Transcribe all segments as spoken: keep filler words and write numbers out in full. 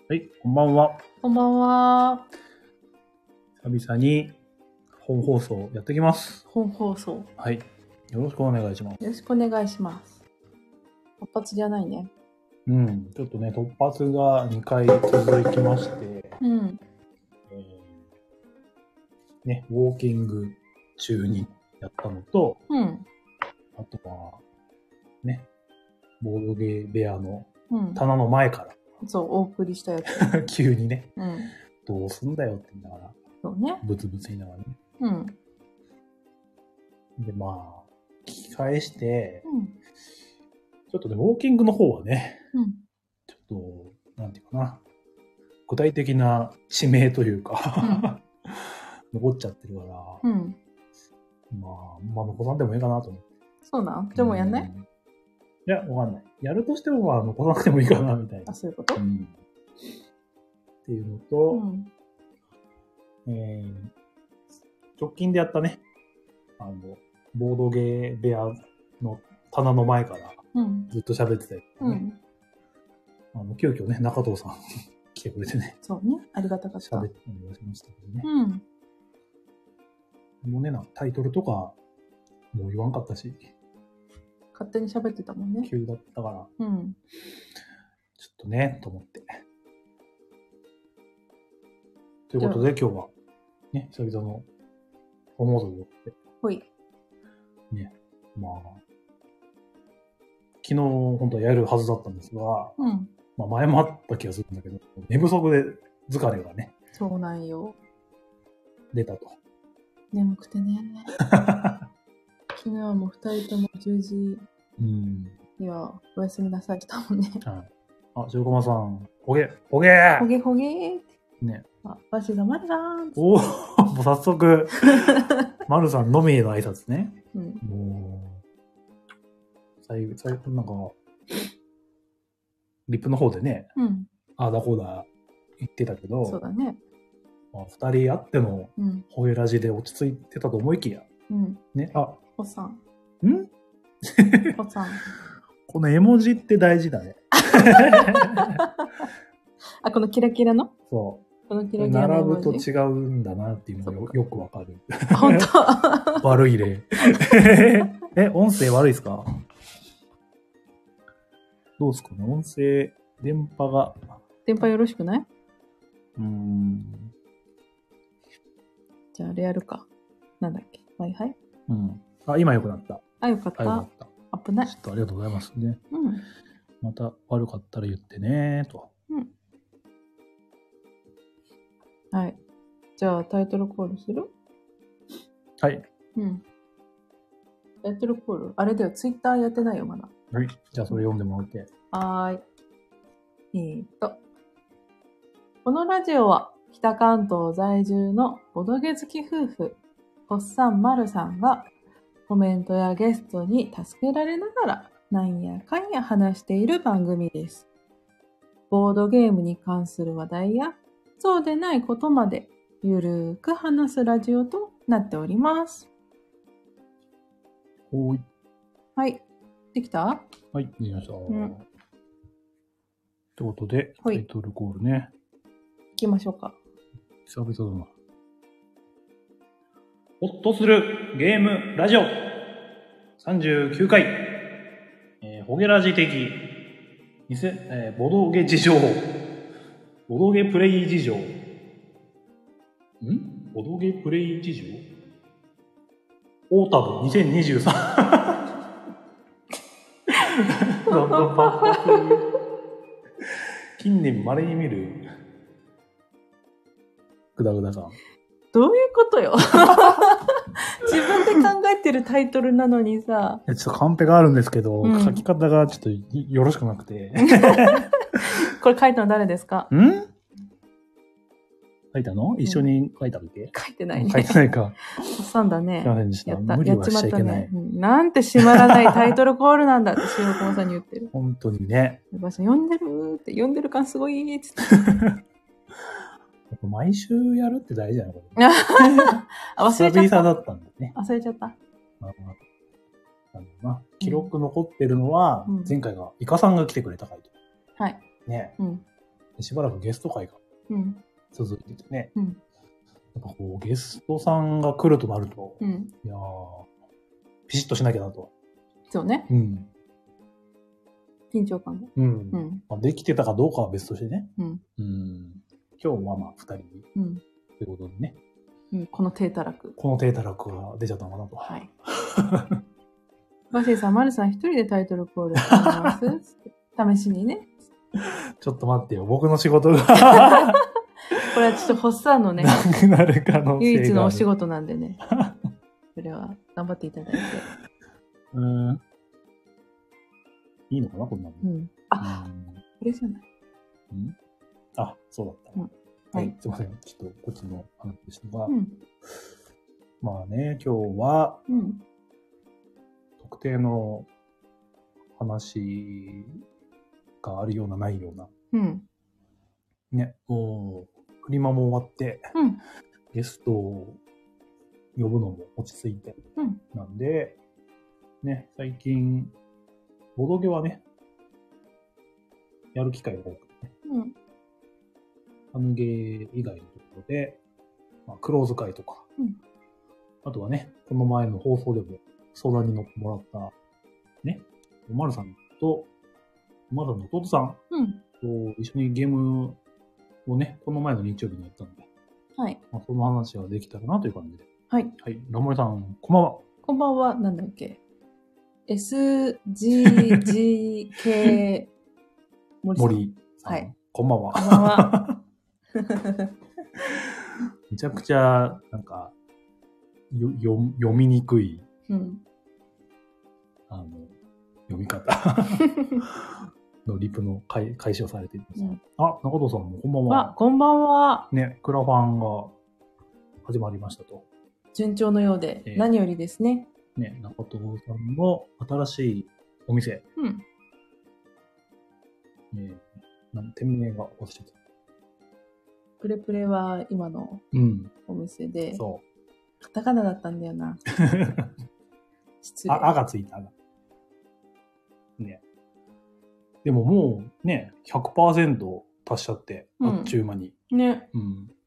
はい、こんばんは。 こんばんは。 久々に本放送やってきます。 本放送。 はい。よろしくお願いします。 よろしくお願いします。突発じゃないね。 うん。ちょっとね、突発がにかい続きまして、 うん。 えー、ね、ウォーキング中にやったのと、 うん。 あとは、ね、ボードゲー部屋のうん。 棚の前から、 そう、お送りしたやつ。 急にね、 うん。 どうすんだよって言いながら、 そうね。 ブツブツ言いながらね。 うん。 で、まあ、聞き返して、 うん。 ちょっとね、ウォーキングの方はね、 うん。 ちょっと、なんていうかな、具体的な地名というか、うん、残っちゃってるから、 うん。 まあ、まあ、残さんでもいいかなと思って。 そうなん？じゃあもうやんない？ うん、いや、わかんない。やるとしても、まあ、残さなくてもいいかな、みたいな。 あ、そういうこと？ うん。っていうのと、 うん、 えー、直近でやったね、あの、ボードゲー部屋の棚の前からずっと喋ってたりとかね、うん、あの急遽ね、中藤さん来てくれてね。 そうね、ありがたかった。 喋ってお願いしましたけどね。 うん。 もうね、なタイトルとかもう言わんかったし。 勝手に喋ってたもんね。 急だったから。 うん。 ちょっとね、と思って。ということで今日は、ね、久々の思うということで。 ほい。 ね、まあ、昨日本当はやるはずだったんですが、 うん。まあ前もあった気がするんだけど、寝不足で疲れがね。 そうなんよ。 出たと。 眠くてね。昨日はもう二人ともじゅうじにはおやすみなさいって言ったもんね。 はい。あ、しゅうこまさん、ほげ、ほげーほげほげーって。 ね。 あ、わしがまるさーん。 おー、もう早速、まるさんのみへの挨拶ね。 うん。 もう、最後、最後、なんか、リップの方でね、 うん。 あーだこうだ言ってたけど、 そうだね。 まあ、二人あっての、ほげラジで落ち着いてたと思いきや。 うん。ね、 あ、 おさん。 んおさん。 この絵文字って大事だね。 あ、このキラキラの？ そう。 このキラキラの絵文字。 並ぶと違うんだなっていうのが よ, よくわかる。 本当？ 悪い例。え、音声悪いですか？どうですかね、音声、電波が。 電波よろしくない？ うーん。 じゃああれやるか。なんだっけ？はいはい。 うん。あ、今良くなった。 あ、よかった。 あ、よかった。 危ない。 ちょっとありがとうございますね。 うん。 また悪かったら言ってねと。 うん。はい。じゃあタイトルコールする？ はい。 うん。タイトルコールあれだよ、ツイッターやってないよ、まだ。 はい。じゃあそれ読んでもらって。 はーい。えーっと。このラジオは北関東在住のボドゲ好き夫婦、ホッサンマルさんがコメントやゲストに助けられながらなんやかんや話している番組です。ボードゲームに関する話題やそうでないことまでゆるーく話すラジオとなっております。 ほーい。はい。 できた？ はい、できました。うん。ってことで、タイトルコールね。 行きましょうか。 久々だな。ほっとするゲームラジオさんじゅうきゅうかい、えー、ホゲラジ的偽、えー、ボドゲ事情ボドゲプレイ事情んボドゲプレイ事情オータムにせんにじゅうさんどんどんパッパ近年稀に見るグダグダ感。 どういうことよ自分で考えてるタイトルなのにさ。 ちょっとカンペがあるんですけど、うん、書き方がちょっとよろしくなくて。 これ書いたの誰ですか？ ん書いたの？一緒に書いたっけ？うん、 書いてないね。 書いてないか。 そうだね。 すいませんでした。 やった。 無理はしちゃいけない。 ね、なんて締まらないタイトルコールなんだって塩駒さんに言ってる。 本当にね。 おばさん読んでるって、読んでる感すごいっつって。 毎週やるって大事だよ、これ。あ、忘れちゃった。久々だったんだね。 忘れちゃった。 まあなんだな、記録残ってるのは、うん、前回がイカさんが来てくれた回と。 はい。 ね。 うん。 しばらくゲスト会が続いててね。 うん、 やっぱこう、ゲストさんが来るとなると、 うん、 いやー、ピシッとしなきゃなと。 そうね。 うん。 緊張感が。 うん。うんまあ、できてたかどうかは別としてね。 うん。 うん、今日はまあ、二人。うん。ということでね。 うん、この低たらく。 この低たらくが出ちゃったのかなと。 はい。バセイさん、マルさん一人でタイトルコールしてます試しにね。ちょっと待ってよ、僕の仕事が。 これはちょっとホッサンのね、 なくなる可能性が唯一のお仕事なんでね。それは頑張っていただいて。 うーん。いいのかな、こんなの。 うん。あ、これじゃない。 うん。あ、そうだった。うん、はい、はい。すいません。ちょっとこっちの話でしたが。うん、まあね、今日は、うん、特定の話があるようなないような。うん。ね、もう、フリマも終わって、うん、ゲストを呼ぶのも落ち着いて、うん、なんで、ね、最近、ボドゲはね、やる機会が多くてね。うん。アヌゲー以外のところで、まあ、クローズ会とか、うん、あとはね、この前の放送でも相談に乗ってもらった、ね、おまるさんと、おまるさんの弟さんと一緒にゲームをね、この前の日曜日にやったんで、はい。まあ、その話ができたらなという感じで。はい。はい。ラモリさん、こんばんは。 こんばんは、なんだっけ。エスジージーケー 森さん。 森さん。はい。こんばんは。 こんばんは。 めちゃくちゃ、なんか、よ、よ、読みにくい、うん、あの、読み方のリプの解解消されています。うん、あ、中藤さんもこんばんは。 あ、こんばんは。 ね、クラファンが始まりましたと。 順調のようで、えー、何よりですね。 ね、中藤さんの新しいお店。うん。えー、なん店名が忘れちゃった。 プレプレは今のお店で、うん、そう。カタカナだったんだよな。 失礼。あ、あがついた。ね。でももうね、ひゃくパーセント 達しちゃって、うん、あっちゅう間に。ね。うん。す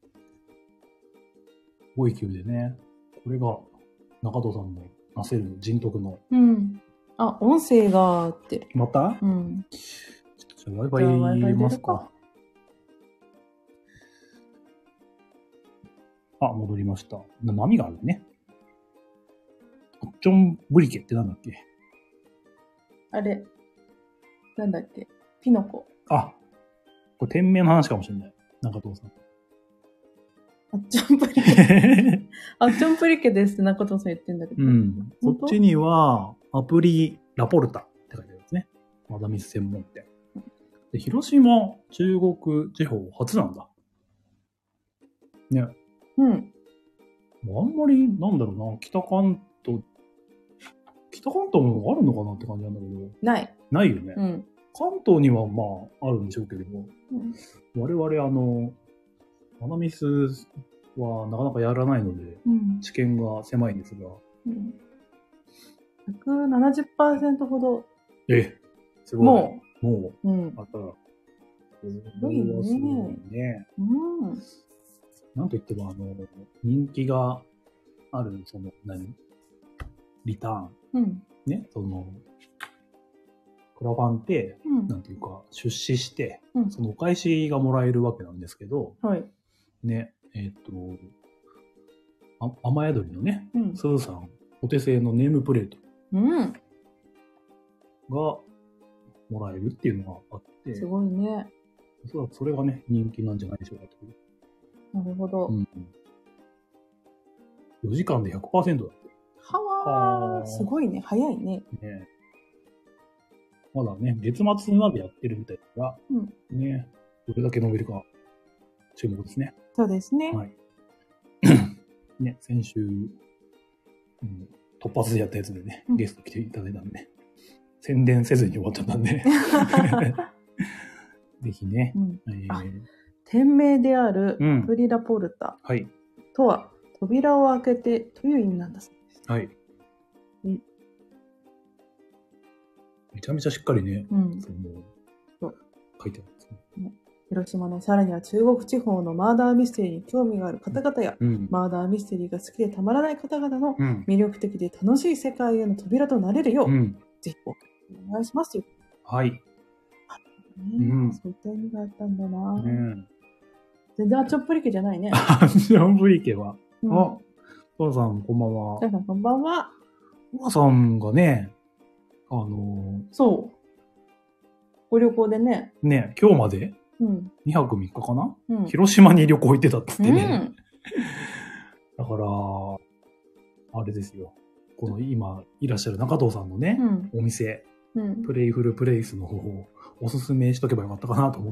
ごい勢いでね。これが中藤さんのなせる人徳の。 うん。あ、音声がって。 またうん。ちょっと Wi-Fi 入れますか。あ、戻りました。波があるね。オッチョンブリケってなんだっけ？ あれ。なんだっけ？ピノコ。 あ、これ店名の話かもしれない。中藤さん。 アッチョンプリケ。アッチョンプリケですって中藤さん言ってんだけど。 うん。こっちには、アプリラポルタって書いてあるんですね。マダミス専門店。で、広島、中国地方初なんだ。ね。うん。あんまり、なんだろうな、北関東、北関東もあるのかなって感じなんだけど。 ない。 ないよね。うん。関東にはまあ、あるんでしょうけれども、うん、我々あの、マナミスはなかなかやらないので、うん、知見が狭いんですが。うん、 ひゃくななじゅっパーセント ほど。 え、すごい。もう、もう、うん、あったら、 すごいね。すごいね。うん。 なんといっても、あの、人気がある、その、何リターン。うん。ね、その、クラファンって、うん、なんていうか、出資して、うん、そのお返しがもらえるわけなんですけど、はい。ね、えっ、ー、と、あ、雨宿りのね、うん、スーさん、お手製のネームプレート。うん。が、もらえるっていうのがあって。 すごいね。 おそらくそれがね、人気なんじゃないでしょうかという。 なるほど。うん。 よじかんで ひゃくパーセント だって。 はあ、すごいね。早いね。ね。 まだね、月末までやってるみたいだから、うん、ね、どれだけ伸びるか注目ですね。 そうですね。 はい。ね、先週、うん、突発でやったやつでね、うん、ゲスト来ていただいたんで、宣伝せずに終わっちゃったんで、ぜひね、うんえー、 店名であるプリラポルタとは、うん、扉を開けてという意味なんだそうです。はい。 うんめちゃめちゃしっかりね、うん、その書いてあるんですね。 広島のさらには中国地方のマーダーミステリーに興味がある方々や、うん、マーダーミステリーが好きでたまらない方々の魅力的で楽しい世界への扉となれるよう、うん、ぜひお願いしますよ。 はい。 ね、うん、そういった意味があったんだな、ね、全然アッチョンプリケじゃないね。 アッチョンプリケは、うん、あ、トラさんこんばんは。 トラさんこんばんは。 トラさんがね、あのー、 そう。ご旅行でね。 ね、今日まで、うん、にはくみっかかな、うん、広島に旅行行ってたって言ってね。うん、だから、あれですよ。この今いらっしゃる中藤さんのね、うん、お店、うん、プレイフルプレイスの方をおすすめしとけばよかったかなと思って。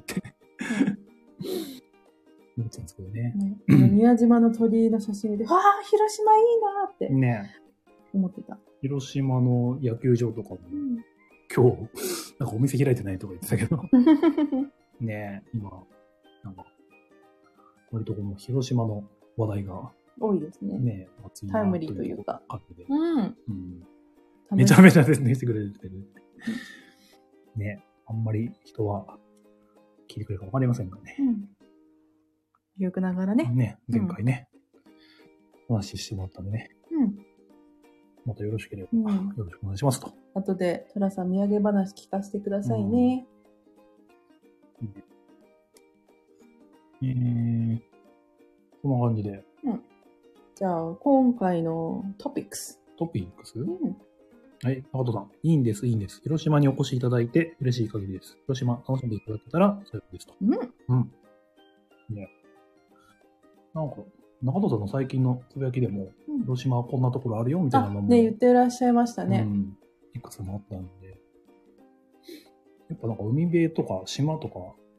うん、思ったんですけどね。 ね、宮島の鳥居の写真で、わあ、広島いいなって思ってた。 ね、広島の野球場とかも、うん、今日、なんかお店開いてないとか言ってたけど。ねえ、今、なんか、割とこの広島の話題が多いですね。 ねえ、熱いタイムリーというか。 でうんうん、めちゃめちゃですね、してくれてる。ねえ、あんまり人は聞いてくれるかわかりませんがね。うん。 よくながらね。 ね、前回ね、うん、話してもらったんでね。うん。またよろしければ、うん、よろしくお願いしますと。 後で、トラさん土産話聞かせてくださいね。 うん、えー、こんな感じで。 うん。じゃあ、今回のトピックス。 トピックス、うん、はい、中戸さん。いいんです、いいんです。広島にお越しいただいて嬉しい限りです。広島楽しんでいただけたら幸いですと。うん。うん。ね。なんか、中戸さんの最近のつぶやきでも、うん、広島はこんなところあるよみたいなのも。 ね、言ってらっしゃいましたね。うん。 いくつもあったんで。やっぱなんか海辺とか島とか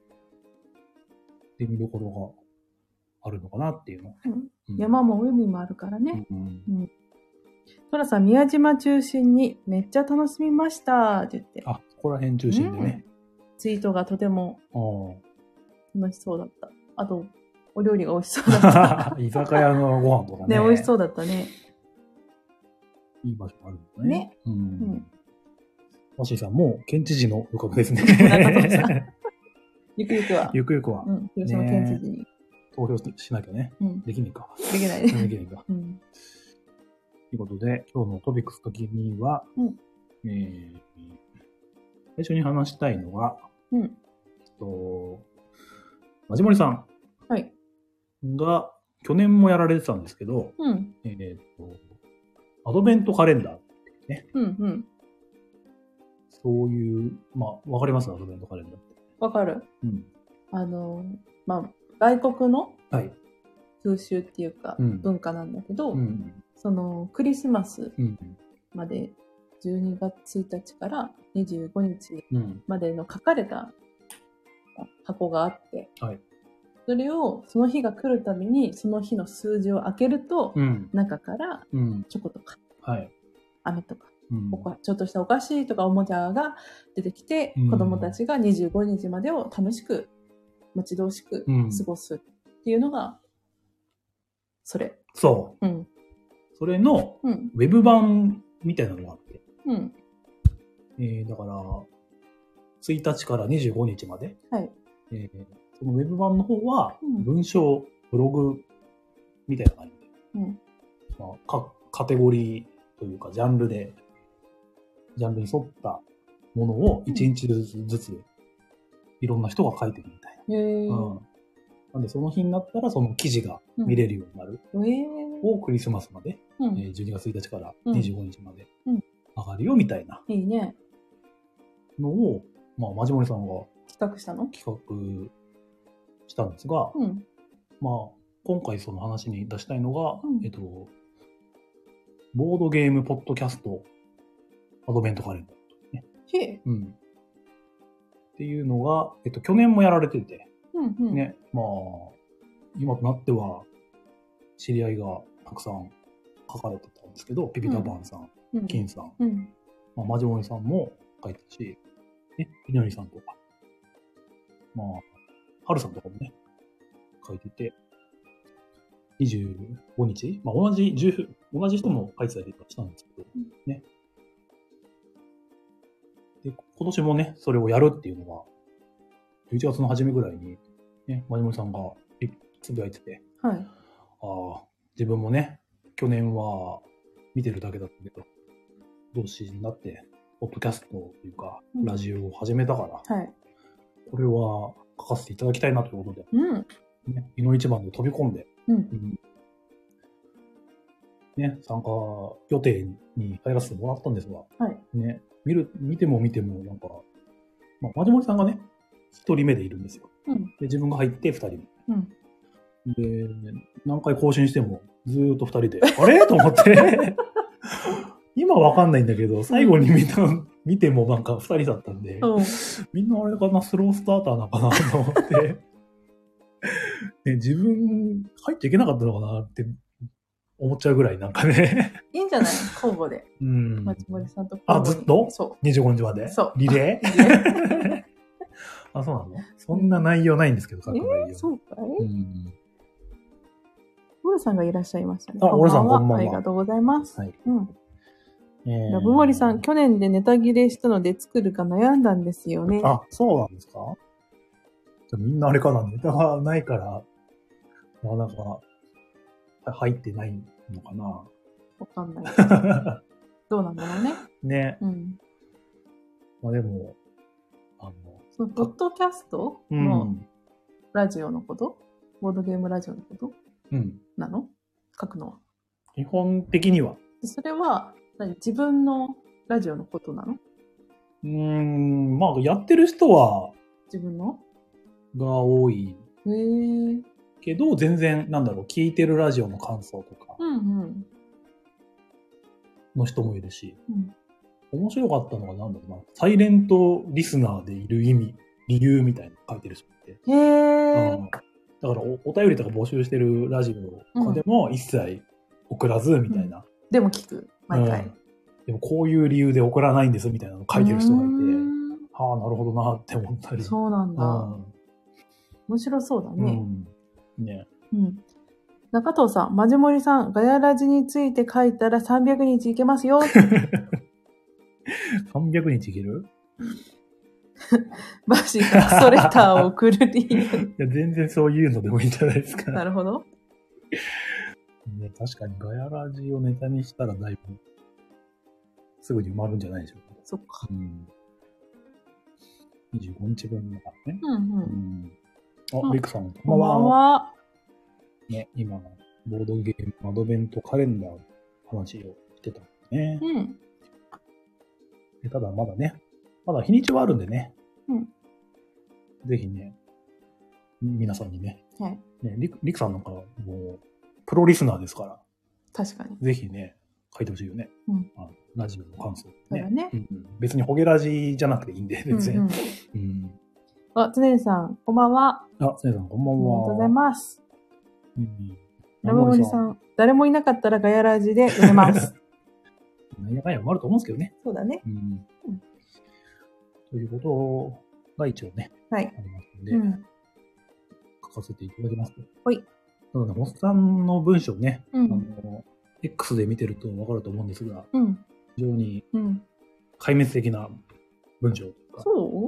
で見どころがあるのかなっていうの。 うんうん、山も海もあるからね。うんうんうん、トラさん、宮島中心にめっちゃ楽しみましたって言って。 あ、そこら辺中心でね。 うん、ツイートがとても楽しそうだった。あと、お料理が美味しそうだった。 居酒屋のご飯とかね。 ね、美味しそうだったね。 いい場所あるんだね。ね。うん。うん、マシーさんも県知事の部下ですね。 ゆくゆくは。 ゆくゆくは。 うん。広島県知事に。 投票しなきゃね。うん。できないか。 できないね。 できないか。うん。ということで、今日のトピックス時には、うん、えー、最初に話したいのが、うん。えっと、まじもりさん。 はい。 が、去年もやられてたんですけど、うん。えー、っと、アドベントカレンダーっていうね。うんうん。そういう、まあ、わかりますアドベントカレンダーって。 わかる。うん。あの、まあ、外国の風習っていうか、文化なんだけど、うん、その、クリスマスまで、じゅうにがつついたちからにじゅうごにちまでの書かれた箱があって、はい、それを、その日が来るたびに、その日の数字を開けると、うん、中からチョコとか、うん、はい、飴とか、うん、ちょっとしたお菓子とかおもちゃが出てきて、うん、子供たちがにじゅうごにちまでを楽しく、待ち遠しく過ごすっていうのが、それ。 そう。うん。それの、ウェブ版みたいなのがあって。うん。えー、だから、ついたちからにじゅうごにちまで。はい。えー、そのウェブ版の方は、文章、ブログみたいな感じで。うん。まあ、かカテゴリーというか、ジャンルで、ジャンルに沿ったものをいちにちずつ、うん、ずついろんな人が書いてるみたいな。へー。うん。なんでその日になったらその記事が見れるようになる。うん、へー。をクリスマスまで、うん、えー、じゅうにがつついたちからにじゅうごにちまで上がるよみたいな。 いいね。 のを、まあ、まじもりさんが企画したの？ 企画したんですが、うん、まあ、今回その話に出したいのが、うん、えっと、ボードゲームポッドキャストアドベントカレンダー、ね。へぇ。うん。っていうのが、えっと、去年もやられてて、うんうん、ね、まあ、今となっては、知り合いがたくさん書かれてたんですけど、ピピタパンさん、うん、金さん、うん、まあ、マジモリさんも書いてたし、ね、いのりさんとか、まあ、はるさんとかもね、書いてて、にじゅうごにち、まあ、同じ、同じ人も書いてたりとかしたんですけど、うん、ね。で、今年もね、それをやるっていうのが、じゅういちがつの初めぐらいにね、マジモリさんがつぶやいてて、 はい。 ああ、自分もね、去年は見てるだけだったけど、同志になって、ポッドキャストというか、うん、ラジオを始めたから、 はい、 これは書かせていただきたいなということで、 うんね、いの一番で飛び込んで、 うんうんね、参加予定に入らせてもらったんですが、 はいね、見る見ても見てもなんか、まあ、マジモリさんがね、一人目でいるんですよ。 うん、 で自分が入って二人目。 うん、 で、何回更新してもずーっと二人で、あれと思って。今わかんないんだけど、最後に見た、見てもなんか二人だったんで、 うん、 みんなあれかな、スロースターターなのかなと思って、ね、自分入っちゃいけなかったのかなって思っちゃうぐらいなんかね。 いいんじゃない交互で。 うん。 マジモリさんと交互に。あ、ずっとそう。 にじゅうごにちまでそう。 リレーあ、そうなのそんな内容ないんですけど、 各内容。えー、そうかい、うん、オルさんがいらっしゃいましたね。 あ、オルさんこんばんは。 ありがとうございます。 はい。 うんえー、ラブモリさん、去年でネタ切れしたので作るか悩んだんですよね。 あ、そうなんですか？じゃみんなあれかな、ネタがないから、まあなんか、入ってないのかな。 わかんない。どうなんだろうね。 ね。 うん。 まあでも、あの、 そのポッドキャストのラジオのこと、うん、ボードゲームラジオのことうん。 なの？書くのは。 基本的には。 それは、何自分のラジオのことなの？ うーん、まあやってる人は自分のが多いへーけど、全然なんだろう、聞いてるラジオの感想とかの人もいるし、うんうん、面白かったのがなんだろうな、サイレントリスナーでいる意味、理由みたいなの書いてる人って。 へー、 うん、だからお、お便りとか募集してるラジオとかでも一切送らずみたいな。うん、 でも聞く。毎回、うん。 でもこういう理由で送らないんですみたいなの書いてる人がいて、はあ、なるほどなって思ったり。 そうなんだ。うん、面白そうだね。 うん、ね。 うん。中藤さん、マジモリさん、ガヤラジについて書いたらさんびゃくにちいけますよ。 さんびゃくにちいけるバシがクソレターを送る理由。いや、全然そういうのでもいいんじゃないですか。 なるほど。 ね、確かにガヤラジをネタにしたらだいぶすぐに埋まるんじゃないでしょうか。 そっか。うん、 にじゅうごにちぶんだからね。 うんうん。 うん、あ、リクさん、 こんばんは。 ね、今、ボードゲーム、アドベントカレンダーの話をしてたんですね。 うん。 でただまだね、まだ日にちはあるんでね。 うん。 ぜひね、皆さんにね。 はい。 ね、リク、リクさんなんかもう、プロリスナーですから。 確かに。 ぜひね、書いてほしいよね。 うん。 あラジオの感想、ね。 そうだね、 うんうん。別にホゲラジじゃなくていいんで、全然。うん、うんうん。 あ、つねりさん、こんばんは。 あ、つねりさん、こんばんは。 ありがとうございます。 うん。 ラブモリさん、誰もいなかったらガヤラジで読めます。 何やかんやもあると思うんですけどね。 そうだね。 うん。うん、ということが一応ね、 はい、 ありますので、 うん、 書かせていただきます。 はい。 ただね、ホスさんの文章ね、 うん、 あの、X で見てるとわかると思うんですが、 うん、 非常に壊滅的な文章とか。 そう、 うん、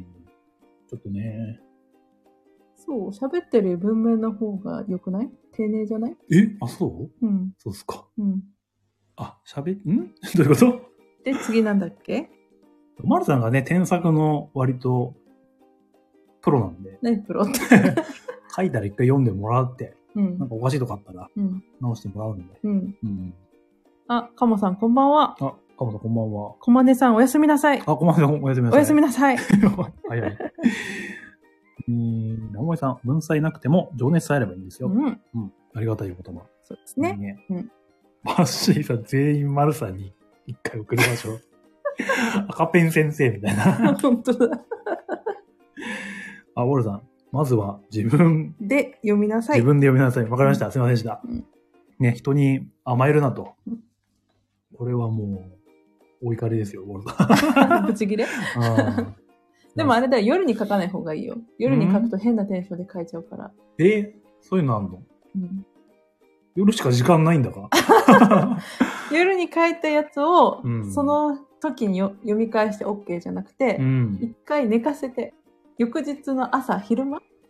ちょっとね。 そう、喋ってる文面の方が良くない？丁寧じゃない？ え？あ、そう？ うん。 そうっすか。 うん。 あ、喋、んどういうこと？ で、次なんだっけ？ マルさんがね、添削の割とプロなんで。 何プロって書いたら一回読んでもらうって。 うん。 なんかおかしいとこあったら、 うん、 直してもらうんで。 うん。 うん。 あ、カモさんこんばんは。 あ、カモさんこんばんは。 コマネさんおやすみなさい。 あ、コマネさんおやすみなさい。 おやすみなさい。 早い。えー、ラモイさん、文才なくても情熱さえあればいいんですよ。 うん。 うん。ありがたいお言葉。 そうですね。 ねうん。 バッシーさん、全員マルさんに一回送りましょう。赤ペン先生みたいな。 本当だ。 あ、ウォルさん、まずは自分で読みなさい。 自分で読みなさい。わかりました。うん、すいませんでした。 うん、 ね、人に甘えるなと。 うん、 これはもう、お怒りですよ、ウォルさん。 ぶち切れでもあれだよ、夜に書かない方がいいよ。夜に書くと変なテンションで書いちゃうから。 えー、そういうのあんの？ うん。 夜しか時間ないんだか夜に書いたやつを、 うん、 その時に読み返して OK じゃなくて、うん、一回寝かせて、翌日の朝、昼間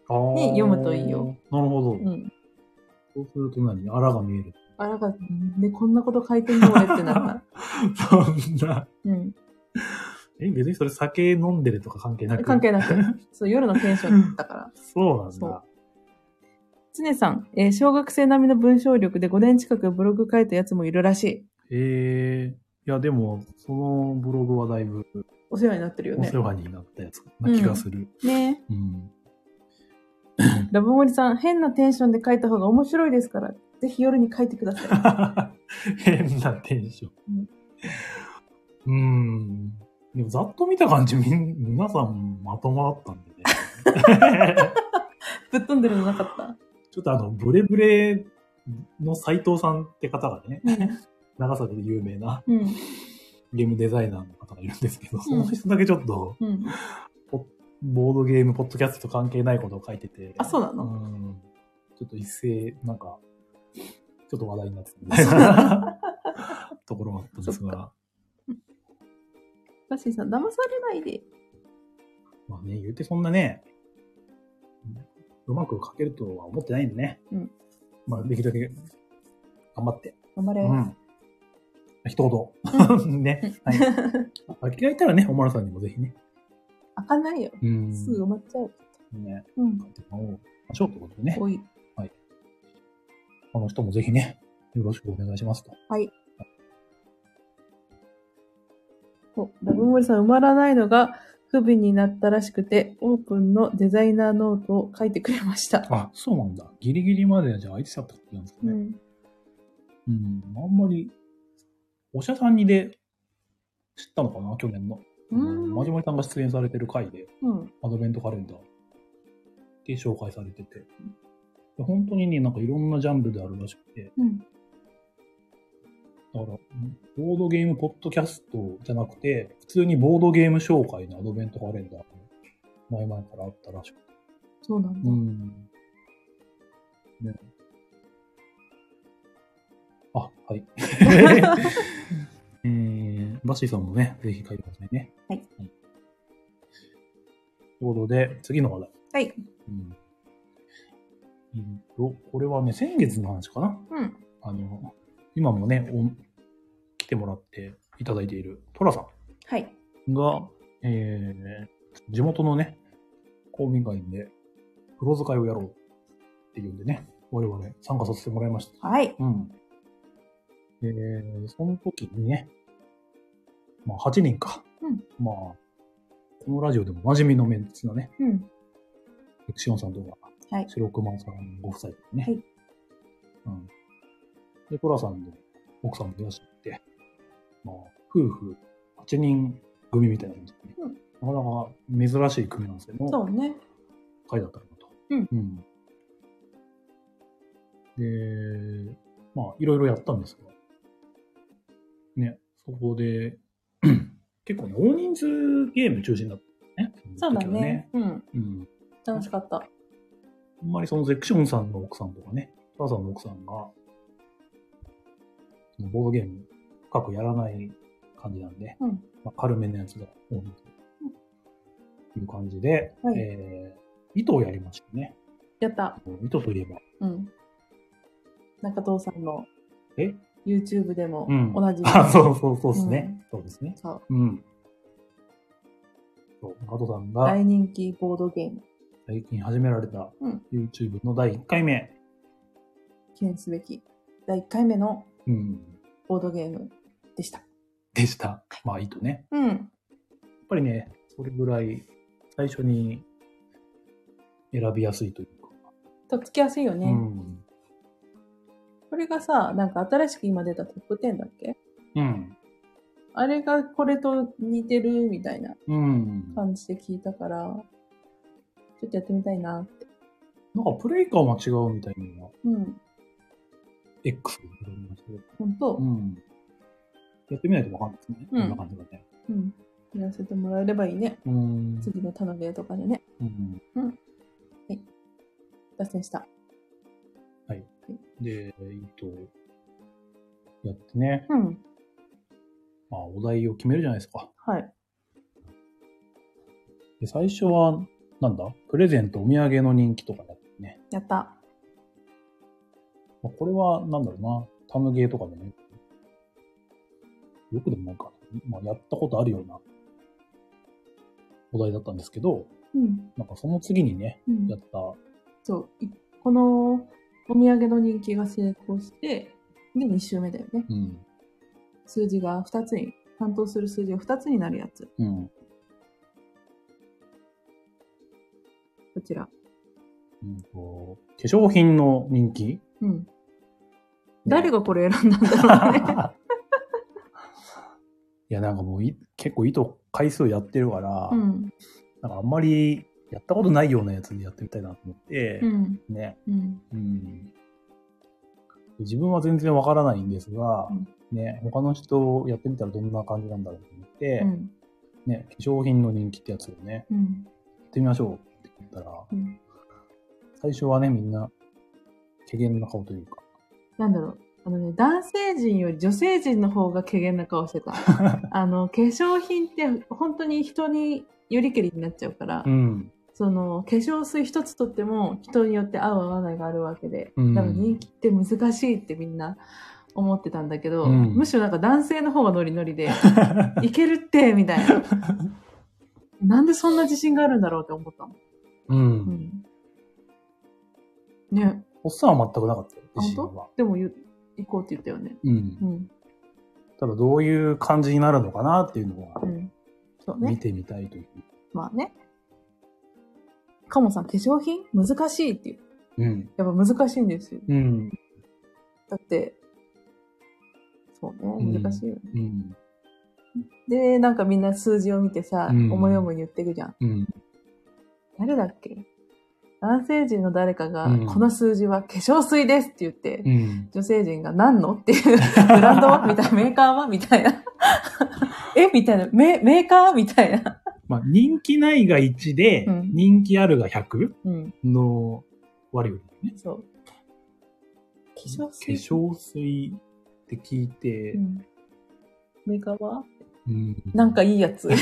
に読むといいよ。 なるほど。 うん。 そうすると何？あらが見える。 あらが、で、こんなこと書いてんの俺ってなった。 そんな。 うん。 え、別にそれ酒飲んでるとか関係なく関係なく。そう、夜のテンションだから。 そうなんだ。 つねさん、えー、小学生並みの文章力でごねん近くブログ書いたやつもいるらしい。 へえー。いや、でも、そのブログはだいぶお世話になってるよね。 お世話になったやつな気がする。 うん、ねえ。うん。 ラブモリさん、変なテンションで書いた方が面白いですから、ぜひ夜に書いてください。変なテンション。うん。うーん。でもざっと見た感じ、み、皆さんまともだったんでね。 ぶっ飛んでるのなかった？ ちょっとあの、ブレブレの斉藤さんって方がね、うん、長崎で有名な、うん、ゲームデザイナーの方がいるんですけど、その人だけちょっと、うん、ボードゲーム、ポッドキャストと関係ないことを書いてて。 あ、そうなの？ うん。ちょっと一斉、なんか、ちょっと話題になってたみたいなところがあったんですが。 バッシーさん、騙されないで。 まあね、言うてそんなね、うまく書けるとは思ってないんでね。うん。まあ、できるだけ頑張って。 頑張れ。うん。 一言。ね。はい。空きがいたらね、おまるさんにもぜひね。 開かないよ。うん。すぐ埋まっちゃう。 ね。うん。書いてもらおうましょうってことでね。 おい。 はい。あの人もぜひね、よろしくお願いしますと。 はい。お、ラブモリさん埋まらないのが不憫になったらしくて、オープンのデザイナーノートを書いてくれました。 あ、そうなんだ。ギリギリまでじゃあ空いてたってことなんですかね。うん。うん。あんまり、おしゃさんにで知ったのかな、去年の。うん。まじもりさんが出演されてる回で、うん、アドベントカレンダーで紹介されてて、うん、本当にね、なんかいろんなジャンルであるらしくて、うん、だから、ボードゲームポッドキャストじゃなくて、普通にボードゲーム紹介のアドベントカレンダーが前々からあったらしくて。 そうなんだ。うん。 ね、あ、はい。えー、バッシーさんもね、ぜひ書いてくださいね。はい。はい、ということで、次の話題。 はい。 うん。えっと、これはね、先月の話かな。うん。あの、今もね、お来てもらっていただいているトラさん。 はい。 が、えー、地元のね、公民館で、プロ使いをやろうっていうんでね、我々参加させてもらいました。 はい。 うん。えー、その時にね、まあはちにんか。うん。まあ、このラジオでも馴染みのメンツなね。うん。エクシオンさんとか、はい。白熊さんご夫妻とかね。はい。うん。で、トラさんで奥さんもいらっしゃって、まあ、夫婦はちにん組みたいな感じでね。うん。なかなか珍しい組み合わせの。 そうね。 会だったのと。うん。うん。で、まあ、いろいろやったんですけど、ね、そこで、結構ね、大人数ゲーム中心だったね。 そうだね。うん。うん。楽しかった。 あんまりそのゼクションさんの奥さんとかね、トラさんの奥さんが、そのボードゲーム深くやらない感じなんで、うん、まあ、軽めのやつが多いという感じで、はい、えー、糸をやりましたね。 やった。 糸といえば。うん。 中藤さんの。 え YouTube でも同じ、 うん、あ、そうそうそうですね、うん。そうですね。そう。うん。そう、中藤さんが。 大人気ボードゲーム。 最近始められた YouTube のだいいっかいめ。うん、 記念すべきだいいっかいめのボードゲームでした。 でした。まあ、糸ね。うん。やっぱりね、それぐらい最初に選びやすいというか。 とっつきやすいよね。うん。これがさ、なんか新しく今出たトップじゅうだっけ？うん。あれがこれと似てるみたいな感じで聞いたから、うん、ちょっとやってみたいなって。 なんかプレイ感は違うみたいな。うん。X で言われましたけど。 ほんと？うん。 やってみないとわかんないですね。うん、こんな感じだね。 うん。やらせてもらえればいいね。うん。次の棚ゲーとかでね。うん。うん。はい。脱線した。 はい。で、糸やってね。うん。まあ、お題を決めるじゃないですか。はい。で、最初は、 なんだプレゼント、お土産の人気とかやってね。 やった。 まあ、これは、なんだろうな。タムゲーとかでもよく、よくでもなんか、まあ、やったことあるようなお題だったんですけど、 うん、 なんかその次にね、うん、やった。 そう。このお土産の人気が成功して、で、に週目だよね。うん、数字がふたつに、担当する数字がふたつになるやつ。うん、こちら。 うんと、化粧品の人気？うん。 誰がこれ選んだんだろうね。 いや、なんかもうい結構糸回数やってるから、うん、なんかあんまりやったことないようなやつでやってみたいなと思って、うん、ね、うんうん。自分は全然わからないんですが、うん、ね、他の人やってみたらどんな感じなんだろうと思って、うん、ね、化粧品の人気ってやつをね、うん、やってみましょうって言ったら、うん、最初はね、みんな、怪げな顔というか。 なんだろう。あのね、男性陣より女性陣の方が怪げな顔してた。あの、化粧品って本当に人によりけりになっちゃうから、うん、その、化粧水一つとっても人によって合う合わないがあるわけで、うん、だから人気って難しいってみんな思ってたんだけど、うん、むしろなんか男性の方がノリノリで、いけるってみたいな。なんでそんな自信があるんだろうって思ったの。うん。うん、ね。 おっさんは全くなかったよ、自信は。 でも言行こうって言ったよね。うん。うん、 ただどういう感じになるのかなっていうのは、うん、そうね、見てみたいという。 まあね。カモさん、化粧品難しいっていう。うん。やっぱ難しいんですよ。うん。だって、そうね、難しいよね。うん。うん、で、なんかみんな数字を見てさ、うん、思い思いに言ってくじゃん。うん。誰だっけ？男性陣の誰かが、うん、この数字は化粧水ですって言って、うん、女性陣が何のっていう、ブランドはみたいな、メーカーはみたいな。えみたいな、メ、メーカーみたいな。 まあ、人気ないがいちで、うん、人気あるがひゃくの割り振りね。そう。化粧水化粧水って聞いて、うん、 メーカーは、うん、なんかいいやつ。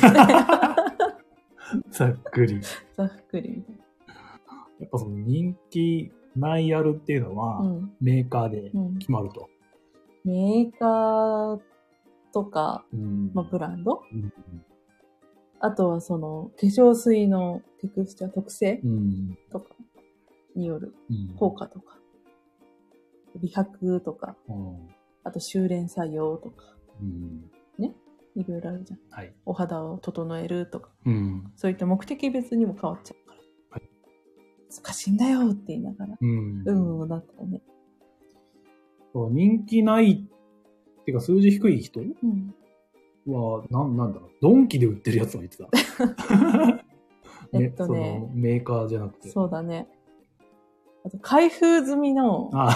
ざっくり。 ざっくりみたいな。 やっぱその人気ないあるっていうのは、うん、メーカーで決まると。 うん、メーカーとか、うん、まあ、ブランド、うん、あとはその化粧水のテクスチャー特性とかによる効果とか、うん、美白とか、うん、あと修練作用とか、うん、ね、いろいろあるじゃん。はい、お肌を整えるとか、うん、そういった目的別にも変わっちゃうから。難しいんだよって言いながら。うん。うん、だったね。 人気ないっていうか数字低い人、うん、は、なん、なんだろう。ドンキで売ってるやつが言ってた。 えっとね。 そのメーカーじゃなくて。 そうだね。あと、開封済みの。あ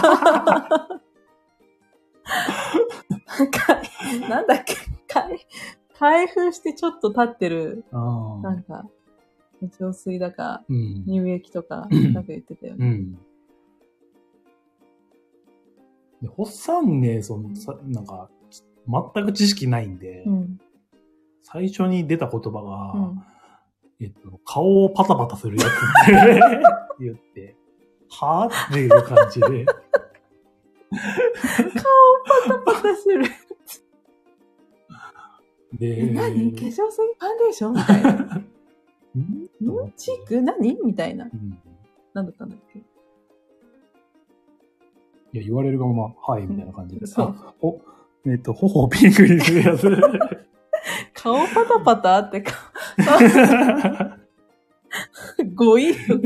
なんだっけ開、開封してちょっと経ってる。あなんか。化粧水だか、うん、乳液とか、なんか言ってたよね。うん。 で、ホッサンね、その、さ、なんか、全く知識ないんで、うん、最初に出た言葉が、うん、えっと、顔をパタパタするやつって言って、はぁっていう感じで。 顔をパタパタする。で、何？化粧水ファンデーションみたいな。んチーク何みたいな。うん、何だったんだっけ？いや、言われるがまま、はい、みたいな感じで。うん、そう。お、えっと、頬をピンクにするやつ。 顔パタパタってか。語彙力。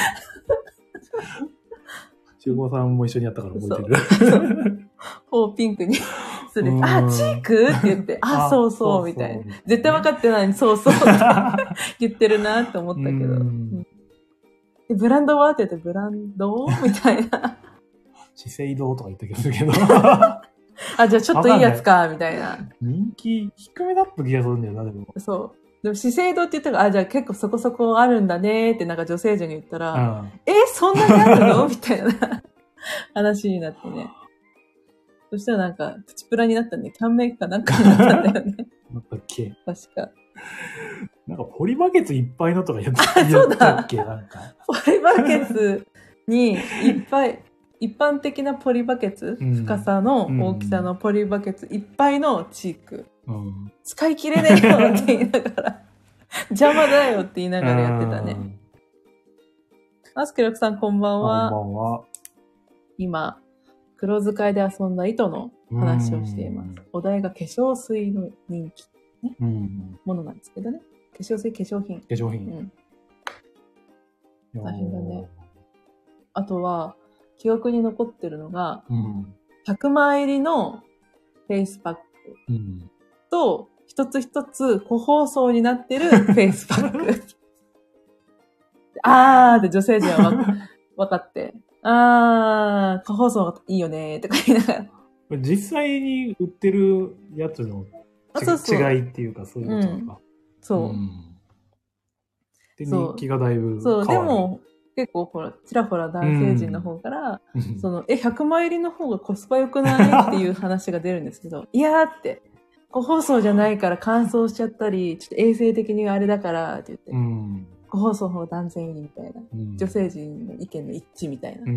中郷さんも一緒にやったから覚えてる。 頬をピンクにする。あ、チークって言って、あ、そうそう、みたいな。絶対分かってないのに、そうそうって言ってるなって思ったけど。うんでブランドはって言って、ブランドみたいな。 資生堂とか言った気がするけど。 あ、じゃあちょっといいやつか、みたいな。 人気低めだった気がするんだよな、でも。 そう。でも資生堂って言ったら、あ、じゃあ結構そこそこあるんだねってなんか女性陣に言ったら、うん、え、そんなにあるのみたいな話になってね。そしたらなんか、プチプラになったんで、キャンメイクかなんかになったんだよね。 なったっけ？ 確か。 なんかポリバケツいっぱいのとかやったっけなんか。 ポリバケツにいっぱい、一般的なポリバケツ、うん、深さの大きさのポリバケツいっぱいのチーク。うん、使い切れねえよって言いながら、邪魔だよって言いながらやってたね。アスケロクさんこんばんは。 こんばんは。 今、黒使いで遊んだ糸の話をしています。お題が化粧水の人気、ね、うん、ものなんですけどね。化粧水、化粧品。 化粧品。 うん、大変だね。あとは、記憶に残ってるのが、うん、ひゃくまい入りのフェイスパックと、うん、一つ一つ個包装になってるフェイスパック。あーって女性陣は分かって、あー、個包装いいよねーとか言いながら。 実際に売ってるやつのそうそう違いっていうか、そういうことなのか。うん、 そう。うん、 で、人気がだいぶ変わる。 そう、でも、結構ほら、ちらほら男性陣の方から、うん、その、え、ひゃくまい入りの方がコスパ良くないっていう話が出るんですけど、いやーって、個包装じゃないから乾燥しちゃったり、ちょっと衛生的にあれだからって言って、うん、個包装の方が断然いいみたいな、うん、女性陣の意見の一致みたいな。うん、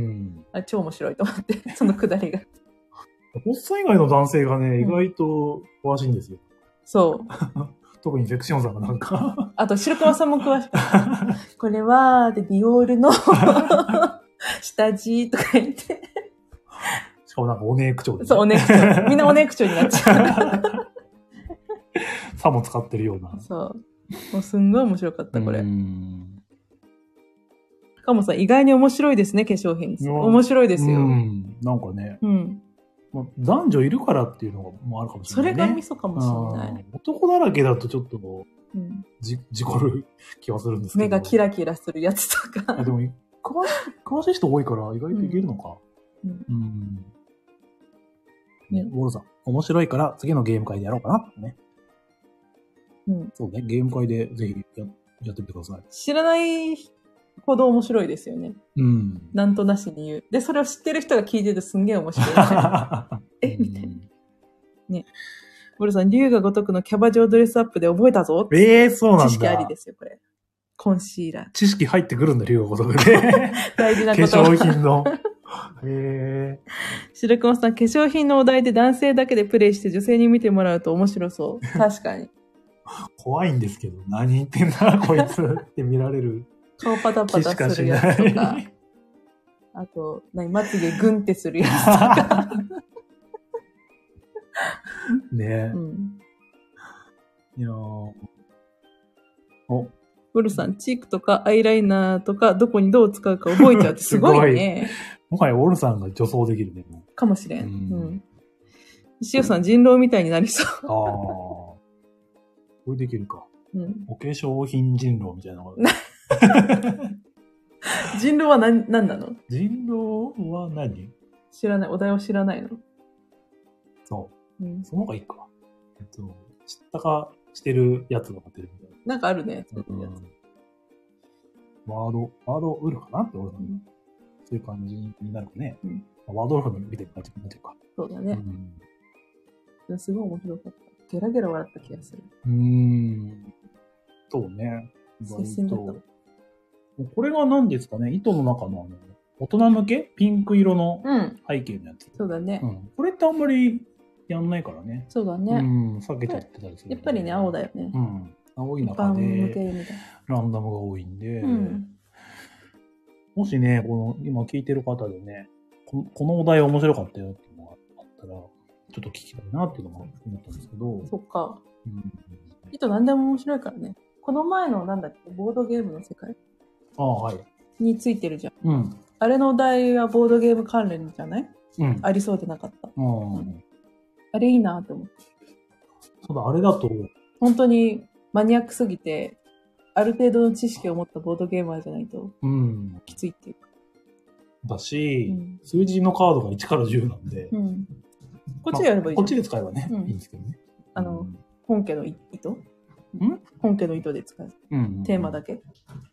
あれ超面白いと思って、そのくだりが。 おっさん以外の男性がね、意外と詳しいんですよ。うん、 そう。 特にセクシオンさんがなんか。 あと、白熊さんも詳しい。これは、で、ディオールの下地とか言って。 しかもなんかおねえ口調で、ね。 そう、おねえ口調。みんなおねえ口調になっちゃう。 さも使ってるような。 そう。もうすんごい面白かった、これ。しかもさ、意外に面白いですね、化粧品。面白いですよ。うん。 なんかね。うん。男女いるからっていうのもあるかもしれないね。 それがミソかもしれない。 男だらけだとちょっとこう、うん、じ、事故る気はするんですけど。 目がキラキラするやつとか。 でも、詳しい、詳しい人多いから意外といけるのか。うん。うん、ね、ウォルさん、面白いから次のゲーム会でやろうかなってね。うん。そうね、ゲーム会でぜひや、やってみてください。 知らないほど面白いですよね。うん。なんとなしに言う。で、それを知ってる人が聞いててすんげえ面白い、ね。えみたいな。ね。ボルさん、竜が如くのキャバ嬢ドレスアップで覚えたぞ。 ええー、そうなんだ。 知識ありですよ、これ。コンシーラー。 知識入ってくるんだ、竜が如くで。 大事なこと。 化粧品の。へえ。 白熊さん、化粧品のお題で男性だけでプレイして女性に見てもらうと面白そう。確かに。 怖いんですけど、何言ってんだ、こいつって見られる。 顔パタパタするやつとか。あと、何、まつげグンってするやつとか。 ねえ。うん、いやー。 お。ブルさん、チークとかアイライナーとかどこにどう使うか覚えちゃうってすごいね。 もはやオルさんが女装できるね。 かもしれん。うん。石尾さん、人狼みたいになりそう。ああ。 これできるか。うん。お化粧品人狼みたいな。 人狼は何、何なの？ 人狼は何？ 知らない。お題を知らないの？ そう。うん、その方がいいか。えっと、知ったかしてるやつが出てるみたいな。 なんかあるね。そういうやつ。ワード、ワードウルフかなって俺は、うん、そういう感じになるかね。うん、ワードウルフの見てる感じになってるか。 そうだね。うん、すごい面白かった。ゲラゲラ笑った気がする。 うーん。そうね。 接戦だった。 これが何ですかね、糸の中のあの、大人向けピンク色の背景のやつ。 うん、そうだね、 うん。これってあんまりやんないからね。 そうだね。 うん、避けちゃってたりする、 ね。やっぱりね、青だよね。 うん。青い中で、ランダムが多いんで、うん、もしね、この、今聞いてる方でね、この、このお題面白かったよっていうのがあったら、ちょっと聞きたいなっていうのも思ったんですけど。 そっか。うん。糸何でも面白いからね。この前のなんだっけ、ボードゲームの世界。 ああ、はい。 についてるじゃん。 うん。 あれのお題はボードゲーム関連じゃない？うん。ありそうでなかった。うん。うん、あれいいなって思って。 そうだ、あれだと。 本当にマニアックすぎて、ある程度の知識を持ったボードゲーマーじゃないと、うん。きついっていうか。 だし、うん、数字のカードがいちからじゅうなんで。うん。 こっちでやればいいじゃん。 こっちで使えばね、うん、いいんですけどね。 あの、うん、本家の糸？ん？本家の糸で使う。うん、うん。テーマだけ。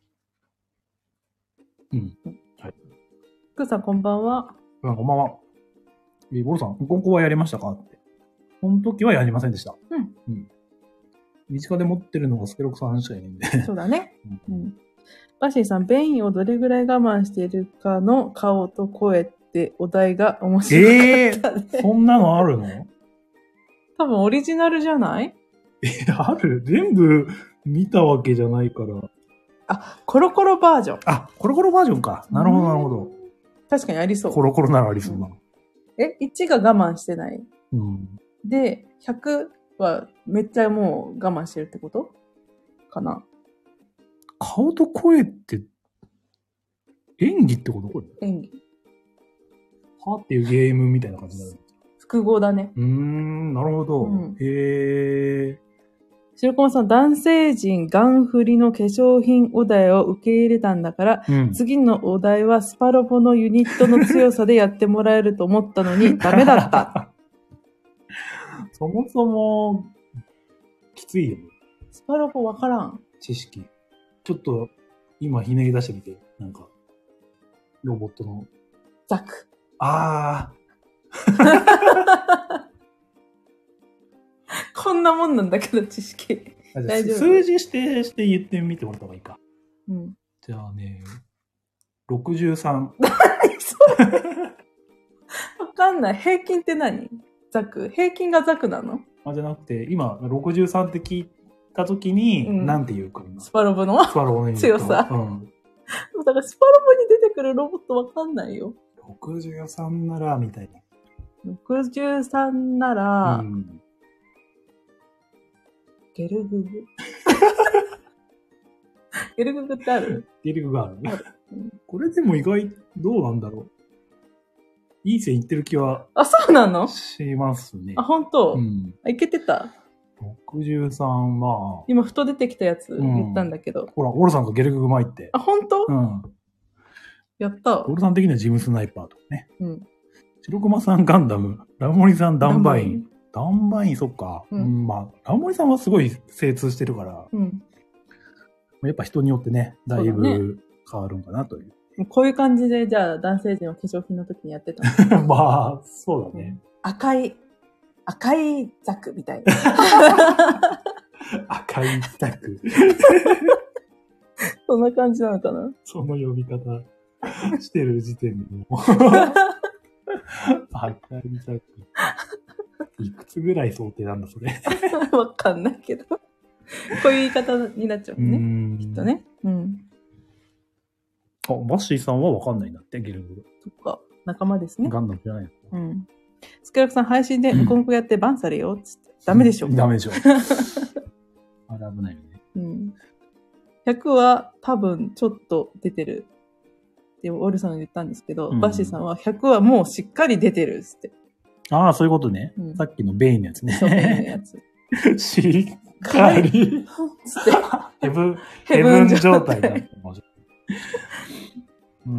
うん。はい。 クーさん、こんばんは。 うん、こんばんは。えー、ボルさん、今後はやりましたかって。この時はやりませんでした。うん。うん。 身近で持ってるのがスケロクさんしかいないんで。 そうだね。うん。バッシーさん、便意をどれぐらい我慢しているかの顔と声ってお題が面白かったね。 えー、そんなのあるの？ 多分オリジナルじゃない？ え、ある？全部見たわけじゃないから。 あ、コロコロバージョン。 あ、コロコロバージョンか。なるほど、なるほど。 確かにありそう。 コロコロならありそうだ。うん、 え、いちが我慢してない。 うん。 で、ひゃくはめっちゃもう我慢してるってことかな。 顔と声って演技ってことこれ？ 演技。 はっていうゲームみたいな感じになる。 複合だね。 うーん、なるほど。うん、へー。 白駒さん、男性陣ガン振りの化粧品お題を受け入れたんだから、うん、次のお題はスパロボのユニットの強さでやってもらえると思ったのにダメだった。 そもそも、きついよね。 スパロボわからん。 知識。ちょっと、今ひねり出してみて。なんか、ロボットの。 ザク。 あー。 こんなもんなんだけど、知識。 大丈夫。数字指定して言ってみてもらった方がいいか。 うん。 じゃあね、ろくじゅうさん。 何それわかんない。平均って何？ザク。平均がザクなの？ あ、じゃなくて、今、ろくじゅうさんって聞いたときに、うん、なんて言うか今。 スパロボのスパロボの強さ。うん。だからスパロボに出てくるロボットわかんないよ。 ろくじゅうさんなら、みたいな。 ろくじゅうさんなら、うん、ゲルググゲルググってある？ ゲルググがある、うん、これでも意外、どうなんだろう。いい線いってる気は。 あ、そうなの？ しますね。 あ、本当？ うん。 いけてた？ ろくじゅうさん、まあ。 今、ふと出てきたやつ言ったんだけど。うん、 ほら、オルさんがゲルググ巻いて。 あ、本当？ うん。 やった。 オルさん的にはジムスナイパーとかね。うん。白熊さんガンダム、ラモリさんダンバイン。ダンバイン、そっか。うん。まあ、ラモリさんはすごい精通してるから。うん。やっぱ人によってね、だいぶ変わるんかなという。 こういう感じで、じゃあ、男性陣は化粧品の時にやってたのまあ、そうだね。 赤い、赤いザクみたいな。 赤いザク。 そんな感じなのかな？ その呼び方してる時点でもう。赤いザク。いくつぐらい想定なんだ、それ。 わかんないけど。こういう言い方になっちゃうもんね。きっとね。うん。 あ、バッシーさんはわかんないんだって、ゲルググ。 そっか。仲間ですね。 ガンダムじゃないの。 うん。スケラクさん配信でムコムコやってバンされよっつって。ダメでしょ。 ダメでしょ。あれ危ないよね。 うん。ひゃくは多分ちょっと出てる。でも、オルさんが言ったんですけど、うん、バッシーさんはひゃくはもうしっかり出てるっつって。 ああ、そういうことね。うん、さっきのベインのやつね。 そう、ベインのやつ。 しっかり。つって。ヘブン、ヘブン状態だった。うん、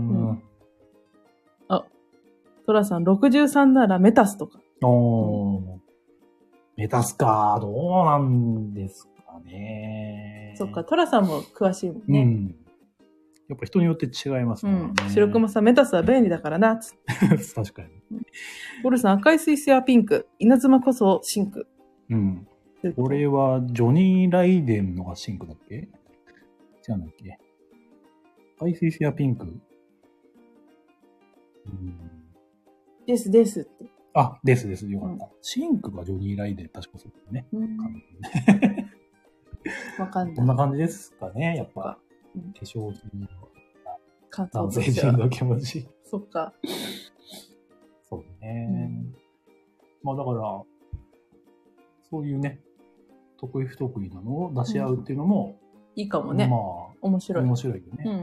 あ、トラさん、ろくじゅうさんならメタスとか。 おー、うん、メタスか。どうなんですかね。 そっか、トラさんも詳しいもんね。うん。 やっぱ人によって違いますもんね。 うん。白熊さん、メタスは便利だからな。つ確かに。 ボルさん、赤い水星はピンク。稲妻こそシンク。 うん。これは、ジョニー・ライデンのがシンクだっけ？違うんだっけ？赤い水星はピンク。 うん、ですですって。 あ、ですです。よかった。うん、シンクがジョニー・ライデン、確かそうだね。うん、 わかんない。 こんな感じですかね、やっぱ。うん、化粧品の男性陣の気持ち。 そっか。 そうね。うん、まあだから、そういうね、得意不得意なのを出し合うっていうのも、 うん、いいかもね。まあ、面白い。 面白いよね。うん。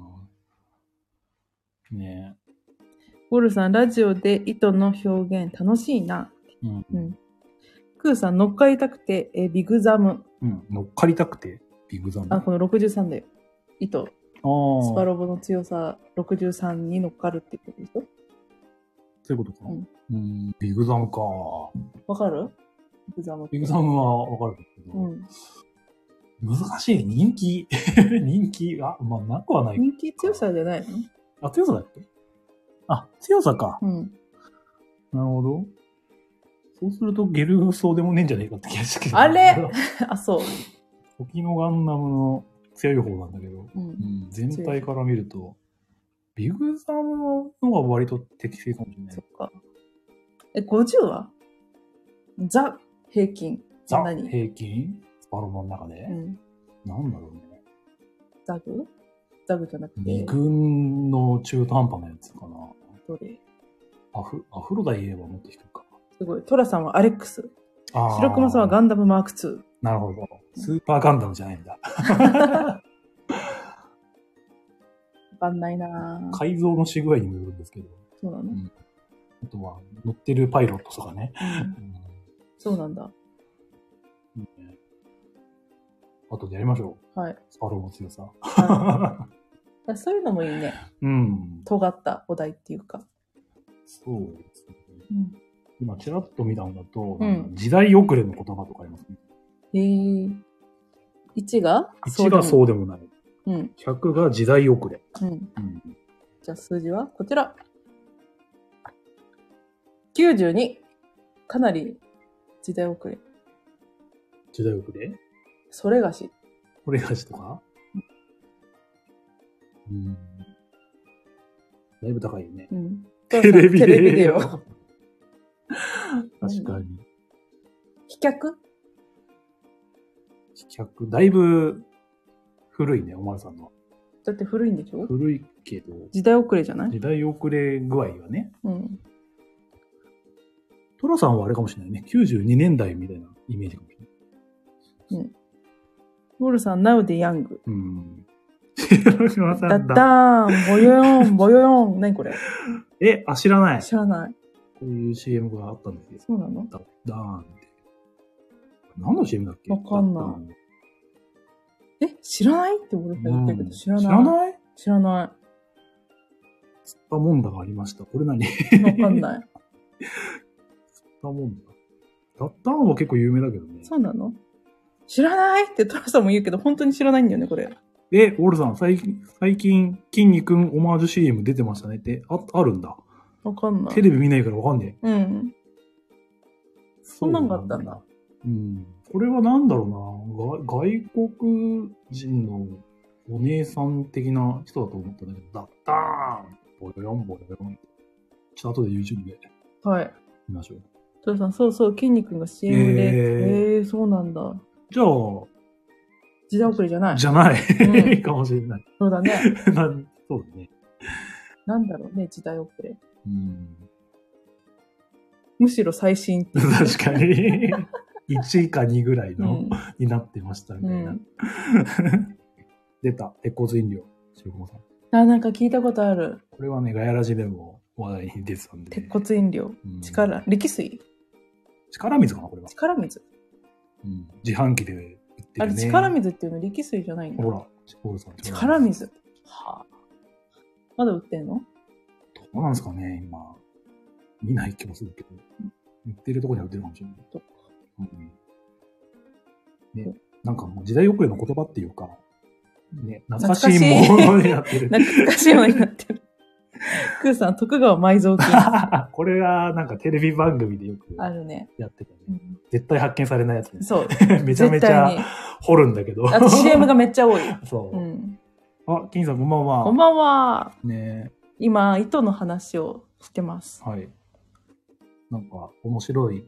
うん、 ねえ。ウォルさん、ラジオで糸の表現楽しいな。うん。うん。クーさん、乗っかりたくて、え、ビグザム。 うん。乗っかりたくて、ビグザム。 あ、このろくじゅうさんだよ。糸。ああ。スパロボの強さろくじゅうさんに乗っかるってことでしょ？ そういうことか。うん。うん、ビグザムか。 わかる？ビグザム。 ビグザムはわかるけど。うん。難しい。人気。人気。あ、まあ、なくはない。 人気強さじゃないの？ あ、強さだっけ？あ、強さか。うん。なるほど。 そうするとゲルそうでもねえんじゃねえかって気がしてきた。 あれあ、そう。 時のガンダムの強い方なんだけど、 うんうん、全体から見ると、ビグザムの方が割と適正かもしれない。 そっか。え、ごじゅうはザ平均。 ザ何平均スパロボの中で、 うん、 なんだろうね。 ザグザグじゃなくて。 二軍の中途半端なやつかな。 どれアフアフロダイ言えばもっと低いか。 すごい。トラさんはアレックス。 あ白熊さんはガンダムマークツー。 なるほど。スーパーガンダムじゃないんだ。 わかんないなぁ。 改造のし具合にもよるんですけど。 そうなの、うん、 あとは、乗ってるパイロットとかね。 うんうん、そうなんだ。 いいね。あとでやりましょう。 はい。 スパロボ強さ。 はい、そういうのもいいね。 うん。 尖ったお題っていうか。 そうですね。 うん、 今、ちらっと見たんだと、 うん、 時代遅れの言葉とかありますね。 へぇいちがいちがそうでもない。 うん。 ひゃくが時代遅れ。 うん。 うん、 じゃあ数字はこちら。きゅうじゅうに。かなり時代遅れ。 時代遅れそれがし。 それがしとかうん。だいぶ高いよね。 うん。 テレビテレビデオ。 確かに。 飛脚飛脚。だいぶ古いね、おまるさんの。 だって古いんでしょ？ 古いけど。 時代遅れじゃない？ 時代遅れ具合がね。 うん。 トラさんはあれかもしれないね。きゅうじゅうにねんだいみたいなイメージかもしれない。 うん。ウォルさん、Now the Young。 うん。 だったーん、ボヨヨン、ボヨヨン。何これ？ え、あ、知らない。 知らない。 こういう シーエム があったんですよ。 そうなの？ ダッダーンって。何の シーエム だっけ？ わかんない。え、知らないって俺が言ってるけど、知らない。 知らない？ 知らない。 ツッパモンダがありました。これ何？ わかんない。 ツッパモンダ。ダッダーンは結構有名だけどね。 そうなの？知らないってトラさんも言うけど、本当に知らないんだよね、これ。 え、ウォルさん、最近、最近、筋肉オマージュ シーエム 出てましたねって、あ、あるんだ。 わかんない。 テレビ見ないからわかんねえ。うん。そんなんがあったんだ。 うん。これはなんだろうな。外国人のお姉さん的な人だと思ったんだけど、ダッターンボヨヨンボヨヨン。ちょっと後で YouTube で。 はい。 見ましょう。 トラさん、そうそう、筋肉が シーエム で。えー、えー、そうなんだ。 じゃあ、 時代遅れじゃない。 じゃない。 うん、 かもしれない。 そうだね。 なそうだね。 なんだろうね、時代遅れ。 うん、 むしろ最新って。 確かに。いちかにぐらいの、うん、になってましたみたいな。うん、出た。鉄骨飲料。白駒さん。 あ、なんか聞いたことある。 これはね、ガヤラジでも話題に出てたんで。 鉄骨飲料。うん、力、力水力水かなこれは。 力水。 うん。自販機で売ってるね。 あれ、力水っていうの力水じゃないんだ。 ほら、ホールさん。 力水。はあ。まだ売ってんの？ どうなんですかね、今。見ない気もするけど。売ってるところには売ってるかもしれない。うんね、なんかもう時代遅れの言葉っていうか、ね、懐かしいものになってる。 懐かしいものになってる。クーさん、徳川埋蔵金。 これはなんかテレビ番組でよくあるね。 やってたね。うん、絶対発見されないやつね。 そう。 めちゃめちゃ掘るんだけど。 あと シーエム がめっちゃ多い。 そう。うん、あ、金さんこんばんは。 こんばんは。 ね、 今、糸の話をしてます。 はい。なんか面白い、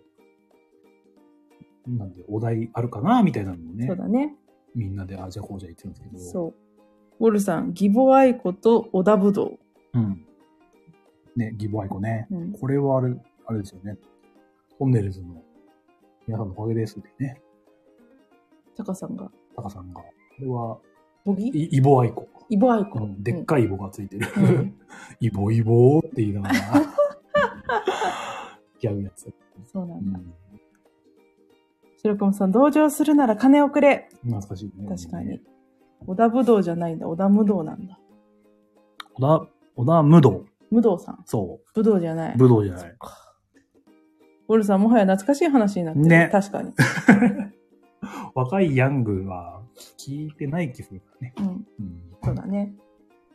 なんでお題あるかなみたいなのもね。 そうだね。 みんなであじゃこうじゃ言ってるんですけど。 そう。ウォルさん、義母愛子と織田武道。 うん。ね、義母愛子ね、 うん。これはあれ、あれですよね。トンネルズの皆さんのおかげですってね。 タカさんが。 タカさんが。これは、 ボギイイボ愛子。 イボ愛子、 うん。でっかいイボがついてる。 うん、 イボイボって言いながら。ギャグやつ。 そうなんだ。うん、白熊さん、同情するなら金をくれ。 懐かしいね。 確かに。織田武道じゃないんだ。織田無道なんだ。 織田、織田無道。 無道さん。 そう。 武道じゃない。 武道じゃない。 ウォルさん、もはや懐かしい話になってる。ね。確かに。 若いヤングは聞いてない気するからね。 うん。うん、そうだね。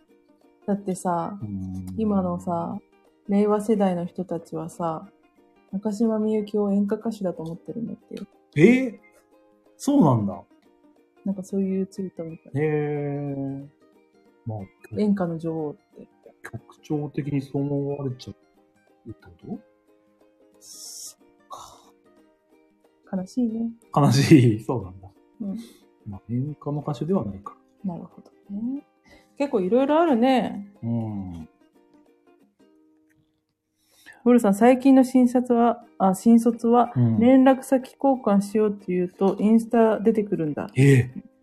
だってさ、今のさ、令和世代の人たちはさ、 中島みゆきを演歌歌手だと思ってるんだってよ。 えー、そうなんだ。 なんかそういうツイートみたい。 へえー。まあ、 演歌の女王って。 曲調的にそう思われちゃうってこと？ そっか。悲しいね。 悲しい。そうなんだ。 うん。 まあ、演歌の歌手ではないか。 なるほどね。結構いろいろあるね。 うん。 ウルさん、最近の新卒は、あ、新卒は、連絡先交換しようって言うと、インスタ出てくるんだ。 ええー。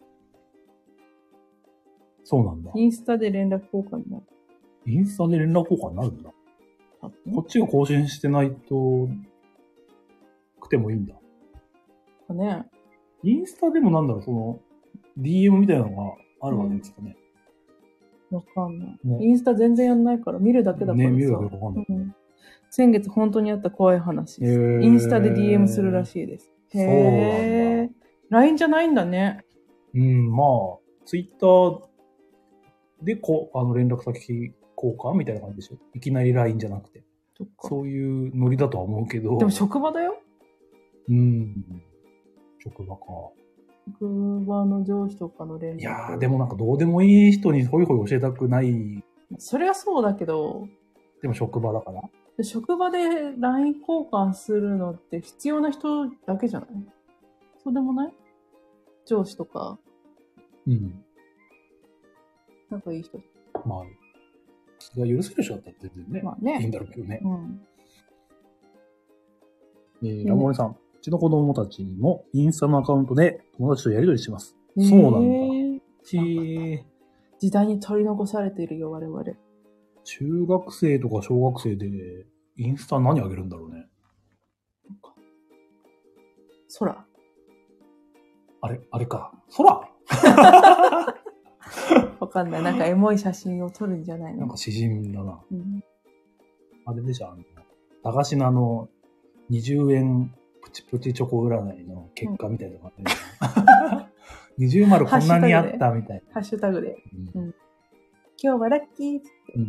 そうなんだ。 インスタで連絡交換になる。 インスタで連絡交換になるんだ。こっちが更新してないと、くてもいいんだ。 かね。 インスタでもなんだろう、その、ディーエム みたいなのがあるわけですかね。 わ、うん、かんない、ね。インスタ全然やんないから、見るだけだからさ。 ね、見るだけわかんない、 うん。先月本当にあった怖い話です。インスタで ディーエム するらしいです。へー。そうなんだ。ライン じゃないんだね。 うん、まあ、ツイッターでこう、あの連絡先交換みたいな感じでしょ。いきなり ライン じゃなくて。そ, そういうノリだとは思うけど。 でも職場だよ。 うん。職場か。 職場の上司とかの連絡。 いやー、でもなんかどうでもいい人にホイホイ教えたくない。 それはそうだけど。 でも職場だから。 職場で ライン 交換するのって必要な人だけじゃない？そうでもない？上司とか。 うん。 なんかいい人。 まあ、それが許せる人だったら全然ね。 まあね。 いいんだろうけどね。 うん。 えー、ラモネさん。うちの子供たちもインスタのアカウントで友達とやり取りしてます。えー、そうなんだ。へ時代に取り残されているよ、我々。 中学生とか小学生でインスタ何あげるんだろうね。 空。 あれあれか。空わかんない。なんかエモい写真を撮るんじゃないの？ なんか詩人だな。 うん、あれでしょ、あの、駄菓子のあの、にじゅうえんプチプチチョコ占いの結果みたいなのがあって、二重丸こんなにあったみたいな。 ハッシュタグで。うんうん、今日はラッキーって。うん、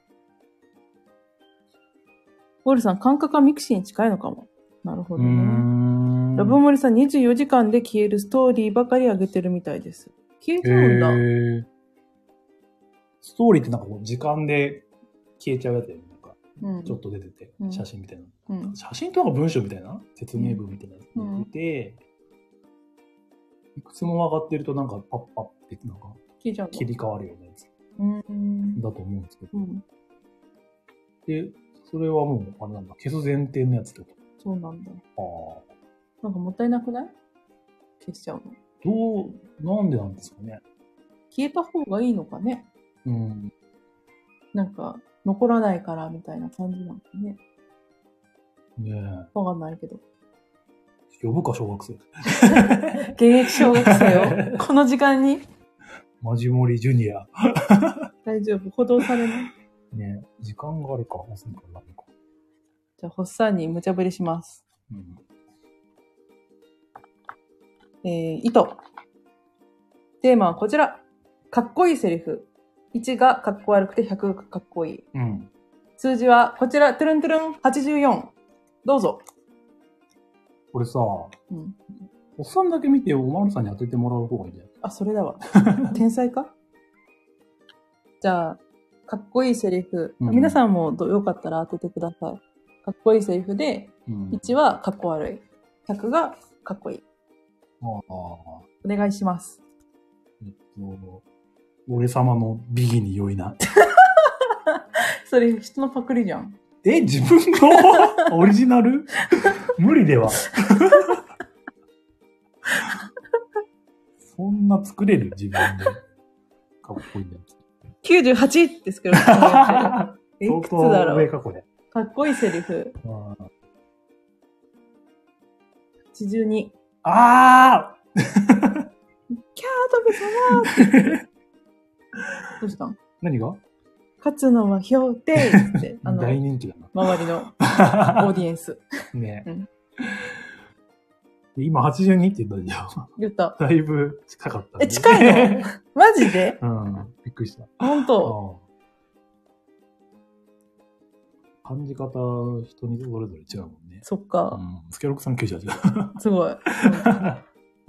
ウォルさん、感覚はミクシーに近いのかも。なるほどね。ラブモリさん、にじゅうよじかんで消えるストーリーばかり上げてるみたいです。消えちゃうんだ。へー。 ストーリーってなんかこう時間で消えちゃうやつだよね。なんかちょっと出てて、うん、写真みたいな、うん。写真となんか文章みたいな説明文みたいなやつが出て、うん、いくつも上がってるとなんかパッパッってなんか切り替わるようなやつだと思うんですけど。うん、で、それはもうあれなんだ。消す前提のやつってこと？ そうなんだ。ああ。なんかもったいなくない？消しちゃうの。 どう、なんでなんですかね。 消えた方がいいのかね。 うん。 なんか、残らないからみたいな感じなのかね。 ねえ。 わかんないけど。 呼ぶか、小学生。 現役小学生をこの時間にマジモリジュニア。 大丈夫。補導されない。 ねえ、時間があるか、遅いかな。 じゃあ、ホッサンに無茶ぶりします。うん、えー、糸。テーマはこちら。かっこいいセリフ。いちがかっこ悪くてひゃくがかっこいい。うん、数字はこちら、トゥルントゥルンはちじゅうよん。どうぞ。 これさ、うん、おっさんだけ見ておまるさんに当ててもらう方がいいんじゃない？ あ、それだわ。天才か？じゃあ、かっこいいセリフ。うん、皆さんもよかったら当ててください。かっこいいセリフで、うん、いちはかっこ悪い。ひゃくがかっこいい。ああ、お願いします。 えっと、俺様の美儀に良いな。 それ人のパクリじゃん。 え、自分のオリジナル無理では。そんな作れる自分で。かっこいいやつ。 きゅうじゅうはちですけど。え、いくつだろう。 上かこれ。 かっこいいセリフ。はちじゅうに。 あーキャートベ様ーって言って。どうしたん？ 何が？ 勝つのは評定って。 あの大人気だな。 周りのオーディエンス。 ねえ。うん、今はちじゅうにって言ったじゃん。 言った。 だいぶ近かった、 ね。え、近いの？マジで？ うん。びっくりした。 ほんと。 感じ方、人にそれぞれ違うもんね。 そっか。 うん。スケロクさんきゅうじゅうはち。 すごい。うん、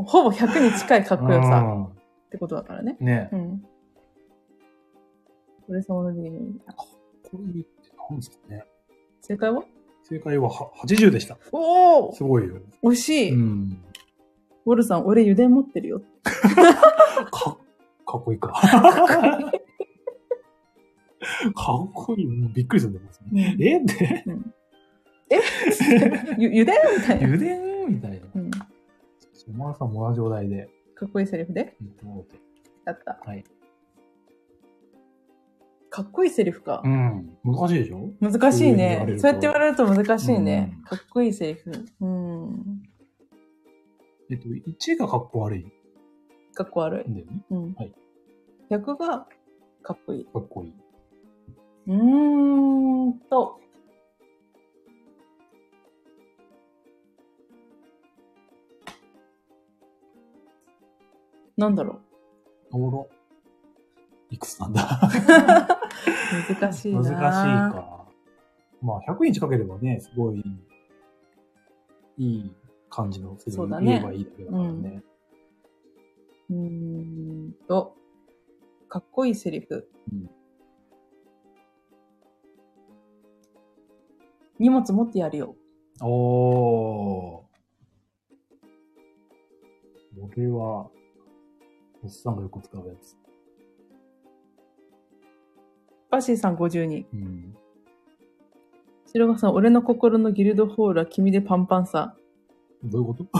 ほぼひゃくに近いかっこよさってことだからね。 ね。 うん。俺様のゲーム。 かっこいいって何ですかね。 正解は正解ははちじゅうでした。 おお、 すごいよ。 惜しい。 うん。 ウォルさん、俺油田持ってるよ。 か、かっこいいか。かっこいい。もうびっくりするんだよ、ね。うん、えって、うん、 え油田みたいな。 油田みたいな。うん。お前さんも同じ状態で。 かっこいいセリフで、 うん、 やった。 はい。 かっこいいセリフか。 うん。難しいでしょ？ 難しいね。そうやって言われると難しいね。うん、かっこいいセリフ。うん。 えっと、いちがかっこ悪い。 かっこ悪い。 だよね。 うん。 はい。 ひゃくがかっこいい。 かっこいい。 うーんと。なんだろう。おろ。いくつなんだ難しいな。 難しいか。まあ、ひゃくに近ければね、すごい、いい感じのセリフ言えばいいだけだからね。 う、ね、うん、んと、かっこいいセリフ。うん、荷物持ってやるよ。 おー。俺は、おっさんがよく使うやつ。 バッシーさんごじゅうに。うん。白川さん、俺の心のギルドホールは君でパンパンさ。 どういうこと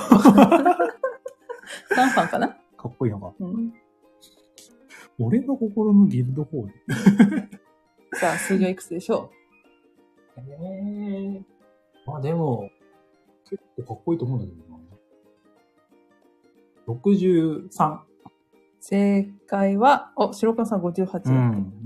さんファンかな？ かっこいいのか。うん。俺の心のギルドホールさあ、数字はいくつでしょう？ええー。まあでも、結構かっこいいと思うんだけどな。ろくじゅうさん。 正解は、お、白川さんごじゅうはちだって。うん。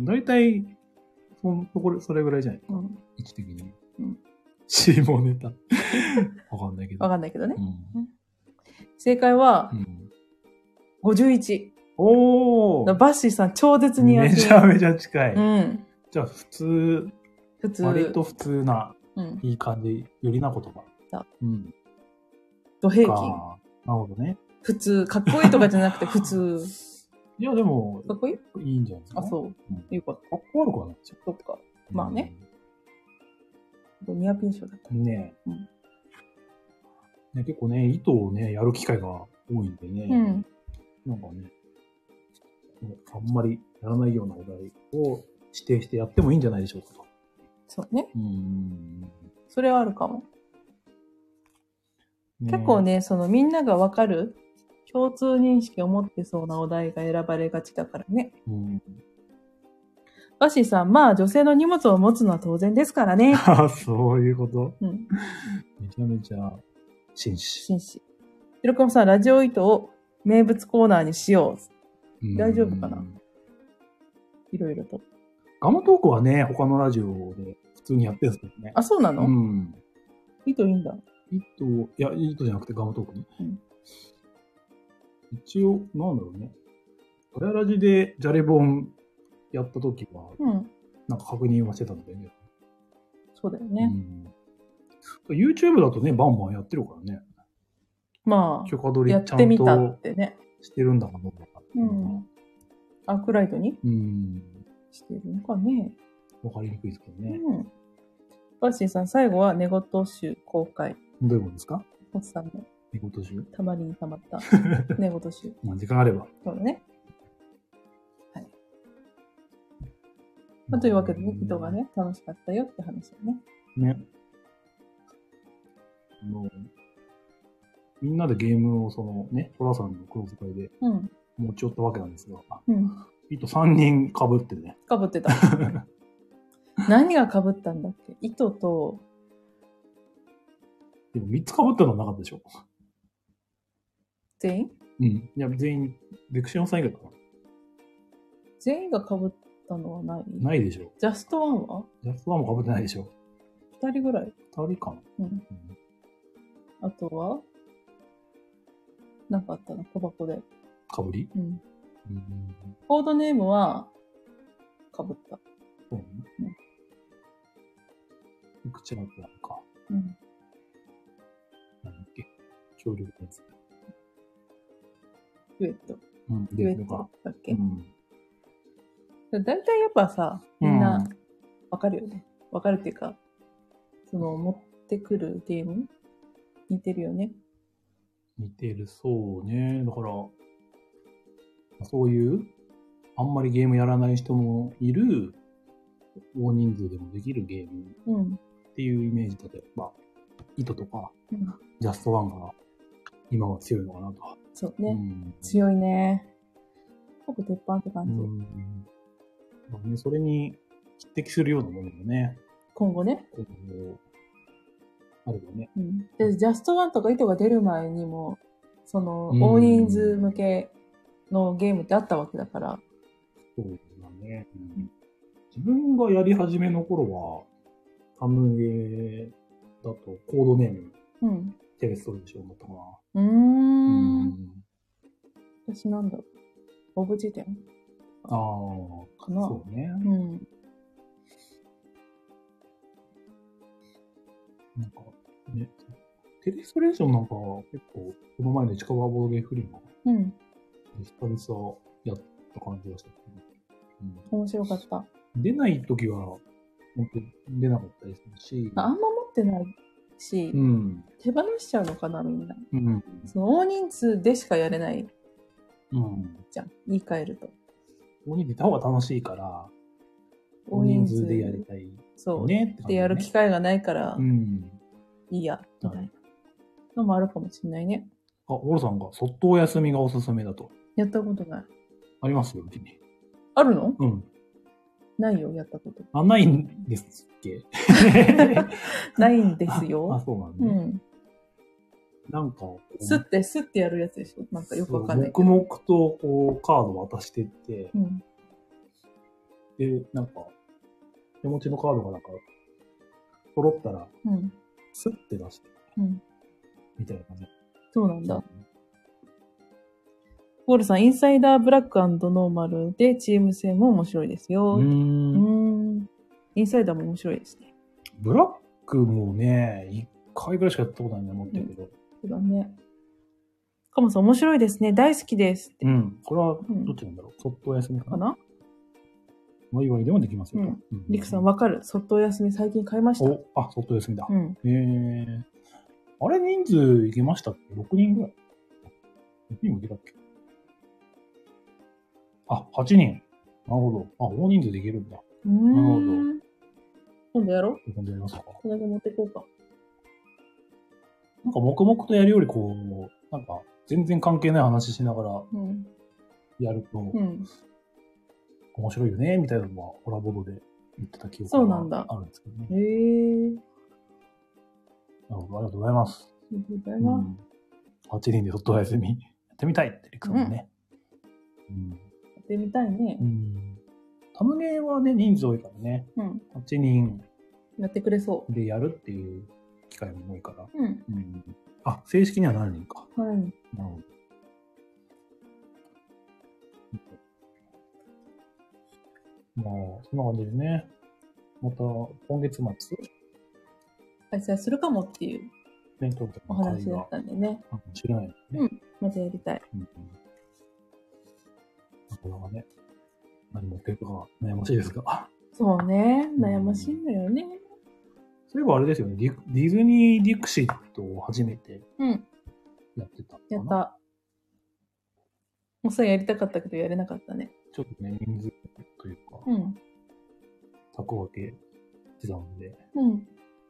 だいたい、その、それ、それぐらいじゃないか。うん。位置的に。うん。下ネタ。わかんないけど。 わかんないけどね。うん、正解は、うん、ごじゅういち。 おー。 バッシーさん超絶にめちゃめちゃ近い。 うん。 じゃあ普通、普通。割と普通な、うん、いい感じ、よりな言葉。うん。 土平均。 なるほどね。 普通、かっこいいとかじゃなくて普通。 いや、でも、 かっこいい？ いいんじゃないですか。 あ、そう。うん、いうこと。 かっこ悪くはないですよ。 そっか。まあね。ニアピン賞だった。 ねえ、うん。ね、結構ね、糸をね、やる機会が多いんでね。うん。なんかね、あんまりやらないようなお題を指定してやってもいいんじゃないでしょうかと。 そうね。うん。それはあるかも。ね、結構ね、そのみんながわかる共通認識を持ってそうなお題が選ばれがちだからね。うん。バッシーさん、まあ女性の荷物を持つのは当然ですからね。 ああ、そういうこと、うん、めちゃめちゃ紳士。 紳士。ひろこもさん、ラジオ糸を名物コーナーにしよう。大丈夫かな？いろいろと。 ガムトークはね、他のラジオで普通にやってるんですけどね。 あ、そうなの？うん。糸いいんだ。 糸、いや、糸じゃなくてガムトークね。うん、一応、なんだろうね。ガヤラジでジャレボンやったときは、うん、なんか確認はしてたんだよね。 そうだよね。 うん、YouTube だとね、バンバンやってるからね。 まあ、 許可取りちゃんとしてるんだかどうか。 うん。アークライトに、うん、してるのかね。 わかりにくいですけどね。 うん。バッシーさん、最後は寝言集公開。 どういうことですか？ おっさんの。 寝言集？ たまりにたまった寝言集。 まあ時間あれば。 そうだね。はい。まあ、というわけでね、糸がね、楽しかったよって話だね。 ね。あの、みんなでゲームをそのね、トラさんのクロス会で持ち寄ったわけなんですが、うん。糸さんにん被ってね。 被ってた。何が被ったんだっけ？糸と、 でもみっつ被ったのはなかったでしょ？ 全員？ うん。いや、全員、ベクシオンさん以外かな。 全員が被ったのはない？ ないでしょ。 ジャストワンは？ ジャストワンも被ってないでしょ。 二人ぐらい？ 二人かな。うん。うん、 あとはなんかあったな、小箱で。 かぶり？うん。うん、 コードネームは被った。 そうね。うん、 違ったのか。 うん。 なんだっけ。協力のやつ。 デュエット。 うん、 デュエットだっけ。 うん。 だいたいやっぱさ、みんな、わかるよね。わかるっていうか、その、持ってくるゲーム似てるよね。 似てる、そうね。だから、そういう、あんまりゲームやらない人もいる、大人数でもできるゲームっていうイメージで、例えば、糸とか、うん、ジャストワンが今は強いのかなと。 そうね。うん、強いね。ほぼ鉄板って感じ。うん、 まあね、それに匹敵するようなものもね。 今後ね。 今後、あるよね。 うん。で、ジャストワンとか糸が出る前にも、その、大人数向けのゲームってあったわけだから。 そうだね。うん、自分がやり始めの頃は、タムゲーだとコードネーム、うん、テレストレーションだったかな。うーん。 うん、私なんだろう。オブ辞典ああ、かな。そうね。うん。なんか、ね、テレストレーションなんか結構、この前の近川ボードゲーフリーが、うん。久々やった感じがしたけど、 うん。面白かった。 出ないときは、本当に出なかったりするし。 あんま持ってないし、うん、手放しちゃうのかな、みんな。うん。その大人数でしかやれない。うん。じゃん。言い換えると。 大人数いた方が楽しいから、大人数でやりたい、ね。 そう。ね。で、やる機会がないから、うん。いいや、みたいなのもあるかもしれないね。 あ、ウォルさんが、そっとお休みがおすすめだと。 やったことない。 ありますよ、うちに。 あるの？うん。ないよ、やったこと。 あ、ないんですっけ？ ないんですよ。 あ、あそうなんね。うん。なんか、 スッて、スッてやるやつでしょ？なんかよくわかんないけど。黙々と、こう、カード渡してって、うん、で、なんか、手持ちのカードがなんか、揃ったら、うん、スッて出して、うん、みたいな感じ。 そうなんだ。ウォルさん、インサイダーブラック&ノーマルでチーム戦も面白いですよ。うーん。うーん。インサイダーも面白いですね。 ブラックもね、一回ぐらいしかやったことないな、思ってるけど。うん、 そうだね。カモさん、面白いですね。大好きですって。 うん。これは、どっちなんだろう。うん、そっとお休みかな。かな？ワイワイでもできますよ。うん。 うん、リクさん、わかる。そっとお休み最近買いました。 お、あ、そっとお休みだ。うん。へえ。あれ、人数いけましたっけ ?ろく 人ぐらい。ろくにんもいけたっけ？あ、はちにん。なるほど。あ、大人数でいけるんだ。うーん。なるほど。 今度やろう？ 今度やりますか。 これだけ持ってこうか。 なんか黙々とやるよりこう、なんか全然関係ない話しながらやると、うん、面白いよね、みたいなのはホラボードで言ってた記憶があるんですけどね。 へー。 なるほど、ありがとうございます。 ありがとうございます。うん、 はちにんでそっとお休みやってみたいってリクさんもね。 うん。やってみたいね。うん。 タムゲーはね、人数多いからね。うん。はちにん。 やってくれそう。 でやるっていう機会も多いから。うん。うん、あ、正式には何人か。はい。なるほど。まあ、そんな感じでね。また、今月末開催するかもっていう、ね、お話だったんでね。 かもしれないね。 うん。またやりたい。うん。 なかなかね、何持ってるかが悩ましいですが。 そうね。悩ましいんだよね。うん、 そういえばあれですよね。ディ、ディズニーディクシットを初めてやってたかな。 やった。もうそれやりたかったけどやれなかったね。 ちょっとね、人数というか、うん。宅分けしてたんで。うん。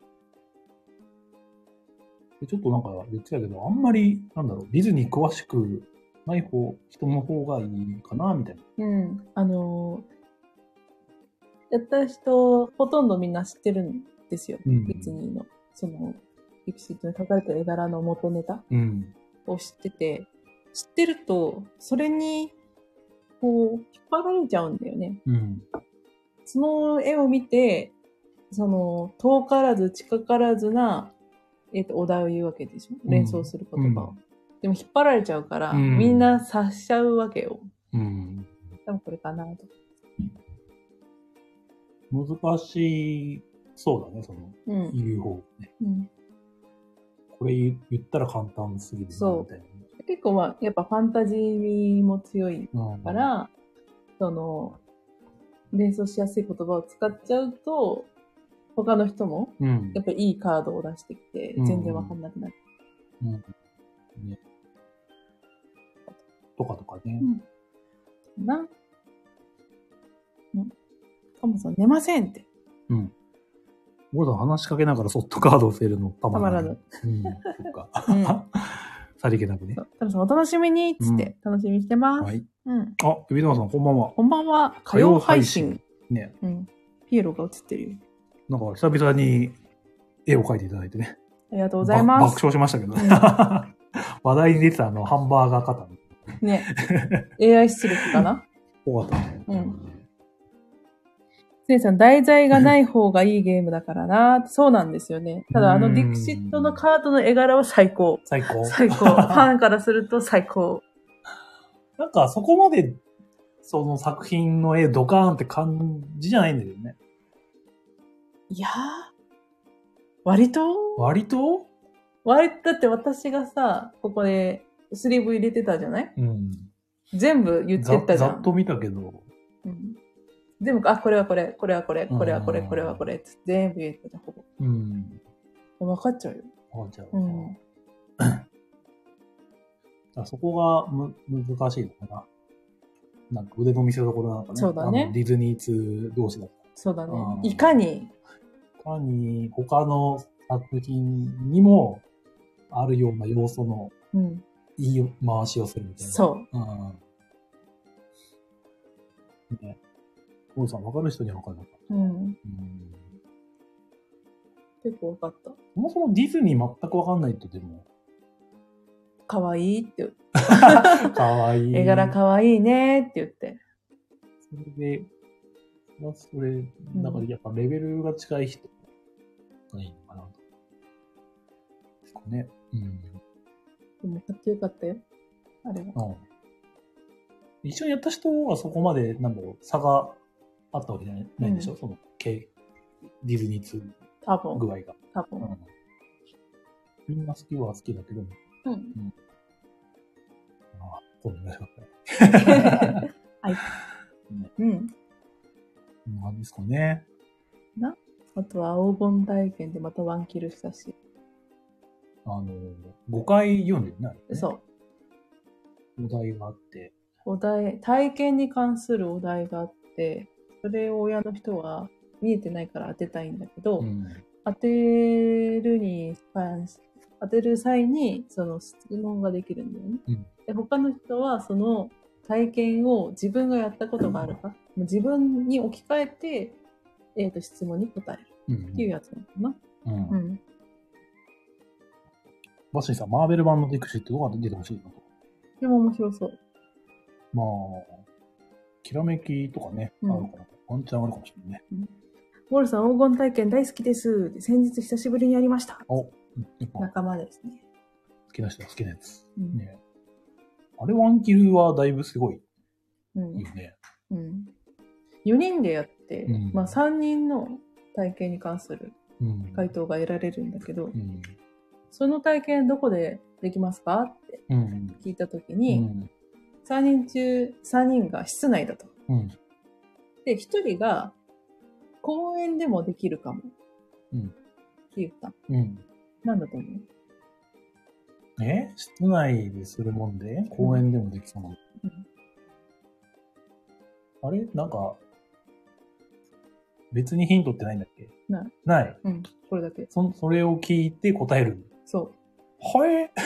でちょっとなんか言ってたけど、あんまり、なんだろう、ディズニー詳しくない方、人の方がいいかな、みたいな。 うん。あのー、やった人、ほとんどみんな知ってるんですよ。うん、ディズニーの、その、ディクシットに書かれた絵柄の元ネタを知ってて、うん、知ってると、それに、こう、引っ張られちゃうんだよね。うん、その絵を見て、その、遠からず近からずな、えっと、お題を言うわけでしょ？連想する言葉を。うん、でも引っ張られちゃうから、うん、みんな察しちゃうわけよ。うん、多分これかなと。 難しいそうだね、その、うん、言う方ね。うん、これ言ったら簡単すぎるみたいな、ね。 結構まあ、やっぱファンタジーも強いから、うん、その、連想しやすい言葉を使っちゃうと、他の人も、やっぱりいいカードを出してきて、全然わかんなくなる。うんうんね、 とかとかね。 うん、な、うん。カモさん寝ませんって。 うん。僕は話しかけながらそっとカードを捨てるのたまらない。うん。とか。うん、さりげなくね。 タラさんお楽しみにつって、楽しみにしてます。はい。 うん。あ、エビドマさんこんばんは。 こんばんは。火曜配信。 ね。 うん。ピエロが映ってるよ。 なんか久々に絵を描いていただいてね。 ありがとうございます。 爆笑しましたけどね。うん、話題に出てたあのハンバーガー型。 ね。エーアイ 出力かな？ 怖かったね。うん。 せいさん、題材がない方がいいゲームだからな。そうなんですよね。ただ、あのディクシットのカードの絵柄は最高。 最高。 最高。ファンからすると最高。 なんか、そこまで、その作品の絵ドカーンって感じじゃないんだけどね。 いやー。割と割と割と、だって私がさ、ここでスリーブ入れてたじゃない？うん。全部言ってったじゃん。 ざ, ざっと見たけど。 うん。全部、あ、これはこれ、これはこれ、これはこれ、これはこれ、つって全部言ってた、ほぼ。うん。分かっちゃうよ。 分かっちゃう。うん。あそこがむ難しいのかな。なんか腕の見せ所なのかね。 そうだね。 ディズニー通同士だった。 そうだね。いかにいかに他の作品にもあるような要素の言い回しをするみたいな。 そう。 うん。ね。コウさん、分かる人には分かるのか。うん。うん、 結構分かった。 そもそもディズニー全く分かんないとでも。 かわいいって言って。 かわいい。 絵柄かわいいねって言って。 それで、まあ、それ、だからやっぱレベルが近い人がいいのかなと。ですかね。うん。 でも買ってよかったよ。あれは。うん。 一緒にやった人はそこまで、なんだろう、差があったわけじゃないんでしょ、うん、その、ディズニーツ多分具合が。 多分、うん。 みんな好きは好きだけど。うん。うん、ああ、そう難しかったね。 はい。ね、うん。 なんですかね。 な、あとは黄金体験でまたワンキルしたし。 あの、ごかい読んでるね。 そう。 お題があって。 お題、体験に関するお題があって、それを親の人は見えてないから当てたいんだけど、うん、当てるに関し、当てる際にその質問ができるんだよね。うん、で他の人はその体験を自分がやったことがあるか、うん、自分に置き換えて、えーと、質問に答えるっていうやつなのかな。うん。うん。 バッシーさん、マーベル版のディクシットが出てほしいなと。 でも面白そう。 まあ、きらめきとかね、うん、あるから、ワンチャンあるかもしれないね。うん、 ウォルさん、黄金体験大好きです。先日久しぶりにやりました。お、仲間ですね。 好きな人は好きなやつ。うん、ね。あれワンキルはだいぶすごい。うん、いいよね。 うん。よにんでやって、うん、まあさんにんの体験に関する回答が得られるんだけど、うん、その体験どこでできますかって聞いたときに、うん、さんにん中さんにんが室内だと。うん、で、ひとりが公園でもできるかも。うん。って言った。うん。なんだと思う？ え？室内でするもんで公園でもできそうなの、うん、あれなんか、別にヒントってないんだっけ？ ない。 ない。 うん。これだけ。 そ、それを聞いて答える。 そう。 はえ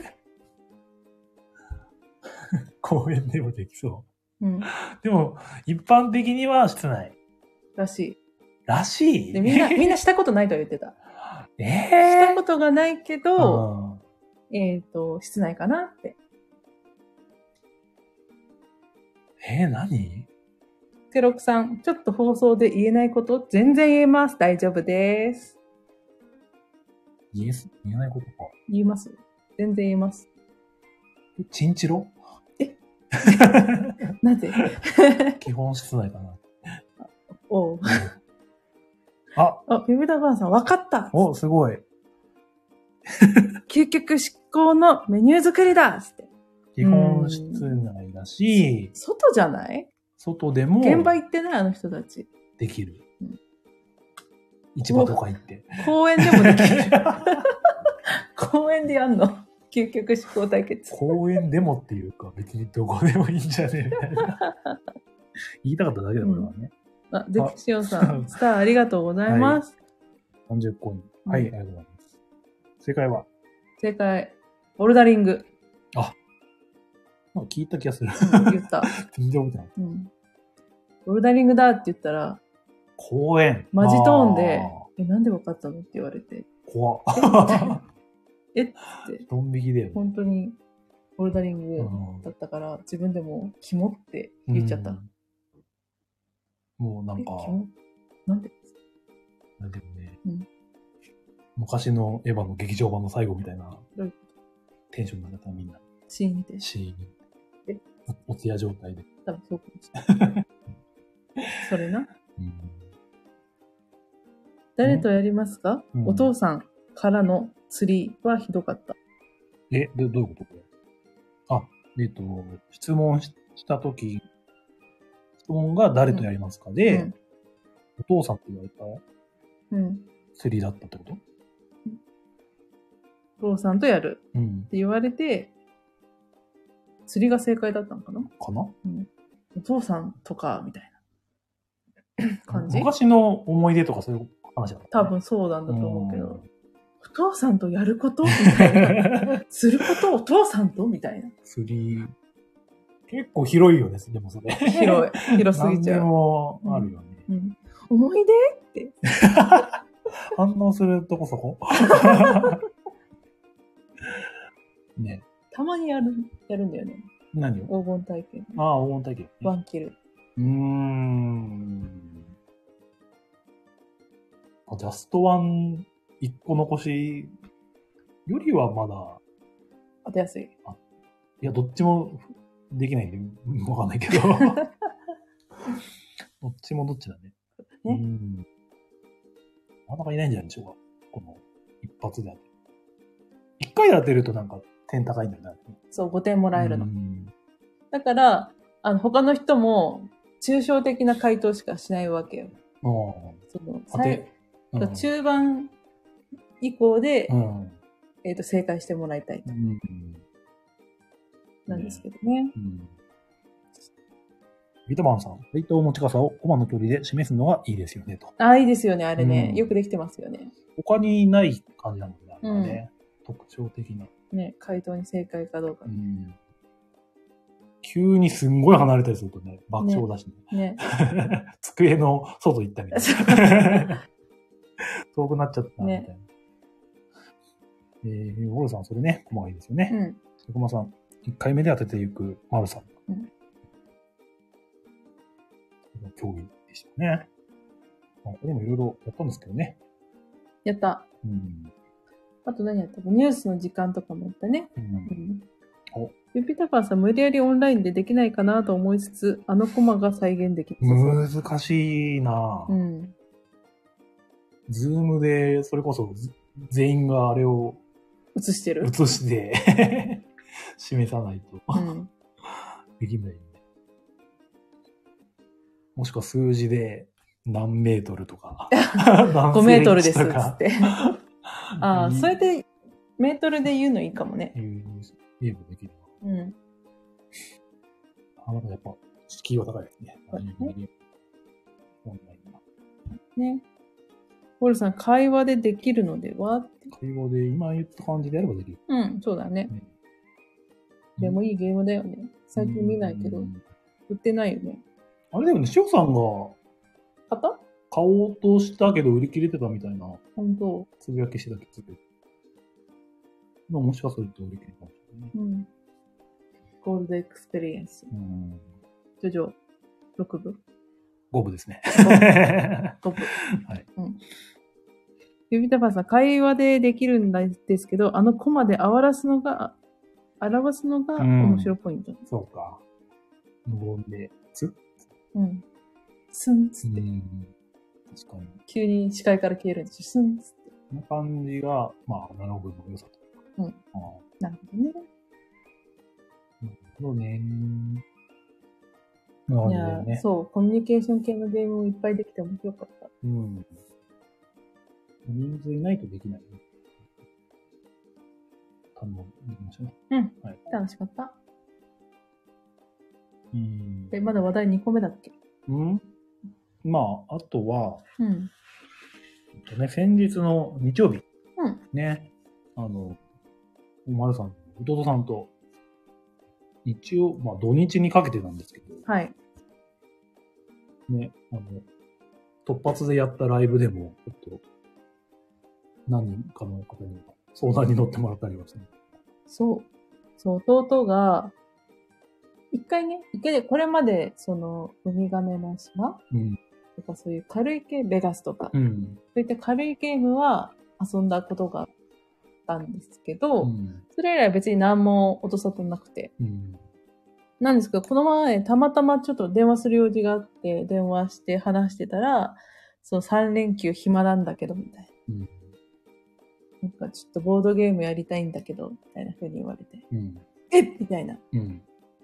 公園でもできそう。うん。でも、一般的には室内。 らしい。 らしいでみんな、みんなしたことないとは言ってた。 えー、 したことがないけど、えっと、室内かなって。 えー、何？ ケロクさん、ちょっと放送で言えないこと全然言えます。大丈夫です。 言えす、言えないことか。 言います。全然言えます。 チンチロ？ えなぜ？ 基本室内かな。 おう。 あ、 あ、ビビタパンさん、わかった。 お、すごい。 究極至高のメニュー作りだって。 基本室内だし、 外じゃない？ 外でも。 現場行ってないあの人たち。 できる。うん、市場とか行って。 公園でもできる。公園でやんの？究極至高対決。 公園でもっていうか、別にどこでもいいんじゃねえみたいな。言いたかっただけだ、これはね。 うん、あ、ゼクシオンさん、スターありがとうございます。 はい、さんじゅっコイン。はい、ありがとうございます。正解は正解、ボルダリング。 あ、なんか聞いた気がする。 うん、言った。 全然覚えてない。 うん。ボルダリングだって言ったら、 公園。 マジトーンで、え、なんで分かったのって言われて。 怖っ。 えって。 ドン引きだよね。 本当に、ボルダリングだったから、自分でも、キモって言っちゃった。うん、 もうなんか、 キモなんでなんでもね、 うん、 昔のエヴァの劇場版の最後みたいなテンションになったみんな。 シーン見て。 シーン見て。えおつや状態で。 多分そうかもしれない。それな。うん、誰とやりますか、うん、お父さんからの釣りはひどかった。 え、でどういうことこれ？あ、えっと、質問したとき、質問が誰とやりますかで、うん、お父さんって言われた釣りだったってこと？ お父さんとやるって言われて、うん、釣りが正解だったのかなかな、 うん、お父さんとか、みたいな感じ。 昔の思い出とかそういう話だった、ね、 多分そうなんだと思うけど、お父さんとやることみたいな。することお父さんとみたいな。 釣り、結構広いよね、でもそれ。 広い。広すぎちゃう。 何でもあるよね。 うんうん、思い出って。 反応するとこそこね。 たまにやる、やるんだよね。 何を？ 黄金体験。 ああ、黄金体験、ね。 ワンキル。 うーん。ジャストワン一個残しよりはまだ。 当てやすい。 あ、いや、どっちもできないんで、わかんないけど。どっちもどっちだね。 ね。 うん。なかなかいないんじゃないでしょうか。この一発で当てる。一回で当てるとなんか点高いんだよね。 そう、ごてんもらえるの。だから、あの、他の人も抽象的な回答しかしないわけよ。 ああ。 その、当て、うん、中盤以降で、うん、えっと、正解してもらいたいと。うん、なんですけどね。うん。 ビタバンさん、回答持ち傘をコマの距離で示すのがいいですよね、と。 ああ、いいですよね、あれね、うん。よくできてますよね。 他にない感じなので、あれね、うん。特徴的な。 ね、回答に正解かどうか。うん、 急にすんごい離れたりするとね、爆笑だしね。ね机の外行ったみたいな。遠くなっちゃったみたいな。ね、えー、オルさん、それね、コマがいいですよね。うん。コマさん、いっかいめで当てていくマルさん。うん。競技でしたね。まあ、これもいろいろやったんですけどね。 やった。うん。あと何やったか、ニュースの時間とかもやったね。うん。うん、おユピタパンさん、無理やりオンラインでできないかなと思いつつ、あのコマが再現できる。難しいなぁ。うん。ズームで、それこそ全員があれを映してる映して示さないと、うん、できないよね。もしくは数字で何メートルとか。 ごメートルですっつって。ああ、それでメートルで言うのいいかもね。 言えばできる。うん。あなたやっぱ敷居は高いですね。 ね。ポールさん、会話でできるのでは？ 会話で今言った感じでやればできる。 うん、そうだね。ね、でもいいゲームだよね。最近見ないけど、売ってないよね。 あれだよね、しおさんが買った？ 買おうとしたけど売り切れてたみたいな。 本当。 つぶやきしてたけど。もしかすると売り切れたかもしれないね。うん。 ゴールドエクスペリエンス。うん。ジョジョろくぶ？ ごぶですね。 ごぶ。はい。うん。ユビタパンさん、会話でできるんですけど、あのコマで表すのが、表すのが面白いポイント。 うん、そうか。無言で、つうん。すんつって。うん。 確かに。 急に視界から消えるんですよ。スンッつって。 この感じが、まあ、アナログの良さというか。 うん。あなるほどね。 なるほどね。 いや、ね、そう、コミュニケーション系のゲームもいっぱいできて面白かった。 うん。人数いないとできない。頼みましたね。 うん。はい、楽しかった。 うん。 え、まだ話題にこめだっけ？ うん。まあ、あとは、 うん。 えっとね、先日の日曜日。 うん。 ね。あの、おまるさん、弟さんと、一応、まあ、土日にかけてなんですけど。 はい。 ね、あの、突発でやったライブでも、ちょっと、何人かの方に相談に乗ってもらったりはしたね。 そう。そう、弟が、一回ね、一回で、これまで、その、ウミガメの島、うん、とかそういう軽い系、ベガスとか、うん、そういった軽いゲームは遊んだことがあったんですけど、うん、それ以来別に何も音沙汰なくて、うん、なんですけど、この前たまたまちょっと電話する用事があって、電話して話してたら、そのさん連休暇なんだけど、みたいな。うん、なんかちょっとボードゲームやりたいんだけど、みたいな風に言われて。うん、えみたいな。うん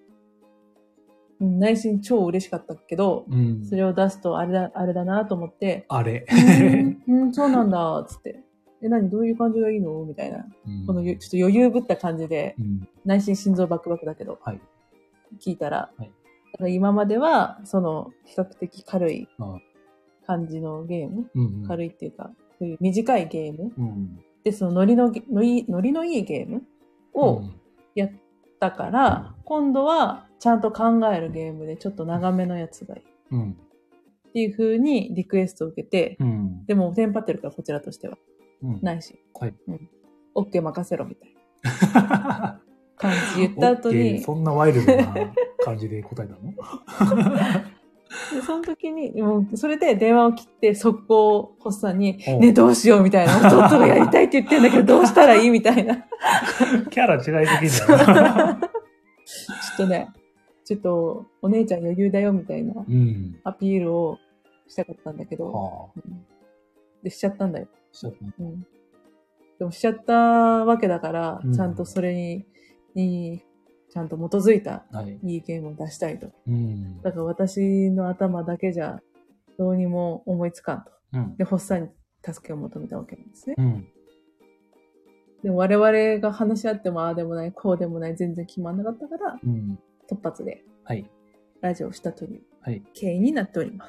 内心超嬉しかったけど、うん、それを出すとあれだ、あれだなと思って。 あれうん、うん、そうなんだ、つって。え、何どういう感じがいいのみたいな。うん、このちょっと余裕ぶった感じで、うん、内心心臓バクバクだけど、はい、聞いたら、はい、だから今までは、その、比較的軽い感じのゲーム、うんうん、軽いっていうか、そういう短いゲーム、うん、で、そのノリの、ノリ、ノリのいいゲームをやったから、うん、今度は、ちゃんと考えるゲームでちょっと長めのやつがいい。うん、っていう風にリクエストを受けて、うん、でもテンパってるからこちらとしては。うん、ないし。はい。うん。OK 任せろみたいな感じ言った後に。 OK そんなワイルドな感じで答えたのでその時に、もうそれで電話を切って速攻ホッサンに、ねどうしようみたいな。弟がやりたいって言ってんだけどどうしたらいいみたいな。 キャラ違いすぎんだよ。 ちょっとね。ちょっと、お姉ちゃん余裕だよみたいなアピールをしたかったんだけど、うん、で、しちゃったんだよ。 しちゃった。 うん。でもしちゃったわけだから、うん、ちゃんとそれに、に、ちゃんと基づいたいいゲームを出したいと。うん、だから私の頭だけじゃどうにも思いつかんと。うん、で、発作に助けを求めたわけなんですね。うん、でも我々が話し合ってもああでもない、こうでもない、全然決まんなかったから、うん突発で、はい。ラジオをしたという、はい。経緯になっております。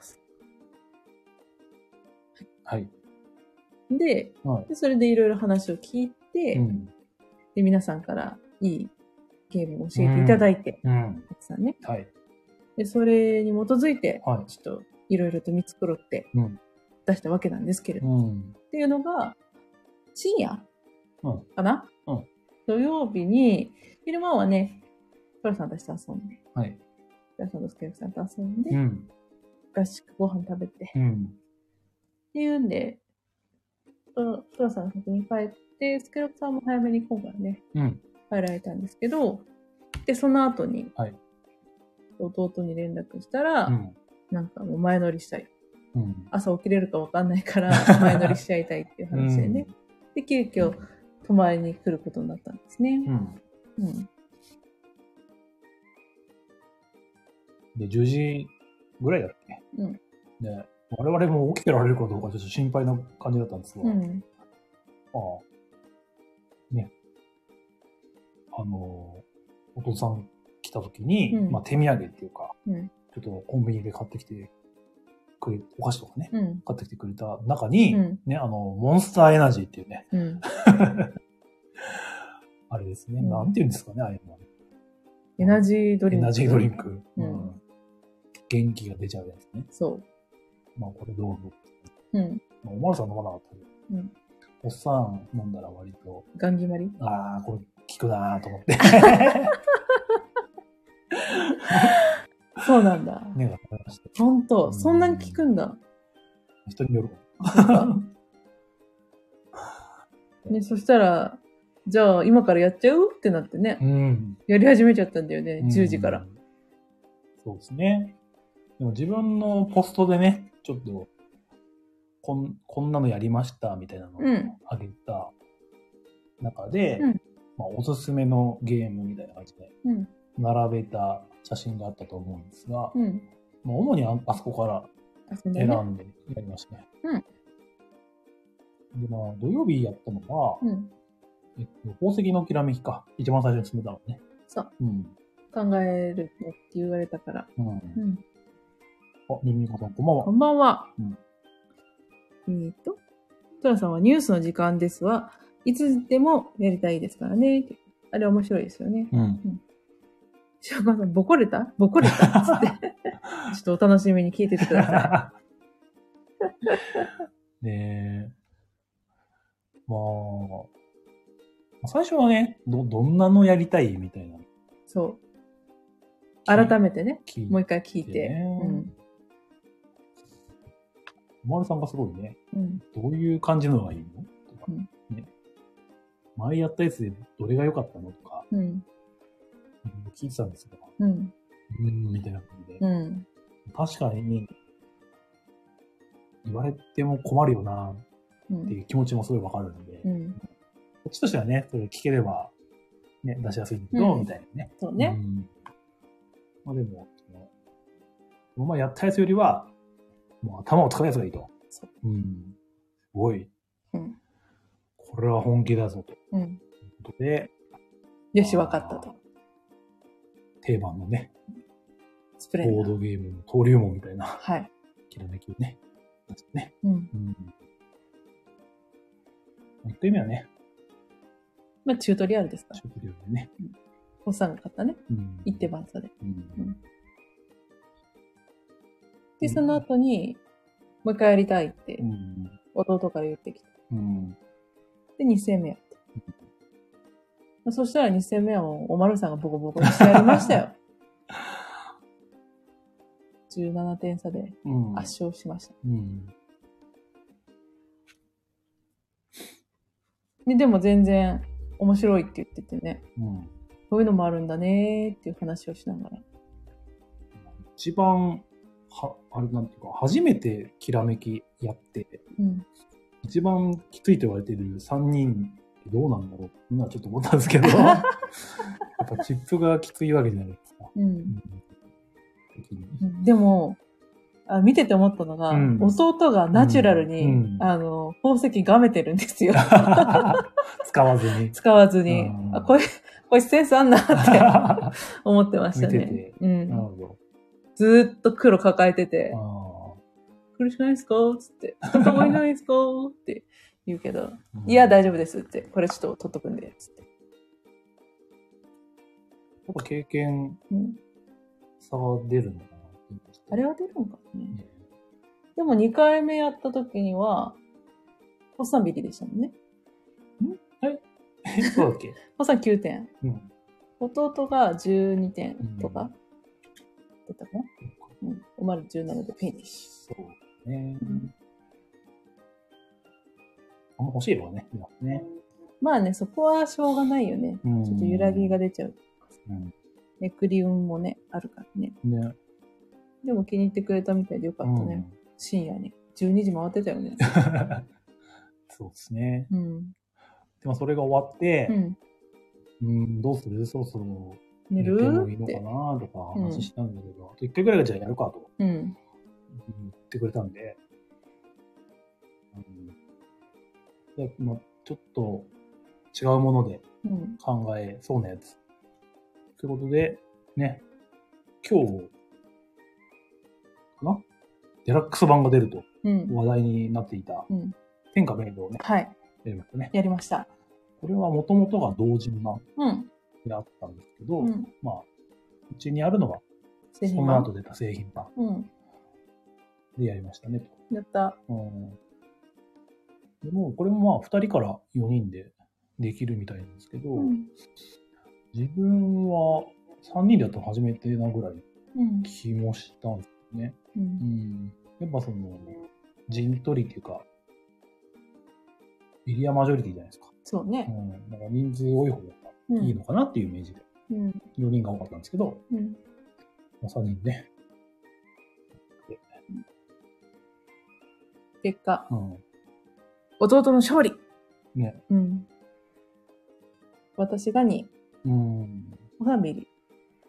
はい。で、はい、でそれでいろいろ話を聞いて、うん、で、皆さんからいいゲームを教えていただいて、うん。たくさんね。はい。で、それに基づいて、はい、ちょっといろいろと見繕って出したわけなんですけれども、うん、っていうのが、深夜、うん、かな、うん、土曜日に、昼間はね、トラさんたちと遊んで、はい。トラさんとスケルさんと遊んで、うん。合宿ご飯食べて、うん。っていうんで、トラさんが先に帰って、スケルさんも早めに今回ね、うん。帰られたんですけど、で、その後に、はい。弟に連絡したら、うん。なんかもう前乗りしたい。うん。朝起きれるかわかんないから、前乗りしちゃいたいっていう話でね。うん、で、急遽、泊まりに来ることになったんですね。うん。うん。 で、じゅうじぐらいだっけ、うん、で、我々も起きてられるかどうかちょっと心配な感じだったんですが、うん、ああ、ね、あの、お父さん来た時に、うん、まあ手土産っていうか、うん、ちょっとコンビニで買ってきてくれ、お菓子とかね、うん、買ってきてくれた中に、うん、ね、あの、モンスターエナジーっていうね、うん、あれですね、うん、なんていうんですかね、ああいうの。 エナジードリンク。 エナジードリンク。うん元気が出ちゃうやつね。 そう。 まあ、これどうぞ。うん。まあ、おまるさん飲まなかったけど。うん。おっさん飲んだら割と。 ガン決まりああ、これ効くなーと思って。 そうなんだ。 目が覚めました。 ほんと、そんなに効くんだ。 人によるね、そしたら、じゃあ今からやっちゃうってなってね。うん。やり始めちゃったんだよね、じゅうじから。 そうですね。でも自分のポストでね、ちょっと、 こん、こんなのやりましたみたいなのをあげた中で、うんまあ、おすすめのゲームみたいな感じで並べた写真があったと思うんですが、うん、まあ、主に あ, あそこから選んでやりましたね。うん、でまあ土曜日やったのは、うんえっと、宝石のきらめきか一番最初に進めたのね。 そう、うん、考えるのって言われたから。うん。うん、 あ、ミミコさんこんばんは。 こんばんは。うんえーと、トラさんはニュースの時間ですわ。いつでもやりたいですからね。あれ面白いですよね。うん。うん、白川さん、ボコれたボコれたつって。ちょっとお楽しみに聞いててください。ねえ。まあ、最初はね、ど、どんなのやりたいみたいな。 そう。改めてね、もう一回聞いて。うん丸さんがすごいね、うん、どういう感じのがいいのとか、うんね、前やったやつでどれが良かったのとか、うん、聞いてたんですけど、うん、うんみたいな感じで、うん、確かに言われても困るよなっていう気持ちもすごいわかるので、うん、こっちとしてはね、それ聞ければ、ね、出しやすいんだけど、うん、みたいなね。 そうね。うん、 まあでも、この前やったやつよりは、もう頭を使うやつがいいと。うん。すごい。うん。これは本気だぞと。うん。ということで。 よし、わかったと。 定番のね。スプレー。ボードゲームの登竜門みたいな。 はい。 きらめきをね。ね。うん。うん。いっかいめはね。 まあ、チュートリアルですか。 チュートリアルでね。 うん。おっさんが買ったね。うん。一手番差で。うん。うんで、その後に、もう一回やりたいって、弟から言ってきた。うん、で、二戦目やった。うん、そしたら二戦目はもう、おまるさんがボコボコにしてやりましたよ。じゅうななてん差で圧勝しました。うんうん、で, でも全然面白いって言っててね、うん、こういうのもあるんだねっていう話をしながら。 一番、は、あれなんていうか、初めてきらめきやって、うん、一番きついと言われてるさんにんってどうなんだろうって今ちょっと思ったんですけど、やっぱチップがきついわけじゃないですか。うんうん、でもあ、見てて思ったのが、うん、弟がナチュラルに、うんうん、あの、宝石がめてるんですよ。 使わずに。 使わずに。あ、これ、こいつセンスあんなって思ってましたね。見てて。うん。なるほど。ずーっと黒抱えてて、苦しくないですかつって、使った方がいいんじゃないですかって言うけど、うん、いや、大丈夫ですって、これちょっと取っとくんで、つって。やっぱ経験差が出るのかな、 うん、あれは出るのかね。ねでもにかいめやった時には、ホッサンビリでしたもんね。 んえそうだっけホッサンきゅうてん。うん、弟がじゅうにてんとか、うん、だったかな、うん、おまるじゅうななでフィニッシュ。 そうね。うん、あんま欲しいのはね、今ね。 まあね、そこはしょうがないよね。うん、ちょっと揺らぎが出ちゃう。うん、めくり運もね、あるからね。ね。でも気に入ってくれたみたいでよかったね。うん、深夜に。じゅうにじ回ってたよね。 そうですね。うん。でもそれが終わって、うん、うんどうするそろそろ寝る寝てもいいのかなとか話したんだけど、うん、あといっかいぐらいじゃあやるかと、うん、言ってくれたんで、うん、でまあ、ちょっと違うもので考えそうなやつ。ということで、ね、今日、かなデラックス版が出ると話題になっていた、うん、天下明堂ね。 はい。 やりましたね。 やりました。 これはもともとが同人版であったんですけど、うん、まあ、うちにあるのは、その後出た製品版でやりましたねと。 やった。 うん、でも、これもまあ、ふたりからよにんでできるみたいなんですけど、うん、自分はさんにんでやったの初めてなぐらい気もしたんですよね。うんうん、やっぱその、陣取りっていうか、エリアマジョリティじゃないですか。 そうね。 うん。だから人数多い方がいいのかなっていうイメージで。うん。よにんが多かったんですけど、うん。さんにんね。 で、 結果、 うん、 弟の勝利。 ね。 うん。私がにい。 うん。 ファミリー。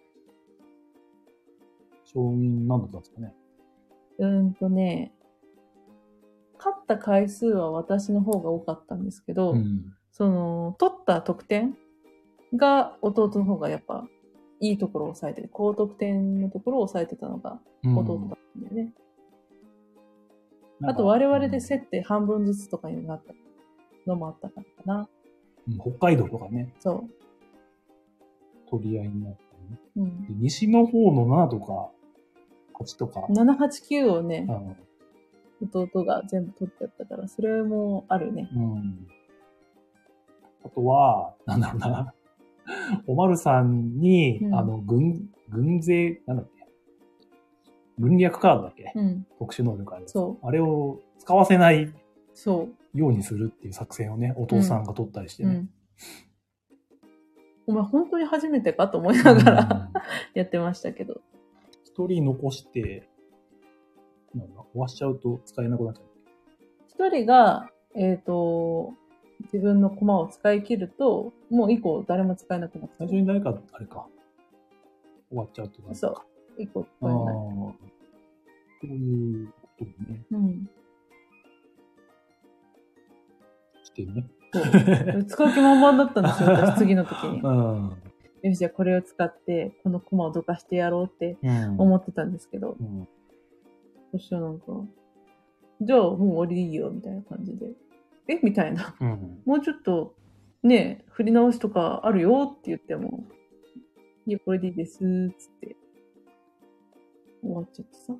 賞金何だったんですかね。 うーんとね、勝った回数は私の方が多かったんですけど、うん、その、取った得点が弟の方がやっぱ、いいところを抑えてて、高得点のところを抑えてたのが弟だったんだよね。うん、あと我々で競って半分ずつとかになったのもあったからかな。 うん、北海道とかね。 そう。 取り合いになったね。うん、で西の方のななとかはちとか。 なな、はち、きゅうをね、うん、弟が全部取ってやったから、それもあるね。うん。 あとは、なんだろうな。おまるさんに、うん、あの、軍、軍勢、なんだっけ。軍略カードだっけ、うん、特殊能力ある。そう。あれを使わせないようにするっていう作戦をね、お父さんが取ったりしてね。うんうん、お前本当に初めてかと思いながら、うん、やってましたけど。一人残して、なんだ、終わしちゃうと使えなくなっちゃう。一人が、えっと、自分の駒を使い切ると、もう以降誰も使えなくなっちゃう。最初に誰か、あれか。終わっちゃうとか。そう。以降使えない。そういうことね。うん。してね。そう。使う気満々だったんですよ、私、次の時に。うん。よし、じゃあこれを使って、この駒をどかしてやろうって思ってたんですけど。うん。そしたらなんか、じゃあもう終わりでいいよ、みたいな感じで。えみたいな。うん、もうちょっと、ね、振り直しとかあるよって言っても、いや、これでいいです、つって。終わっちゃってさ。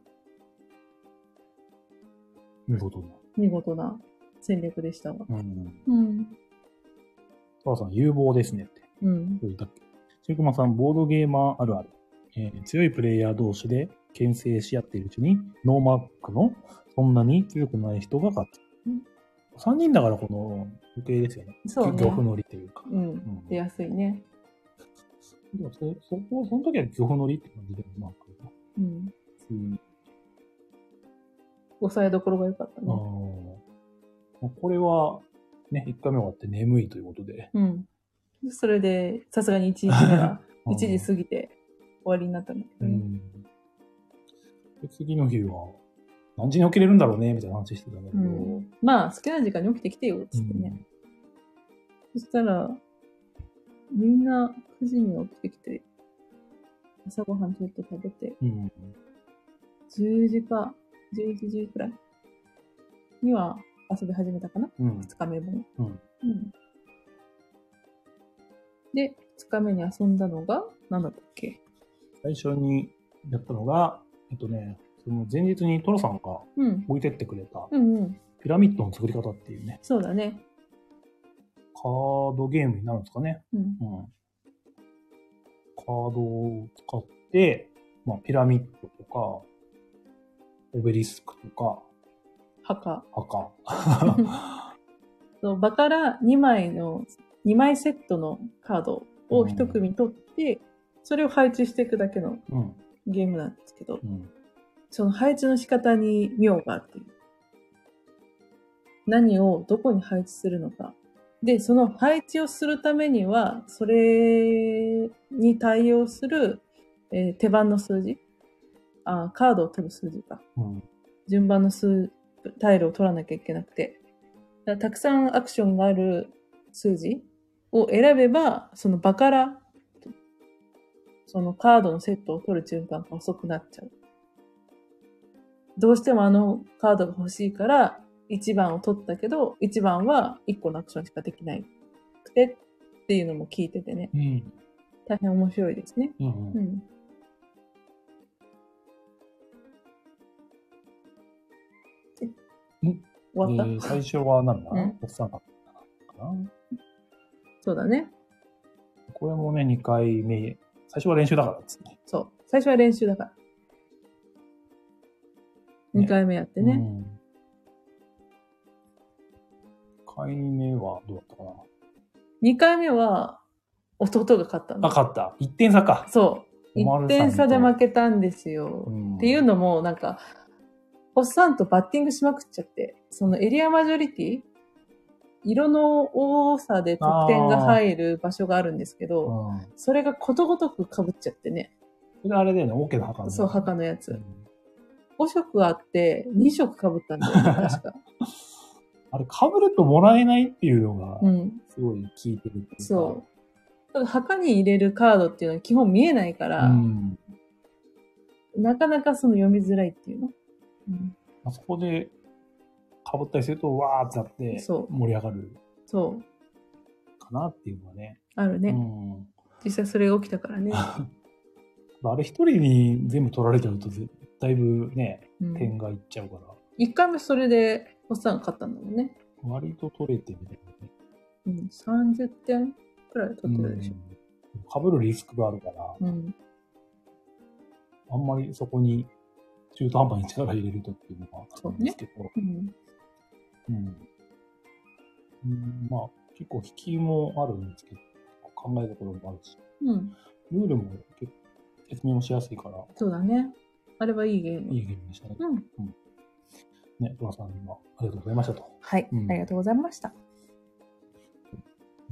見事な。見事な戦略でしたわ。うん。うん。母さん、有望ですねって。うん。どう言ったっけ？シュークマさん、ボードゲーマーあるある。えー、強いプレイヤー同士で牽制し合っているうちに、ノーマークのそんなに強くない人が勝つ。うん、さんにんだからこの余計ですよね。そうね。漁夫乗りというか。うん。うん、出やすいね。でもそ、そこ、その時は漁夫乗りって感じでうまく。うん。普通に。抑えどころが良かったね。ああ。これは、ね、いっかいめ終わって眠いということで。うん。それで、さすがにいちにちめは、いちじ過ぎて終わりになったんだけどね。うん。で次の日は、何時に起きれるんだろうね、みたいな話してたんだけど。うん、まあ、好きな時間に起きてきてよ、つってね。うん、そしたら、みんなくじに起きてきて、朝ごはんちょっと食べて、うん、じゅうじか、じゅういちじくらいには遊び始めたかな、うん、ふつかめ分、うんうん。で、ふつかめに遊んだのが、何だったっけ？最初にやったのが、えっとね、その前日にトロさんが置いてってくれた、うんうんうん、ピラミッドの作り方っていうね。そうだね。カードゲームになるんですかね。うんうん、カードを使って、まあ、ピラミッドとか、オベリスクとか、墓。墓。そう、場からにまいの、にまいセットのカードを一組取って、うん、それを配置していくだけのゲームなんですけど、うん、その配置の仕方に妙があって、何をどこに配置するのか。で、その配置をするためには、それに対応する、えー、手番の数字あ、カードを取る数字か。うん、順番の数、タイルを取らなきゃいけなくて。だからたくさんアクションがある数字を選べば、その場から、そのカードのセットを取る順番が遅くなっちゃう。どうしてもあのカードが欲しいから、いちばんを取ったけど、いちばんはいっこのアクションしかできないくてっていうのも聞いててね。うん、大変面白いですね。うんうんうん、終わった、えー、最初は何だ、うん、おっさんかな。そうだね。これもね、にかいめ。最初は練習だからですね。そう。最初は練習だから。にかいめやってね。ね、うん、いっかいめはどうだったかな。にかいめは弟が勝ったの。あ、勝った。いってん差か。そう。いってん差で負けたんですよ。うん、っていうのも、なんか、 ホッサンとバッティングしまくっちゃって、そのエリアマジョリティ色の多さで得点が入る場所があるんですけど、それがことごとく被っちゃってね。 それあれだよね、オーケーの墓の。 そう、墓のやつ。うん、ご色あって、に色被ったんだよね、確か。 あれ、被るともらえないっていうのが、すごい効いてるっていうか、うん、 そう。ただ墓に入れるカードっていうのは基本見えないから、うん、なかなかその読みづらいっていうの。 うん、あそこで、被ったりすると、わーってなって、盛り上がる。そう。かなっていうのはね。 あるね。うん、実際それが起きたからね。 あれ一人に全部取られちゃうと、だいぶね、うん、点がいっちゃうから。 一回目それで、ホッサンが勝ったんだもんね。 割と取れてみたいなね。 うん、さんじゅってんくらい取ってたでしょ。被るリスクがあるから、うん、あんまりそこに中途半端に力入れるとっていうのがあるんですけど。そうね。うんうんうん、まあ、結構引きもあるんですけど、考えるところもあるし、うん、ルールも結構説明もしやすいから。 そうだね。あれはいいゲーム。 いいゲームでしたね。うん。うん、ね、ドアさんにはありがとうございましたと。 はい、うん、ありがとうございました。 うん、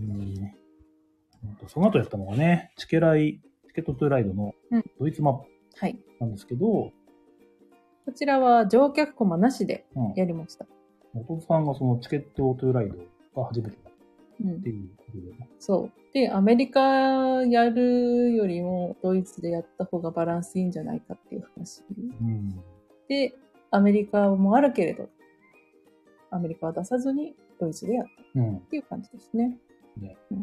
その後やったのがね、チケライ、チケットトゥーライドのドイツマップなんですけど、うんはい、 こちらは乗客コマなしでやりました。 お父さんがそのチケットトゥーライドが初めてだっていうことで、ねうん、そう。で、アメリカやるよりもドイツでやった方がバランスいいんじゃないかっていう話。うん、で、アメリカもあるけれど、アメリカは出さずにドイツでやったっていう感じですね。うんねうん、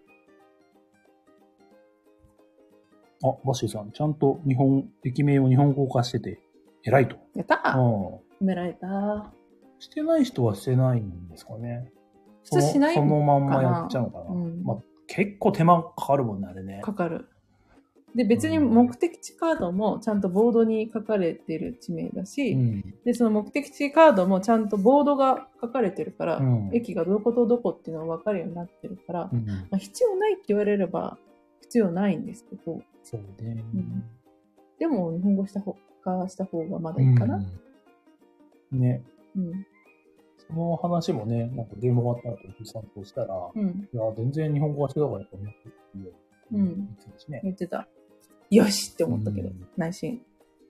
あ、バッシーさん、ちゃんと日本、駅名を日本語化してて、偉いと。 やったー褒められたしてない人はしてないんですかね。 普通しないそのそのまんまやっちゃうのかな。うん、まあ、結構手間かかるもんね、あれね。 かかる。で、別に目的地カードもちゃんとボードに書かれてる地名だし、うん、で、その目的地カードもちゃんとボードが書かれてるから、うん、駅がどことどこっていうのが分かるようになってるから、うんまあ、必要ないって言われれば必要ないんですけど、 そうね。 うん、でも日本語した方化した方がまだいいかな。 うん、ね。うんその話もね、なんかゲーム終わった後、おじさんとしたら、うん、いや、全然日本語はしてた方がいいと思って言ってたしね。 言ってた。よしって思ったけど、うん、内心。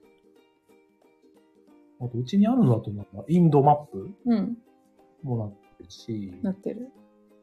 あと、うちにあるのだと、なんか、インドマップもなってるし、 なってる。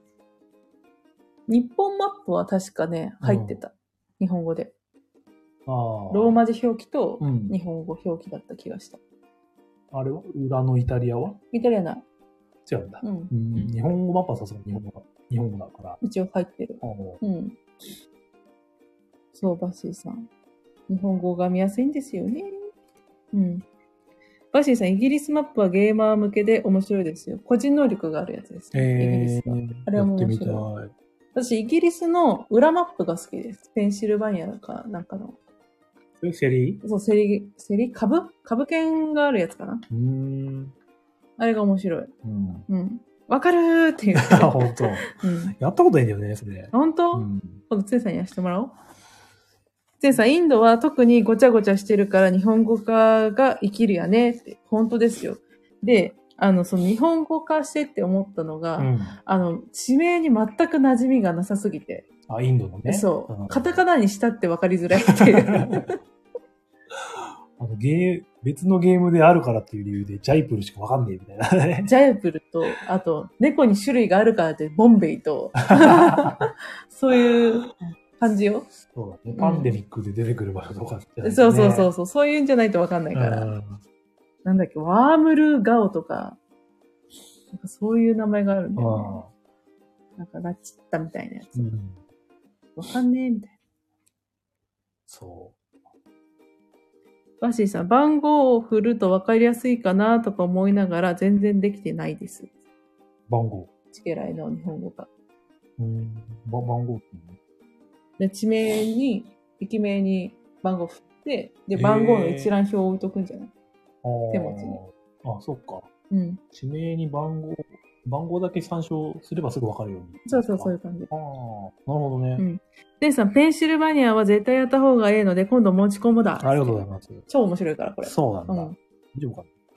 日本マップは確かね、入ってた。うん、日本語で。あローマ字表記と日本語表記だった気がした。 うん、あれは裏のイタリアはイタリアない。 違うんだ。うん。うん、日本語マップはさすがに日本語だ。日本語だから。 一応入ってる。うん。そう、バッシーさん。日本語が見やすいんですよね。うん。バッシーさん、イギリスマップはゲーマー向けで面白いですよ。個人能力があるやつですね。えー、イギリスは。あれは面白い。やってみたい。私、イギリスの裏マップが好きです。ペンシルバニアかなんかの。 え、セリそう、セリ、セリ株株券があるやつかな。うーん。あれが面白い。うん。うん。わかるーって言って。 本当、うん。やったことないんだよね、それ。 本当、うん、今度、つえさんにやらせてもらおう。つえさん、インドは特にごちゃごちゃしてるから日本語化が生きるやねって。本当ですよ。で、あの、その日本語化してって思ったのが、うん、あの、地名に全く馴染みがなさすぎて。 あ、インドのね。 そう。うん、カタカナにしたってわかりづらいっていう。 あのゲー、別のゲームであるからっていう理由で、ジャイプルしかわかんねえみたいなね。 ジャイプルと、あと、猫に種類があるからって、ボンベイと、そういう感じよ。 そうだね。パンデミックで出てくる場所とかって、 ねうん、そうそうそうそう。そういうんじゃないとわかんないから。なんだっけ、ワームルガオとか、なんかそういう名前があるんだよね。なんか、ラチッタみたいなやつ。わ、うん、かんねえみたいな。そう。バッシーさん、番号を振ると分かりやすいかなとか思いながら全然できてないです。 番号チケライの日本語が。 うーん、ば番号ってで地名に、駅名に番号振って、で、番号の一覧表を置いとくんじゃない、手持ちに。 あ、そっか。うん。地名に番号、番号だけ参照すればすぐ分かるように。 そうそう、そういう感じ。 ああ、なるほどね。うん。 デンさん、ペンシルバニアは絶対やった方がいいので、今度持ち込むだ。 ありがとうございます。 超面白いから、これ。 そうなんだ。うん、大丈夫か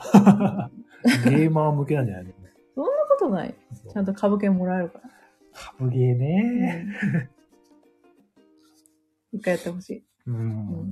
ゲーマー向けなんじゃないの？ そんなことない。ちゃんと株券もらえるから。 株ゲーね、 うん。一回やってほしい。 うん。うん、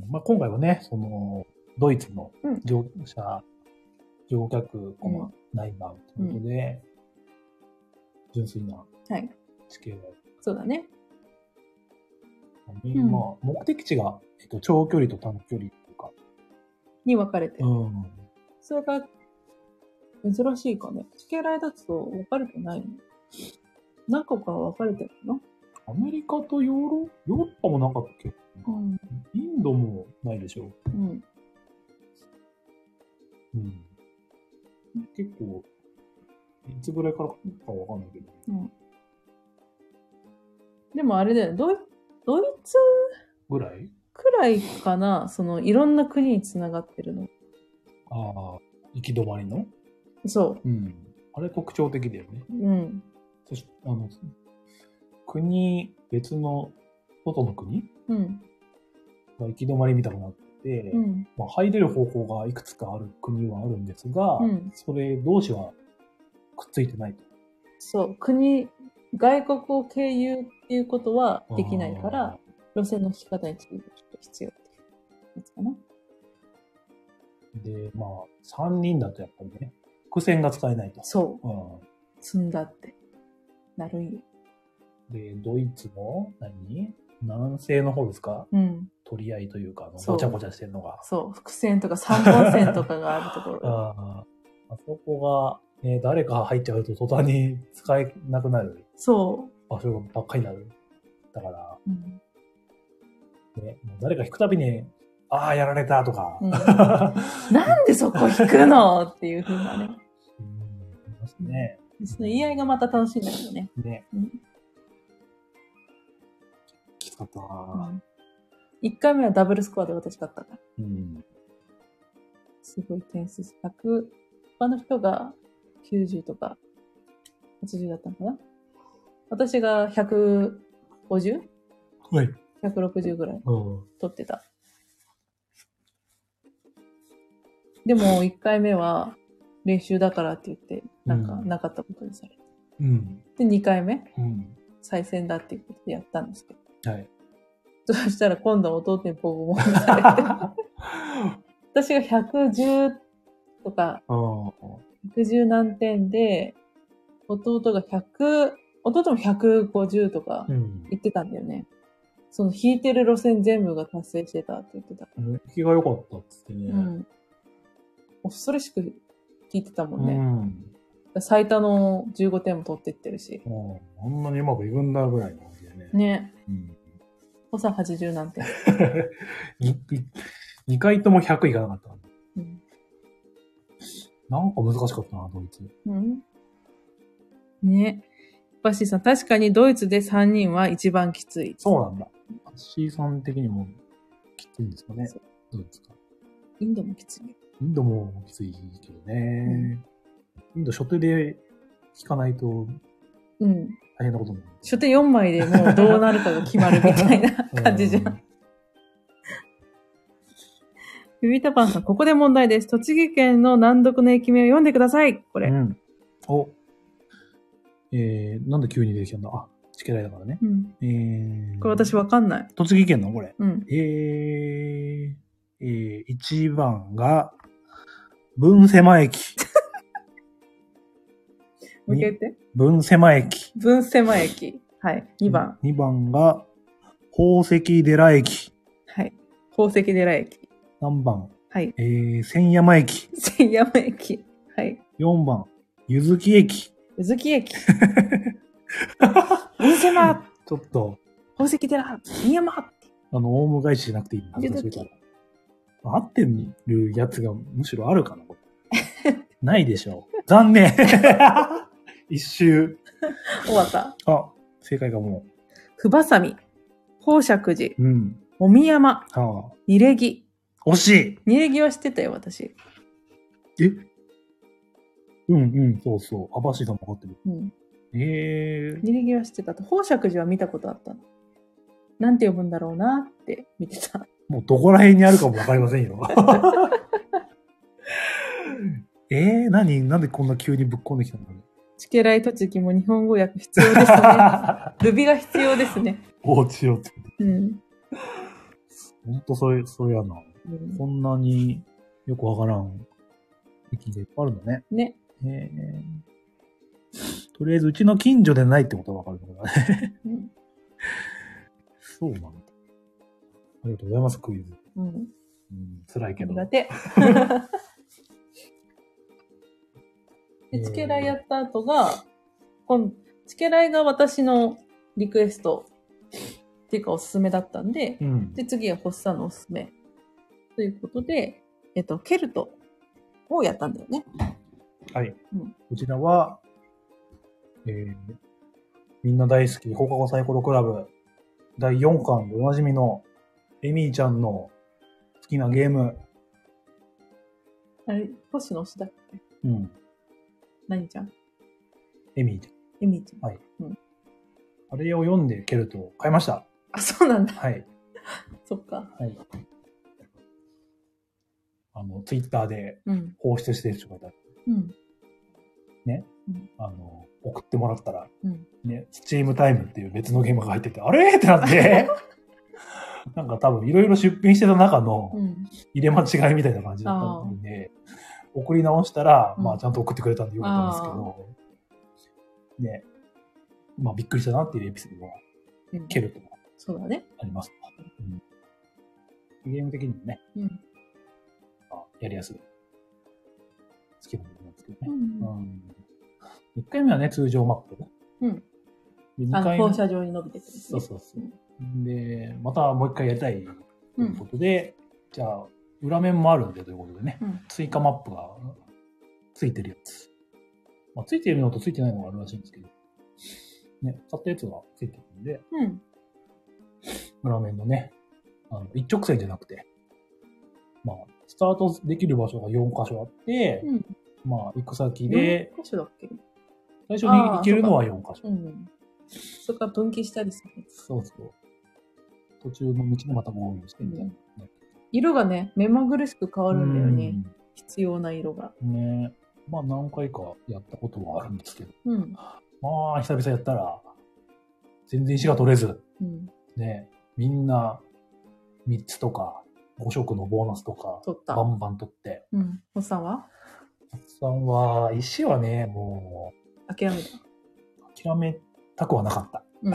まあ、今回はね、その、ドイツの乗車、うん、乗客コマナイバーということで、うん、純粋な地形がある。はい、 そうだね。 うん、まあ、目的地が、えっと、長距離と短距離とか。 に分かれてる。 うん。それが、珍しいかね。地形来だと分かれてないの？何個か分かれてるの？ アメリカとヨーロヨーロッパもなかったっけ？うん。インドもないでしょ？うん。うん。結構、いつぐらいからか分かんないけど。うん。 でもあれだよね。ドイドイツぐらいくらいかな、そのいろんな国につながってるの。 ああ、行き止まりの？ そう。 うん。あれ特徴的だよね。 うん。 そして、あの、国、別の、外の国、うん、が行き止まりみたくなって、うん、まあ、入れる方法がいくつかある国はあるんですが、うん、それ同士はくっついてないと。 そう。国、外国を経由っていうことはできないから、路線の引き方に注意が必要っていうやつかな。 で、まあ、さんにんだとやっぱりね、伏線が使えないと。 そう。うん、積んだって。なるんよ。 で、ドイツの何、南西の方ですか？うん。取り合いというか、ごちゃごちゃしてるのが。 そう。伏線とかさんぼん線とかがあるところ。 ああ。あそこが、ね、誰か入っちゃうと途端に使えなくなる。 そう。 場所ばっかりになる。だから、うん、ね、誰か引くたびに、ああ、やられたとか。うん、 なんでそこ引くのっていう風なね。うん、ありますね。 その言い合いがまた楽しいんだけどね。ね。うん、 きつかったな、うん、 いっかいめはダブルスコアで私勝ったから。うん、すごい点数。ひゃく、他の人がきゅうじゅうとかはちじゅうだったのかな。私がひゃくごじゅう？ はい。ひゃくろくじゅうぐらい取ってた。でもいっかいめは練習だからって言って、なんかなかったことにされて。うん、で、にかいめ、うん、再戦だっていうことでやったんですけど。はい。そしたら今度は弟にボコボコにされて。私がひゃくじゅうとか、ひゃくじゅう何点で、弟がひゃく、弟もひゃくごじゅうとか言ってたんだよね。うん、その引いてる路線全部が達成してたって言ってた。 引きが良かったっつってね。うん。 恐ろしく聞いてたもんね。うん、最多のじゅうごてんも取ってってるし。 あんなにうまくいくんだぐらいの感じでね。ね。 うん。補佐はちじゅう何点。 にかいともひゃくいかなかった。うん、なんか難しかったな、ドイツ。うん。 ね。バッシーさん、確かにドイツでさんにんは一番きつい。 そうなんだ。バッシーさん的にもきついんですかね。どうですか？ インドもきつい。 インドもきついけどね。うん、インド初手で引かないと、うん。大変なことになる。 初手よんまいでもうどうなるかが決まるみたいな感じじゃん。ビビタパンさん、ここで問題です。栃木県の難読の駅名を読んでください。これ。うん。 お。えー、なんで急に出てきたんだ？あ、チケライだからね。うん。 えー。これ私わかんない。 栃木県のこれ。うん。えー、えー、いちばんが、文狭駅。 もう一回言って。 文狭駅。 文狭駅。はい。にばん。 にばんが、宝石寺駅。 はい。宝石寺駅。 さんばん。はい。えー、千山駅。 千山駅。はい。 よんばん、ゆずき駅。 ゆずき駅。文狭。 ちょっと。 宝石寺。新山。あの、オウム返しじゃなくていいな。ゆずき。合ってるやつがむしろあるかなこれ。ないでしょう。残念。一周。 終わった。 あ、正解がもう。 ふばさみ、宝石寺、うん、もみ山、はあ、にれぎ。 惜しい。 にれぎは知ってたよ、私。 えうんうん、そうそう。網走さんも分かってる。うん。えー。にれぎは知ってた。と宝石寺は見たことあったの。なんて呼ぶんだろうなって見てた。 もうどこら辺にあるかも分かりませんよ。 えー、何なんでこんな急にぶっこんできたの？ チケライ栃木も日本語訳必要ですね。ルビが必要ですね。 おうちよって。 うん。 ほんとそれ、それやな。うん、こんなによくわからん駅がいっぱいあるのね。 ね。 へー。とりあえずうちの近所でないってことはわかるのかね。うん、そうなんだ。ありがとうございます、クイズ。うん。うん、辛いけど。 苦手。で、チケライやった後が、今チケライが私のリクエストっていうかおすすめだったんで、うん、で、次はホッサンのおすすめ。ということで、えっと、ケルトをやったんだよね。 はい。うん、こちらは、えー、みんな大好き放課後サイコロクラブだいよんかんでおなじみのエミーちゃんの好きなゲーム。 あれ、星野推しだっけ？うん。何ちゃん？ エミーちゃん。 エミーちゃん。 はい。うん。あれを読んでケルトを買いました。 あ、そうなんだ。 はい。 そっか。はい。 あの、ツイッターで放出してる人がいた。うん。ね。うん、あの、送ってもらったら、うん、ね、スチームタイムっていう別のゲームが入ってて、あれってなって、なんか多分いろいろ出品してた中の入れ間違いみたいな感じだったんで、うん、送り直したら、うん、まあちゃんと送ってくれたんでよかったんですけど、ね、まあびっくりしたなっていうエピソードは、うん、ケルトがそうだね。 あります。うん、ゲーム的にもね、うん、あやりやすい。好きなゲームなんですけどね。うんうん、いっかいめはね、通常マップ。うん。 あの、放射状に伸びてくる、ね。 そうそうそう。うん、で、またもう一回やりたいということで、うん、じゃあ、裏面もあるんでということでね、うん、追加マップがついてるやつ。まあ、ついているのとついてないのがあるらしいんですけど、ね、買ったやつがついてるんで、うん、裏面のね、あの、一直線じゃなくて、まあ、スタートできる場所がよんかしょあって、うん、まあ、行く先で、 よんかしょだっけ？ 最初に行けるのはよんかしょ。 うん。そこから分岐したりする。 そうそう。途中の道もまた合流してみたいな、 うん。色がね、目まぐるしく変わるんだよね。必要な色が。 ね。まあ何回かやったことはあるんですけど。うん、まあ久々やったら、全然石が取れず。うん、ね。みんなみっつとかご色のボーナスとか、バンバン取って。 うん。おっさんはおっさんは、石はね、もう。諦めた。 諦めたくはなかった。うん、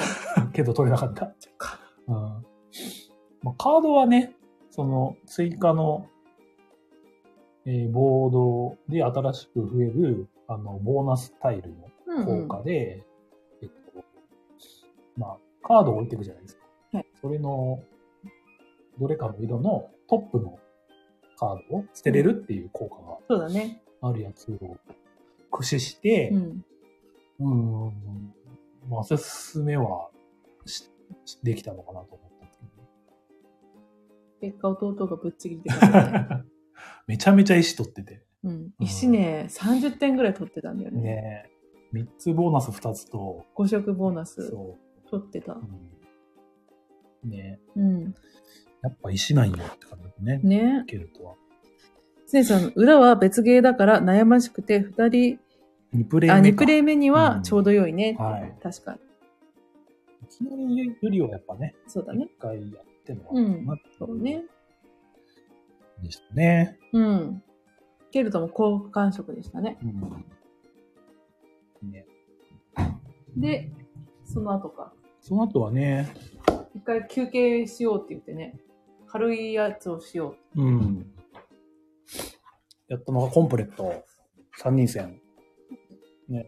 けど取れなかった。うんまあ、カードはね、その追加の、えー、ボードで新しく増えるあのボーナスタイルの効果で、うんうん、えっと、まあ、カードを置いていくじゃないですか。はい、それのどれかの色のトップのカードを捨てれるっていう効果があるやつを駆使して、うん、うんまあ、おすすめはしできたのかなと思ったんですけど。 結果弟がぶっちぎってたね。 めちゃめちゃ石取ってて。 うん。石ね、うん、さんじゅってんぐらい取ってたんだよね。 ねえ。みっつボーナスふたつと。 ご色ボーナス。取ってた。 うん、ねえ。うん。やっぱ石なんよって感じだね。ねえ。ケルトは。 つねさん、裏は別ゲーだから悩ましくて、二人、 にプレイ目か。あ、 にプレイ目にはちょうど良いね。うん、はい。確かに。 いきなりよりはやっぱね。 そうだね。 一回やってもらうな。うん。そうね。 でしたね。 うん。ケルトも好感触でしたね。うん。ね。で、その後か。 その後はね。 一回休憩しようって言ってね。軽いやつをしよう。うん。やったのがコンプレットさんにん戦。ね。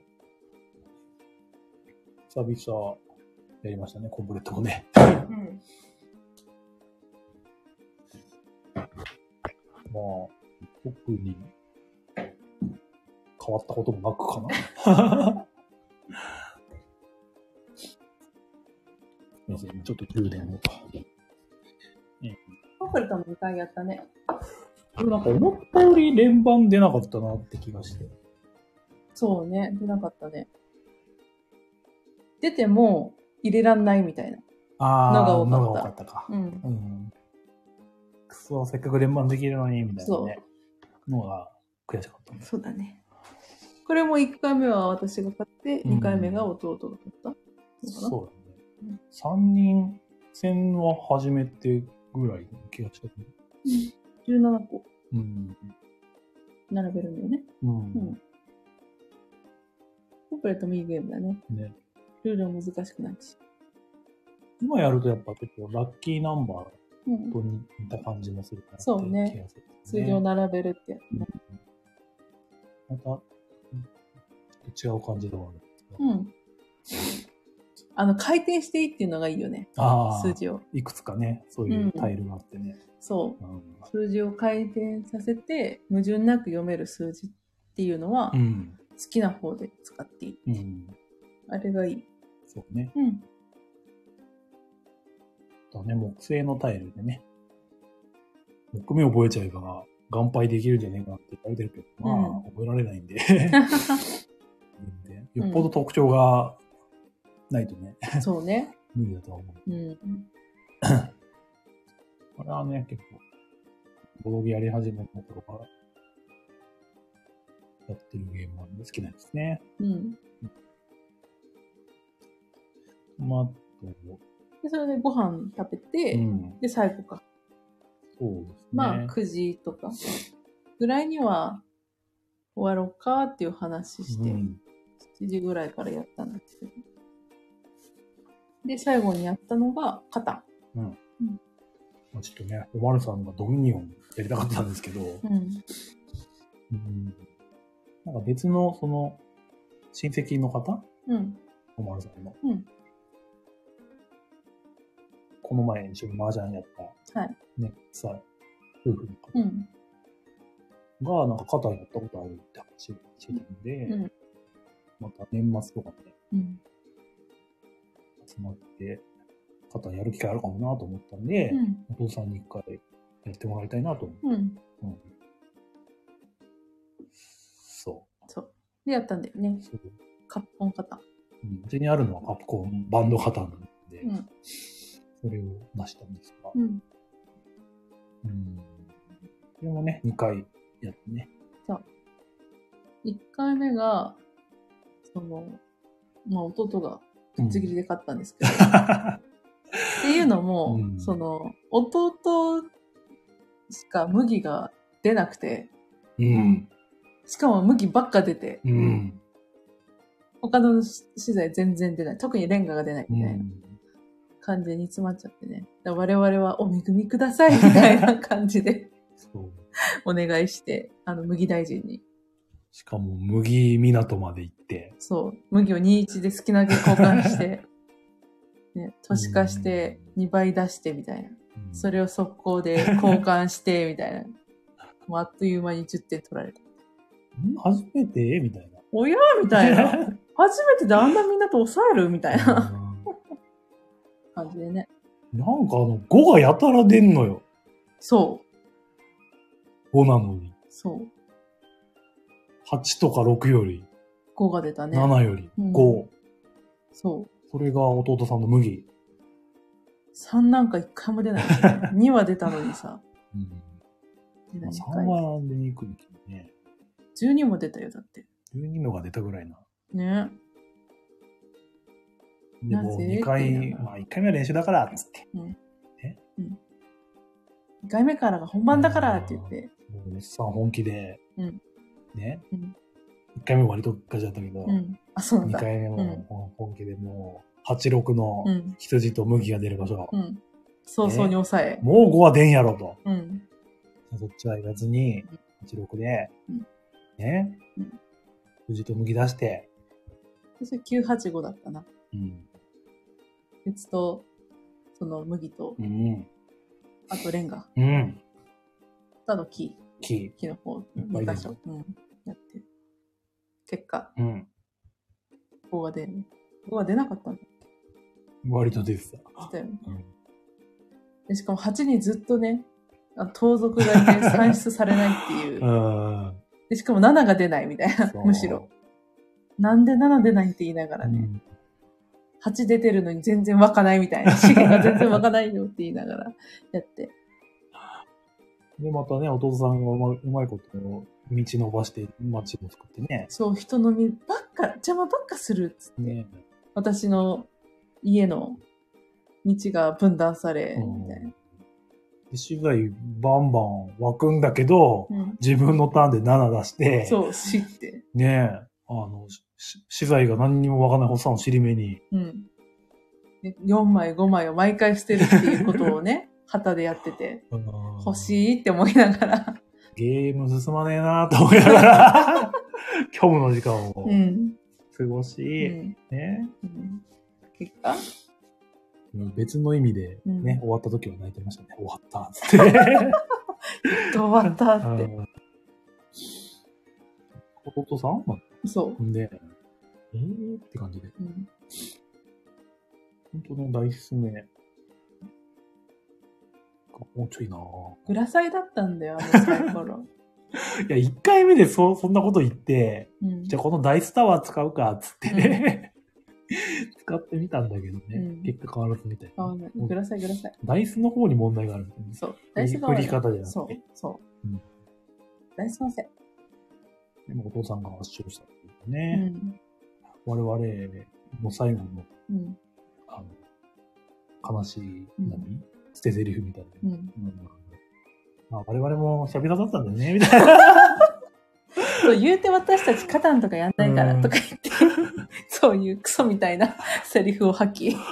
久々やりましたね、コンプレットもね。うん。まあ、特に変わったこともなくかな。すみません、ちょっと充電を。 コンプレットもにかいやったね。 なんか思ったより連番出なかったなって気がして。 そうね、出なかったね。出ても入れらんないみたいなのが多かった。のが多かったか。うん。うん、 くそ、せっかく連番できるのに、みたいなね。のが悔しかったんです。そうだね。これもいっかいめは私が買って、にかいめが弟が買った、うん、 そうだね。うん、さんにん戦は初めてぐらいの気がしたけど。 うん、じゅうななこ。うん。並べるんだよね。うん。うん。コンプレートもいいゲームだね。ね。ルールも難しくないし。 今やるとやっぱ結構ラッキーナンバーと似た感じもするから、ね、うん、そうね。数字を並べるってやつね。 うん、また、違う感じでもあるんですけど。 うん。あの、回転していいっていうのがいいよね。ああ。数字を。 いくつかね、そういうタイルがあってね。うん、 そう、うん。数字を回転させて、矛盾なく読める数字っていうのは、うん、好きな方で使っていい。うん、あれがいい。 そうね。うん。だね、木製のタイルでね。木目覚えちゃえば、岩灰できるんじゃねえかなって言われてるけど、まあ、うん、覚えられないんで。よっぽど特徴がないとね。 うん、そうね。 無理だとは思う。うん。これはね、結構、ボロゲやり始めた頃からやってるゲームなんで好きなんですね。うん。まあ、あと、 で、それでご飯食べて、うん、で、最後か。 そうですね。 まあ、くじとかぐらいには終わろうかっていう話して、うん、しちじぐらいからやったんですけど。で、最後にやったのが、カタン。うん。うん、 まあ、ちょっとね、おまるさんがドミニオンやりたかったんですけど、うん。うん、なんか別の、その、親戚の方、うん。おまるさんの。うん。この前一緒に麻雀やった、はい。ね、さ、夫婦の方、うん、が、なんか肩やったことあるって話をしてたので、うん、また年末とかで、うん、集まって、肩やる機会あるかもなと思ったんで、うん、お父さんに一回やってもらいたいなと思って。うんうん、そう。 そう。で、やったんだよね。そう。カプコン肩。 うん。うちにあるのはカプコンバンド肩なんで、うん、それを出したんですが。うん。うん。それもね、にかいやってね。 そう。いっかいめが、その、まあ、弟がぶっちぎりで勝ったんですけど。うん、っていうのも、うん、その、弟しか麦が出なくて、うん、しかも麦ばっか出て、うん、他の資材全然出ない。特にレンガが出ないみたいな感じで煮詰まっちゃってね。我々はお恵みくださいみたいな感じでそうお願いして、あの、麦大臣に。 しかも麦港まで行って。 そう。麦をにたいいちで好きなだけ交換して、ね、都市化してにばい出してみたいな。それを速攻で交換してみたいな。もうあっという間にじゅってん取られた。 ん初めてみたいな。 おやみたいな。初めてであんなみんなと抑えるみたいな感じでね。 なんかあのごがやたら出んのよ。 そう。 ごなのに。 そう。 はちとかろくより。 ごが出たね。 ななよりご。うん、 そう。 それが弟さんの麦。 さんなんかいっかいも出ない、ね。には出たのにさ。うん。 出ない。さんは出にくいけどね。 じゅうにも出たよ、だって。 じゅうにのが出たぐらいな。 ね。 でもにかい、まあいっかいめは練習だから、つって。うん。 えうん。にかいめからが本番だからって言って。 もうおっさん本気で。うん。ね。うん。いっかいめ割とガチだったけど。うん。あ、そうなんだ。にかいめも本気でもう、はちろくの羊と麦が出る場所。うん。 早々に抑え。 もうごは出んやろと。うん。そっちは言わずに、はちろくで、うん、ね。うん。羊と麦出して。 それきゅうはちごだったな。うん。鉄と、その麦と、うん。あとレンガ。うん。あと木。 木。 木の方、にかしょ。うん。やって。結果。うん。ごが出る。ごが出なかったんだっけ？ 割と出てた。 出たよね。うん。で、しかもはちにずっとね、盗賊がいて算出されないっていう。で、しかもななが出ないみたいな。むしろ。なんでなな出ないって言いながらね。うん、はち出てるのに全然湧かないみたいな。資源が全然湧かないよって言いながらやって。 で、またね、弟さんがうまうまいことを道伸ばして街も作ってね。 そう、人のみばっか、邪魔ばっかするっつって。ね、私の家の道が分断され、みたいな。 資材バンバン湧くんだけど、うん、自分のターンでなな出して。 そう、死って。 ねえ。あの、資材が何にも湧かない発作の尻目に。うん。 よんまい、ごまいを毎回捨てるっていうことをね、旗でやってて。欲しいって思いながら。 ゲーム進まねえなと思いながら、虚無の時間を過ごし、うんねうん、 結果別の意味でね、うん、終わった時は泣いてましたね。終わったっつって。 終わったって。 弟さんそう。 で、えーって感じで。うん、本当ね、大すめ。もうちょいなぁ。 グラサイだったんだよ、あのサイコロ。 いや、一回目でそ、そんなこと言って、うん、じゃあこのダイスタワー使うか、つってね、うん、使ってみたんだけどね、うん、結果変わらずみたいな。 あ、グラサイグラサイ。 ダイスの方に問題があるんだよね。 そう。 ダイスの振り方じゃなくて。 そう、そう。うん、ダイスのせい。 でもお父さんが圧勝したっていうね、うん、我々の最後の、うん、あの、悲しい何、うん捨て台詞みたいな。うんうんまあ、我々も久々だったんだよね、みたいな。 そう言うて私たちカタンとかやんないからとか言って、そういうクソみたいなセリフを吐き。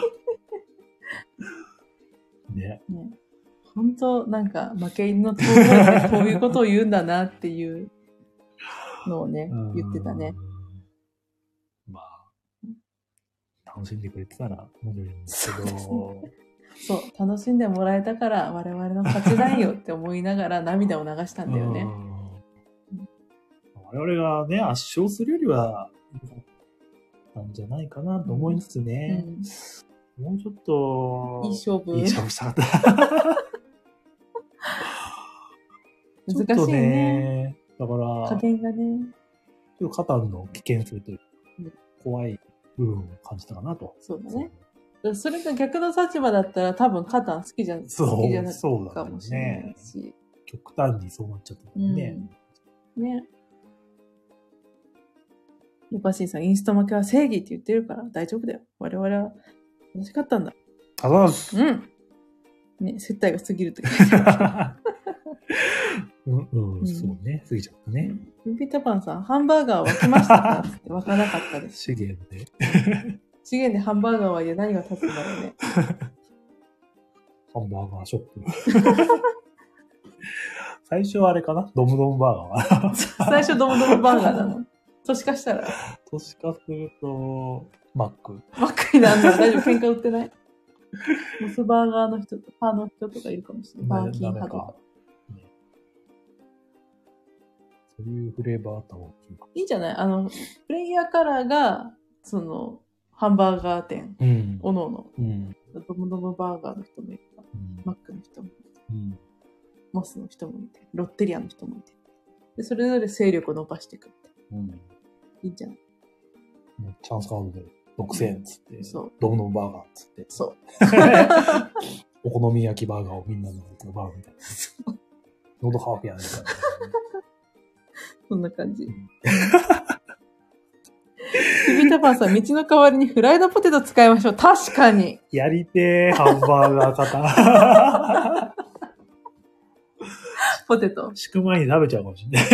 ね。 ね本当なんか負け犬の遠吠えってこういうことを言うんだなっていうのをね、言ってたね。 まあ、楽しんでくれてたら面白いんですけど。 そう、楽しんでもらえたから我々の勝ちだよって思いながら涙を流したんだよね。 我々がね、圧勝するよりは、なんじゃないかなと思いつつね、うん、もうちょっと、 いい勝負。 いい勝負したかった。 難しいね。 だから、 加減がね。 ちょっとカタンの危険性というか、うん、怖い部分を感じたかなと。 そうだね。それが逆の立場だったら多分カタン好きじゃん。 そう、 好きじゃないかもしれないし、ね。極端にそうなっちゃったもんね。 うん、ね。ヨパシーさん、インスタ負けは正義って言ってるから大丈夫だよ。我々は楽しかったんだ。 あざます。 うん。ね、接待が過ぎるって書いてある。 うん、うん、そうね。過ぎちゃったね。 ピタパンさん、ハンバーガー沸きましたかって沸かなかったです。 資源で。 資源でハンバーガーはいや何が立つんだろうね。 ハンバーガーショップ。最初はあれかなドムドムバーガー。 最初ドムドムバーガーなの。都市化したら。 都市化すると、マック。 マックになるの大丈夫喧嘩売ってないモスバーガーの人とパーの人とかいるかもしれない。バーキン派とか。ね、 そういうフレーバーあった方がいいんじゃないあの、プレイヤーカラーが、その、ハンバーガー店、うん、おのおの、うん、ドムドムバーガーの人もいるから、うん、マックの人もいて、うん、モスの人もいて、ロッテリアの人もいて、でそれぞれ勢力を伸ばしていくって、うん、いいんじゃないチャンスカードでろくせんえんっつって、そうドムドムバーガーっつって、 そうお好み焼きバーガーをみんなのバーガーみたいな。喉乾くやないか、ね。 そんな感じ。うんキビタパンさん、道の代わりにフライドポテト使いましょう。確かに。 やりてー、ハンバーガー型。 ポテト。 敷く前に食べちゃうかもしれない。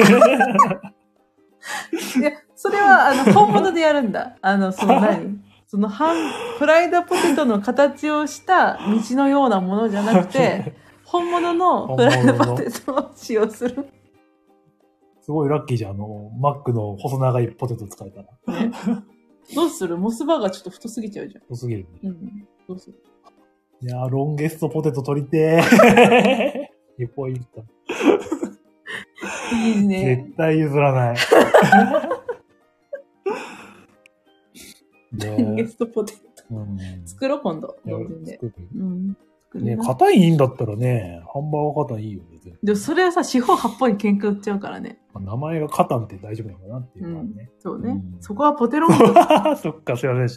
いや、それは、あの、本物でやるんだ。あの、その何その、ハン、フライドポテトの形をした道のようなものじゃなくて、本物のフライドポテトを使用する。 すごいラッキーじゃん。あの、マックの細長いポテト使えたら。 ね、どうするモスバーガーちょっと太すぎちゃうじゃん。 太すぎるね。 うん。どうするいやー、ロンゲストポテト取りてー。にポイント。 いいね。 絶対譲らない。 ロンゲストポテト。うん、作ろう、今度。同人で。作る。うんね、硬いんだったらね、ハンバーガーカタンいいよね。 でもそれはさ、四方八方に喧嘩売っちゃうからね。 名前がカタンって大丈夫なのかなっていうのはね、うん。 そうね、うん。そこはポテロン。 そっか、すいませんでした。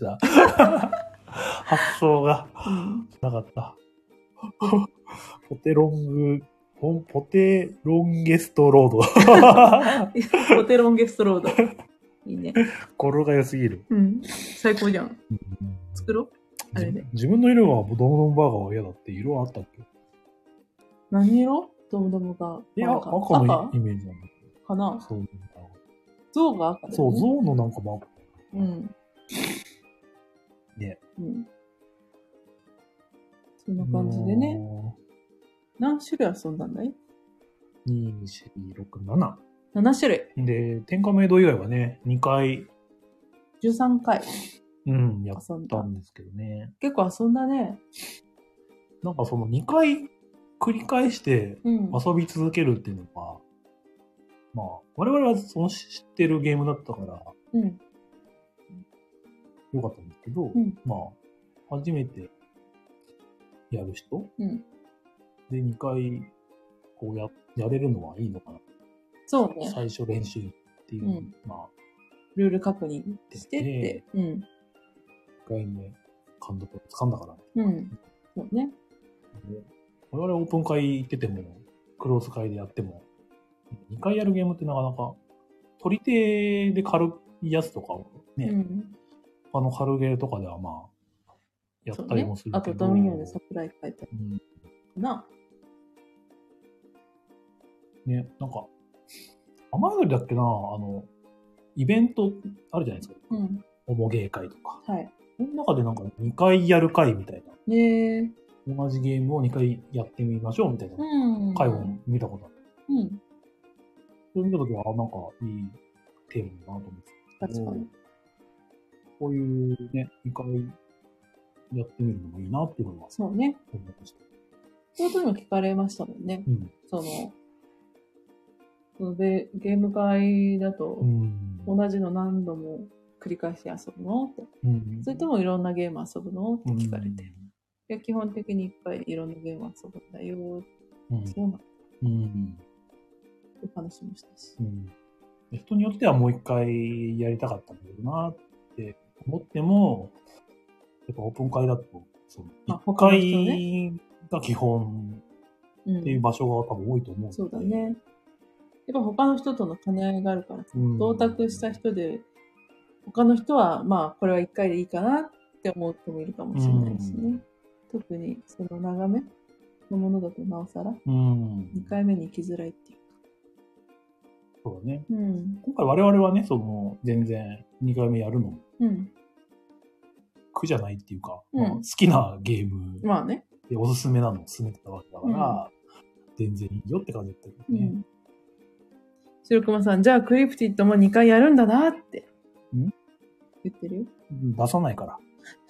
発想がなかった。ポテロング、 ポポテロンゲストロード。 ポテロンゲストロード。いいね。 語呂が良すぎる。 うん。最高じゃん。うん、作ろうあれで。 自分の色がドムドムバーガーは嫌だって色あったっけ？ 何色？ドムドムが。 いや、赤のイメージなんだけど。 かな？ そう。 象が赤だよね。 そう、象のなんかマーク。 うん。 ね。 うん。そんな感じでね。何種類遊んだんだい？ に、よん、ろく、なな。 なな種類。 で、天下メイド以外はね、にかい。 じゅうさんかい。 うん、やったんですけどね。 結構遊んだね。 なんかそのにかい繰り返して遊び続けるっていうのは、うん、まあ、我々はその知ってるゲームだったから、うん、よかったんですけど、うん、まあ、初めてやる人、うん、でにかいこうや、やれるのはいいのかな。 そうね。 最初練習っていう、うん、まあ、 ルール確認してって、うん。いっかいめ、監督を掴んだから。 うん。そうね。 我々オープン会行ってても、クローズ会でやっても、にかいやるゲームってなかなか、取り手で軽いやつとかをね、うん、他の軽ゲーとかではまあ、やったりもするけど。ね、 あとドミニオンでサプライ書いてある。うん、な。 ね、なんか、雨宿りだっけな、あの、イベントあるじゃないですか。うん。おもゲー会とか。はい。その中でなんかにかいやる会みたいな。ねえ。同じゲームをにかいやってみましょうみたいな会を見たことある。うん。それ見たときは、なんかいいテーマだなと思ってた。確かに。こういうね、にかいやってみるのもいいなっていうのは。そうね。思いました。 そういうとにも聞かれましたもんね。うん。その、そのでゲーム会だと、同じの何度も繰り返し遊ぶのって。うん、それともいろんなゲーム遊ぶのって聞かれて。うん、いや基本的にいっぱいいろんなゲーム遊ぶんだよ。うん、そうなんだ。うん。って話もしたし、うん。 人によってはもう一回やりたかったんだけどなって思っても、やっぱオープン会だと、その一回が基本っていう場所が多分多いと思うんで、うん、 そうだね。やっぱ他の人との兼ね合いがあるから、うん、同卓した人で、他の人は、まあ、これはいっかいでいいかなって思う人もいるかもしれないしね。うん、特に、その長めのものだとなおさら、うん、にかいめに行きづらいっていうか。 そうだね。うん、今回我々はね、その、全然にかいめやるの、うん、苦じゃないっていうか、うんまあ、好きなゲームで、まあね、おすすめなのを勧めてたわけだから、うん、全然いいよって感じだったけどね。うん白熊さん、じゃあクリプティッドもにかいやるんだなって。ん言ってるよ。 出さないから。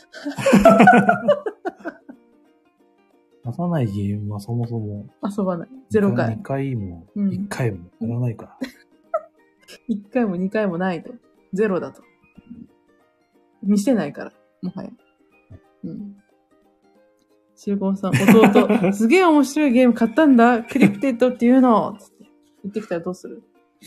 出さないゲームはそもそも。 遊ばない。ゼロかい。 にかいもいっかいもやらないから。 いっかいもにかいもないと。ゼロだと。見せないから、もはや。うん。白熊さん、弟、すげえ面白いゲーム買ったんだ。クリプティッドっていうの。つって言ってきたらどうする？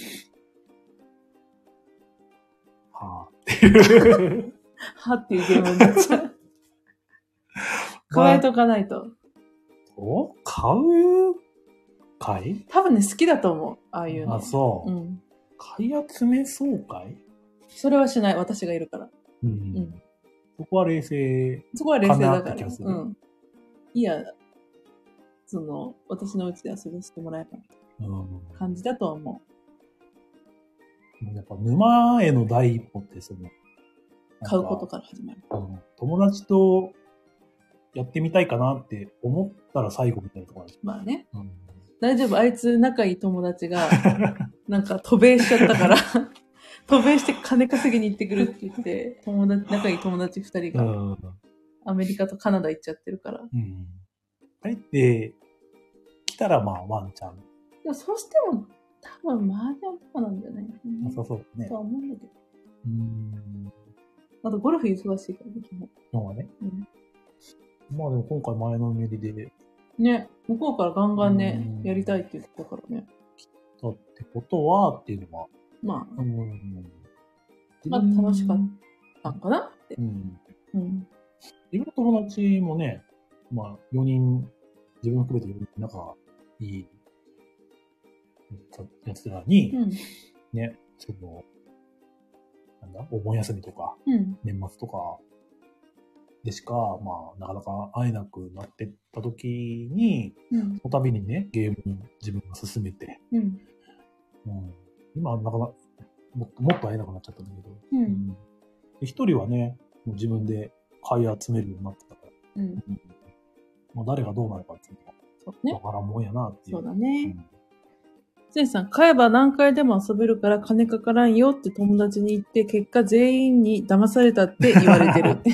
はぁっていう。 はっていうゲームになっちゃう。加えとかないと。 お買うかい？ 多分ね、好きだと思う。ああいうの。 あ、そう。うん。買い集めそうかい？ それはしない。私がいるから。うん。うん、 そこは冷静。 そこは冷静だから。うん。いや、その、私のうちで遊ばせてもらえば。感じだと思う。やっぱ沼への第一歩ってその買うことから始まる、 うん。友達とやってみたいかなって思ったら最後みたいなところある。 まあね、うん。大丈夫。あいつ仲いい友達がなんか渡米しちゃったから渡米して金稼ぎに行ってくるって言って友達仲いい友達ふたりがアメリカとカナダ行っちゃってるから。うん。 帰って来たらまあワンチャン。 でもそうしても、多分、麻雀とかなんじゃないかな。 なさそうね。 とは思うんだけど。うーん。あと、ゴルフ忙しいからね、基本。 今はね。うん。まあでも今回前のめりで。 ね、向こうからガンガンね、やりたいって言ってたからね。 だってことは、っていうのは。 まあ。うん。まあ楽しかったんかなって。うん。 うん。自分の友達もね、まあよにん、自分含めてよにん仲いいやつらに、 うん、 ね、その、なんだ、お盆休みとか、 うん、 年末とかでしか、まあ、なかなか会えなくなってった時に、 うん、その度にね、ゲームに自分が進めて、 うん、 うん、今はなかなかも、もっと会えなくなっちゃったんだけど、 うんうん、一人はね、もう自分で買い集めるようになってたから、 うんうん、まあ、誰がどうなるかっていうのはわからんもんやなっていう。 そうだね。 うん、 せいさん、買えば何回でも遊べるから金かからんよって友達に言って、結果全員に騙されたって言われてる。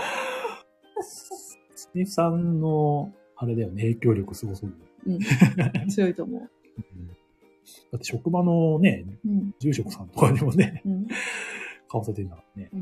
スネさんの、あれだよね、影響力すごそう。 うん。強いと思う。 うん、だって職場のね、うん、住職さんとかにもね、うん、買わせてるんだからね、うん。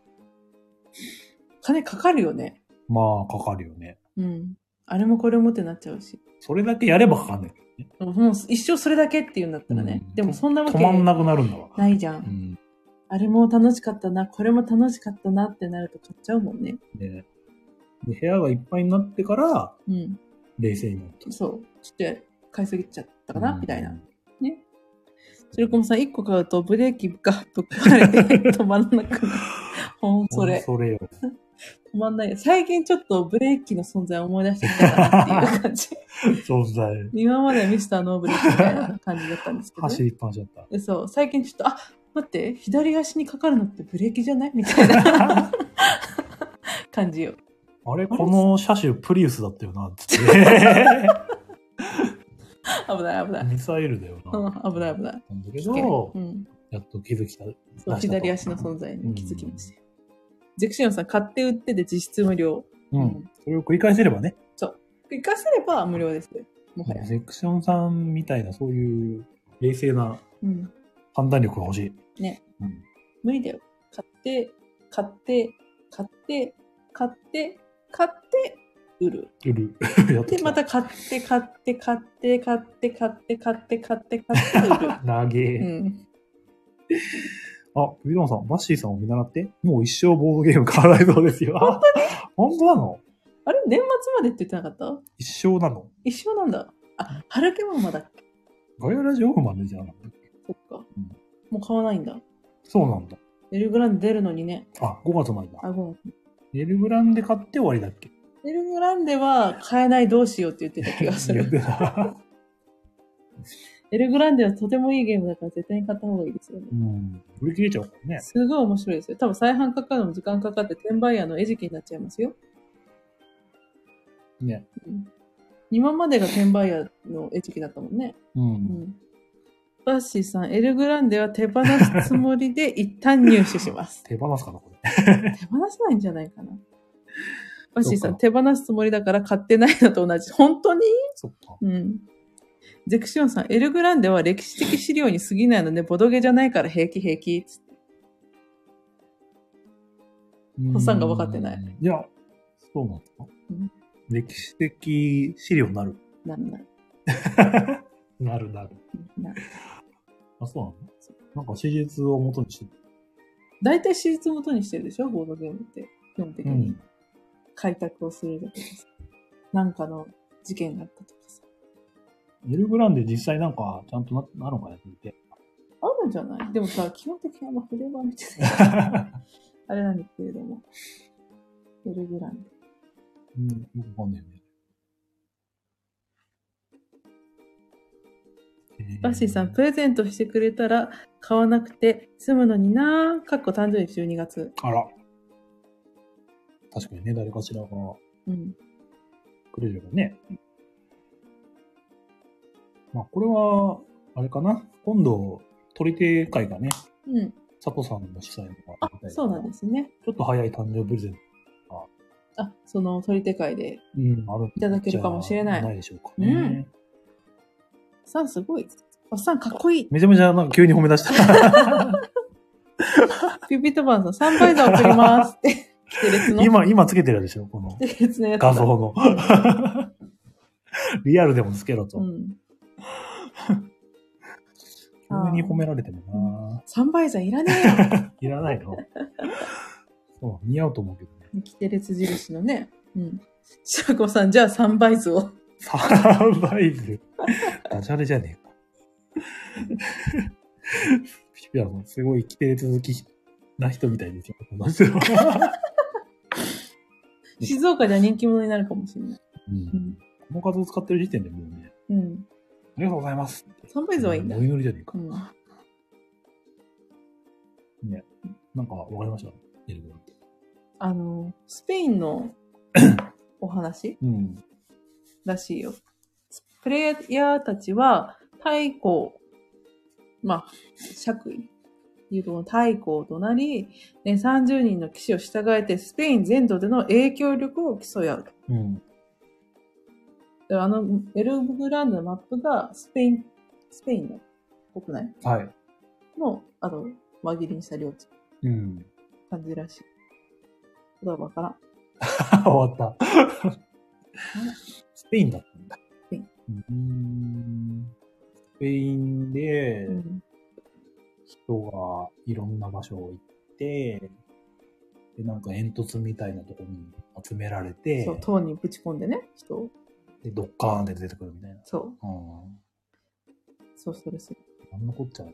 金かかるよね。 まあ、かかるよね。 うん。あれもこれもってなっちゃうし。 それだけやればかかんないけどね。もう一生それだけって言うんだったらね。うん、でもそんなわけ止まんなくなるんだわ。 ないじゃん。うん、あれも楽しかったな、これも楽しかったなってなると買っちゃうもんね。 ね。で、部屋がいっぱいになってから、 うん、 冷静になると。 そう。ちょっと買いすぎちゃったかな、うん、みたいな。ね。それこもさ、いっこ買うとブレーキがぶっ壊れて止まらなくなる。ほんそれ。 それよ。 止まんないよ。最近ちょっとブレーキの存在を思い出してきたかなっていう感じ。 存在。 今まではミスターノーブレーキみたいな感じだったんですけど、ね。 走りっぱなしだった。 そう。最近ちょっと、あ、待って、左足にかかるのってブレーキじゃないみたいな感じよ。 あれ、この車種プリウスだったよな、つって。 危ない危ない。 ミサイルだよな。 うん、危ない危ない。 なんだけど、うん、やっと気づきた。 そう、左足の存在に気づきました。うん、ゼクシオンさん、買って売ってで実質無料。 うん。うん、それを繰り返せればね。 そう。繰り返せれば無料ですよ。もはや。 ゼクシオンさんみたいな、そういう冷静な判断力が欲しい。 ね。うん、無理だよ。買って、買って、買って、買って、買って、売る。 売る。 で、また買って、買って、買って、買って、買って、買って、買って、買って、売る。 長え。 うん。 あ、ウィドンさん、バッシーさんを見習って、もう一生ボードゲーム買わないそうですよ。 本当に本当なの？ あれ年末までって言ってなかった？ 一生なの？ 一生なんだ。あ、春ケママだっけ？ ガヤラジオフマンでじゃなかったっけ？ そっか、うん。もう買わないんだ。 そうなんだ。 エルグランデ出るのにね。 あ、ごがつまでだ。 あ、ごがつ。 エルグランデ買って終わりだっけ？ エルグランデは買えないどうしようって言ってた気がする。エルグランデはとてもいいゲームだから絶対に買った方がいいですよね。 うん。売り切れちゃうからね。 すごい面白いですよ。多分再販かかるのも時間かかって転売ヤーの餌食になっちゃいますよ。 ね。 うん、今までが転売ヤーの餌食だったもんね。 うん。うん、 バッシーさん、エルグランデは手放すつもりで一旦入手します。 手放すかなこれ。 手放せないんじゃないかな。バッシーさん、手放すつもりだから買ってないのと同じ。本当に？ そっか。 うん。ゼクシオンさん、エルグランデは歴史的資料に過ぎないので、ボドゲじゃないから平気平気。つって。ホッサンが分かってない。 いや、そうなんですか、うん、歴史的資料になる。 なるなる。 なるなる。なる。あ、そうなの？なんか史実を元にしてる。 大体史実を元にしてるでしょボードゲームって。基本的に。開拓をするとかさ。なんかの事件があったとかさ。 エルグランデ実際なんかちゃんと な, なるのかやってみて。 あるんじゃない？でもさ、基本的にあんまフレーバー見てない。あれなんですけれども。エルグランデ。 うん、よくわかんないよね。 バッシーさん、プレゼントしてくれたら買わなくて済むのになぁ。かっこ誕生日じゅうにがつ。 あら。確かにね、誰かしらが。うん。くれればね。うん、まあ、これは、あれかな。今度、取り手会がね。うん。佐藤さんの主催のがあ、そうなんですね。 ちょっと早い誕生日プレゼントが。 あ、その取り手会で。うん、ある。いただけるかもしれない。 ないでしょうかね。うん。 さんすごい。おっさんかっこいい。 めちゃめちゃなんか急に褒め出した。 ピピットバンさん、サンバイザー送りますって。キテレツの。 今、今つけてるでしょこの。 キテレツのやつ。 画像の。リアルでもつけろと。うん。急に褒められてもな。 サンバイザーいらねえよ。いらないの。そう、似合うと思うけどね。キテレツ印のね。うん。シャコさん、じゃあサンバイズを。 サンバイズダジャレじゃねえか。 ピピラさん、すごい規定続きな人みたいですよ、この人。 静岡では人気者になるかもしれない。 うん。うん、この画像を使ってる時点でもうね。うん。ありがとうございます。 サンバイズはいいんだ。 お祈りじゃねえか。うん、ね。なんかわかりました？ あの、スペインのお話、うん、らしいよ。プレイヤーたちは太鼓、まあ、爵位、いうとこの太鼓となり、ね、さんじゅうにんの騎士を従えてスペイン全土での影響力を競い合うと。うん、であのエルグランドのマップがスペイン、スペインの国内の、あの、輪切りにした領地。うん。感じらしい。どうわからん。 終わった。スペインだったんだ。スペイン。うーん。スペインで、人がいろんな場所を行って、で、なんか煙突みたいなところに集められて、 そう、塔にぶち込んでね、人を。 で、ドッカーンって出てくるみたいな。 そう。うん。そうするする。 なんのこっちゃ。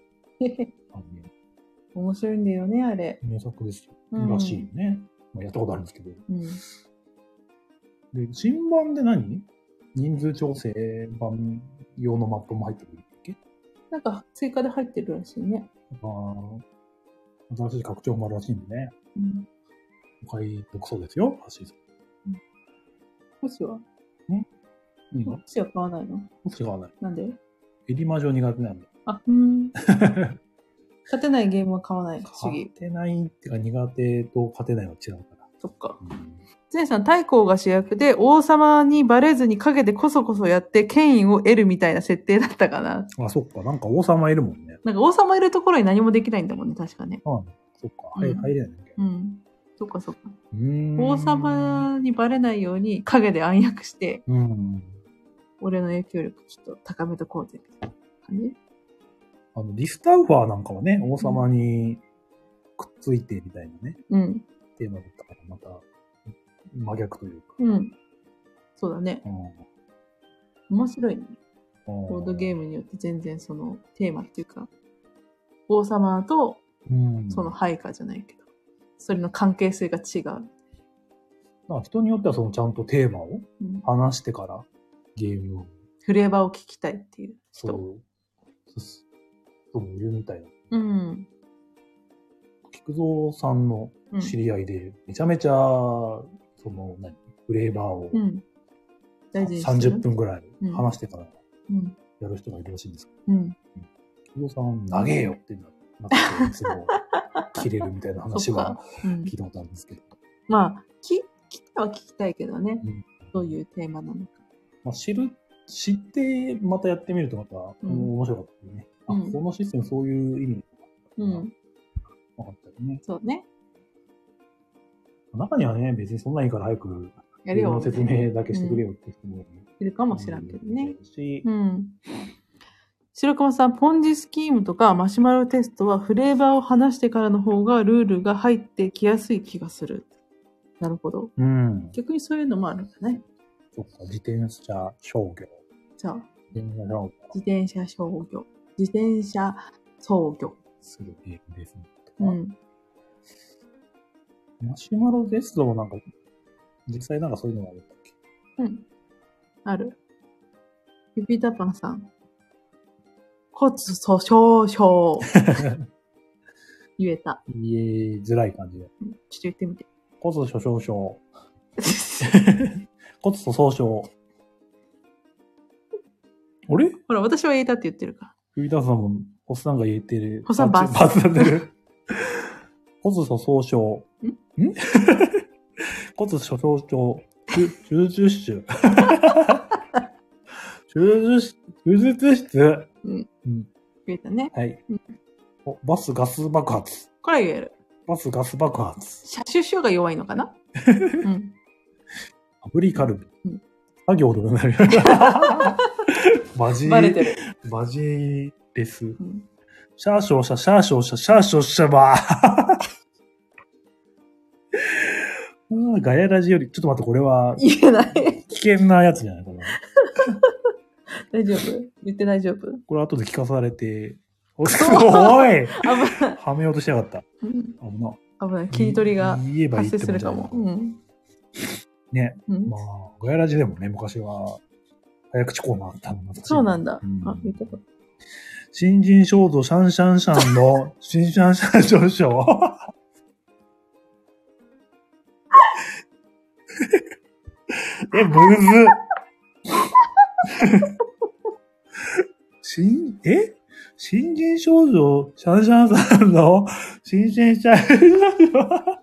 面白いんだよね、あれ。 名作ですよ。うん、らしいよね。まあ、やったことあるんですけど。うん、で、新版で何？人数調整版用のマップも入ってくるんだっけ？ なんか追加で入ってるらしいね。 ああ、新しい拡張もあるらしいんでね。うん。お買い得そうですよ、ハッシーさん。うん。 星は？ん？ いいの？ 星は買わないの？ 星買わない。 なんで？ エリマジョ苦手なんだ。 あ、うん。勝てないゲームは買わない主義。 勝てないっていうか苦手と勝てないは違うから。 そっか。前さん、太閤が主役で王様にバレずに陰でこそこそやって権威を得るみたいな設定だったかな。 あ、そっか。なんか王様いるもんね。 なんか王様いるところに何もできないんだもんね、確かね。 ああ、そっか。うん、はい、入れないんだけど。うん。 そっかそっか。うーん。王様にバレないように陰で暗躍して、うん。俺の影響力ちょっと高めとこうぜ、みたいな感じ。 あの、リスタウファーなんかはね、王様にくっついてみたいなね。うん。テーマだったから、また、真逆というか。 うん。そうだね。うん、面白いね。ボードゲームによって全然そのテーマっていうか、王様と、その配下じゃないけど、それの関係性が違う。だから人によってはそのちゃんとテーマを話してからゲームを。 フレーバーを聞きたいっていう人。そう。 そういるみたいな。うん。菊蔵さんの知り合いで、めちゃめちゃ、その、何、フレーバーを、さんじゅっぷんぐらい話してからやる人がいるらしいんですけど、うん。菊蔵さん、長えよってなって、いつも切れるみたいな話は聞いたことあるんですけど。 まあ、き、聞きたは聞きたいけどね。うん、どういうテーマなのか。 まあ、知る、知ってまたやってみるとまた面白かったよね。うん、あ、このシステムそういう意味でうん。分かったよね。 そうね。 中にはね、別にそんなにいいから早く、やるよ。説明だけしてくれよって人も、ね、 いるかもしれんけどね。うん。白熊さん、ポンジスキームとかマシュマロテストはフレーバーを話してからの方がルールが入ってきやすい気がする。なるほど。うん。逆にそういうのもあるんだね。 そっか、自転車商業。 じゃあ、自転車商業。自転車操業。 するゲームですね。うん。マシュマロテストもなんか、実際なんかそういうのがあるんだっけ？ うん。ある。ピピタパンさん。骨粗鬆症。言えた。 言えづらい感じで。 うん、ちょっと言ってみて。 骨粗鬆症。骨粗鬆症。あれ？ ほら、私は言えたって言ってるから。 ピピタパンさんも、ホッサンが言えてる。 ホッサンバス。 バスなんでる。骨粗鬆症。ん？ん？骨粗鬆症。手術室。手術室。うん。 うん。言えたね。 はい。うん、おバスガス爆発。 これ言える。 バスガス爆発。 車種種が弱いのかな？うん。 アプリカルビ。うん。作業でもない。マジ。 バレてる。 マジです。うん、シャーショーシャ、シャーショーシャ、シャーショーシャバー。ガヤラジより、ちょっと待って、これは、 言えない。 危険なやつじゃないかな。 大丈夫？言って大丈夫？ これ後で聞かされて、おいはめようとしやがった。 うん、 危な。 危ない。切り取りが発生するかも。うん、 ね、うん。まあ、ガヤラジでもね、昔は、早口コーナーあったの。 そうなんだ。うん、あ、言ってた。 新人少女シャンシャンシャンの新シャンシャン少々。え、むず新、え新人少女シャンシャンさんの新進シャンシャン少女。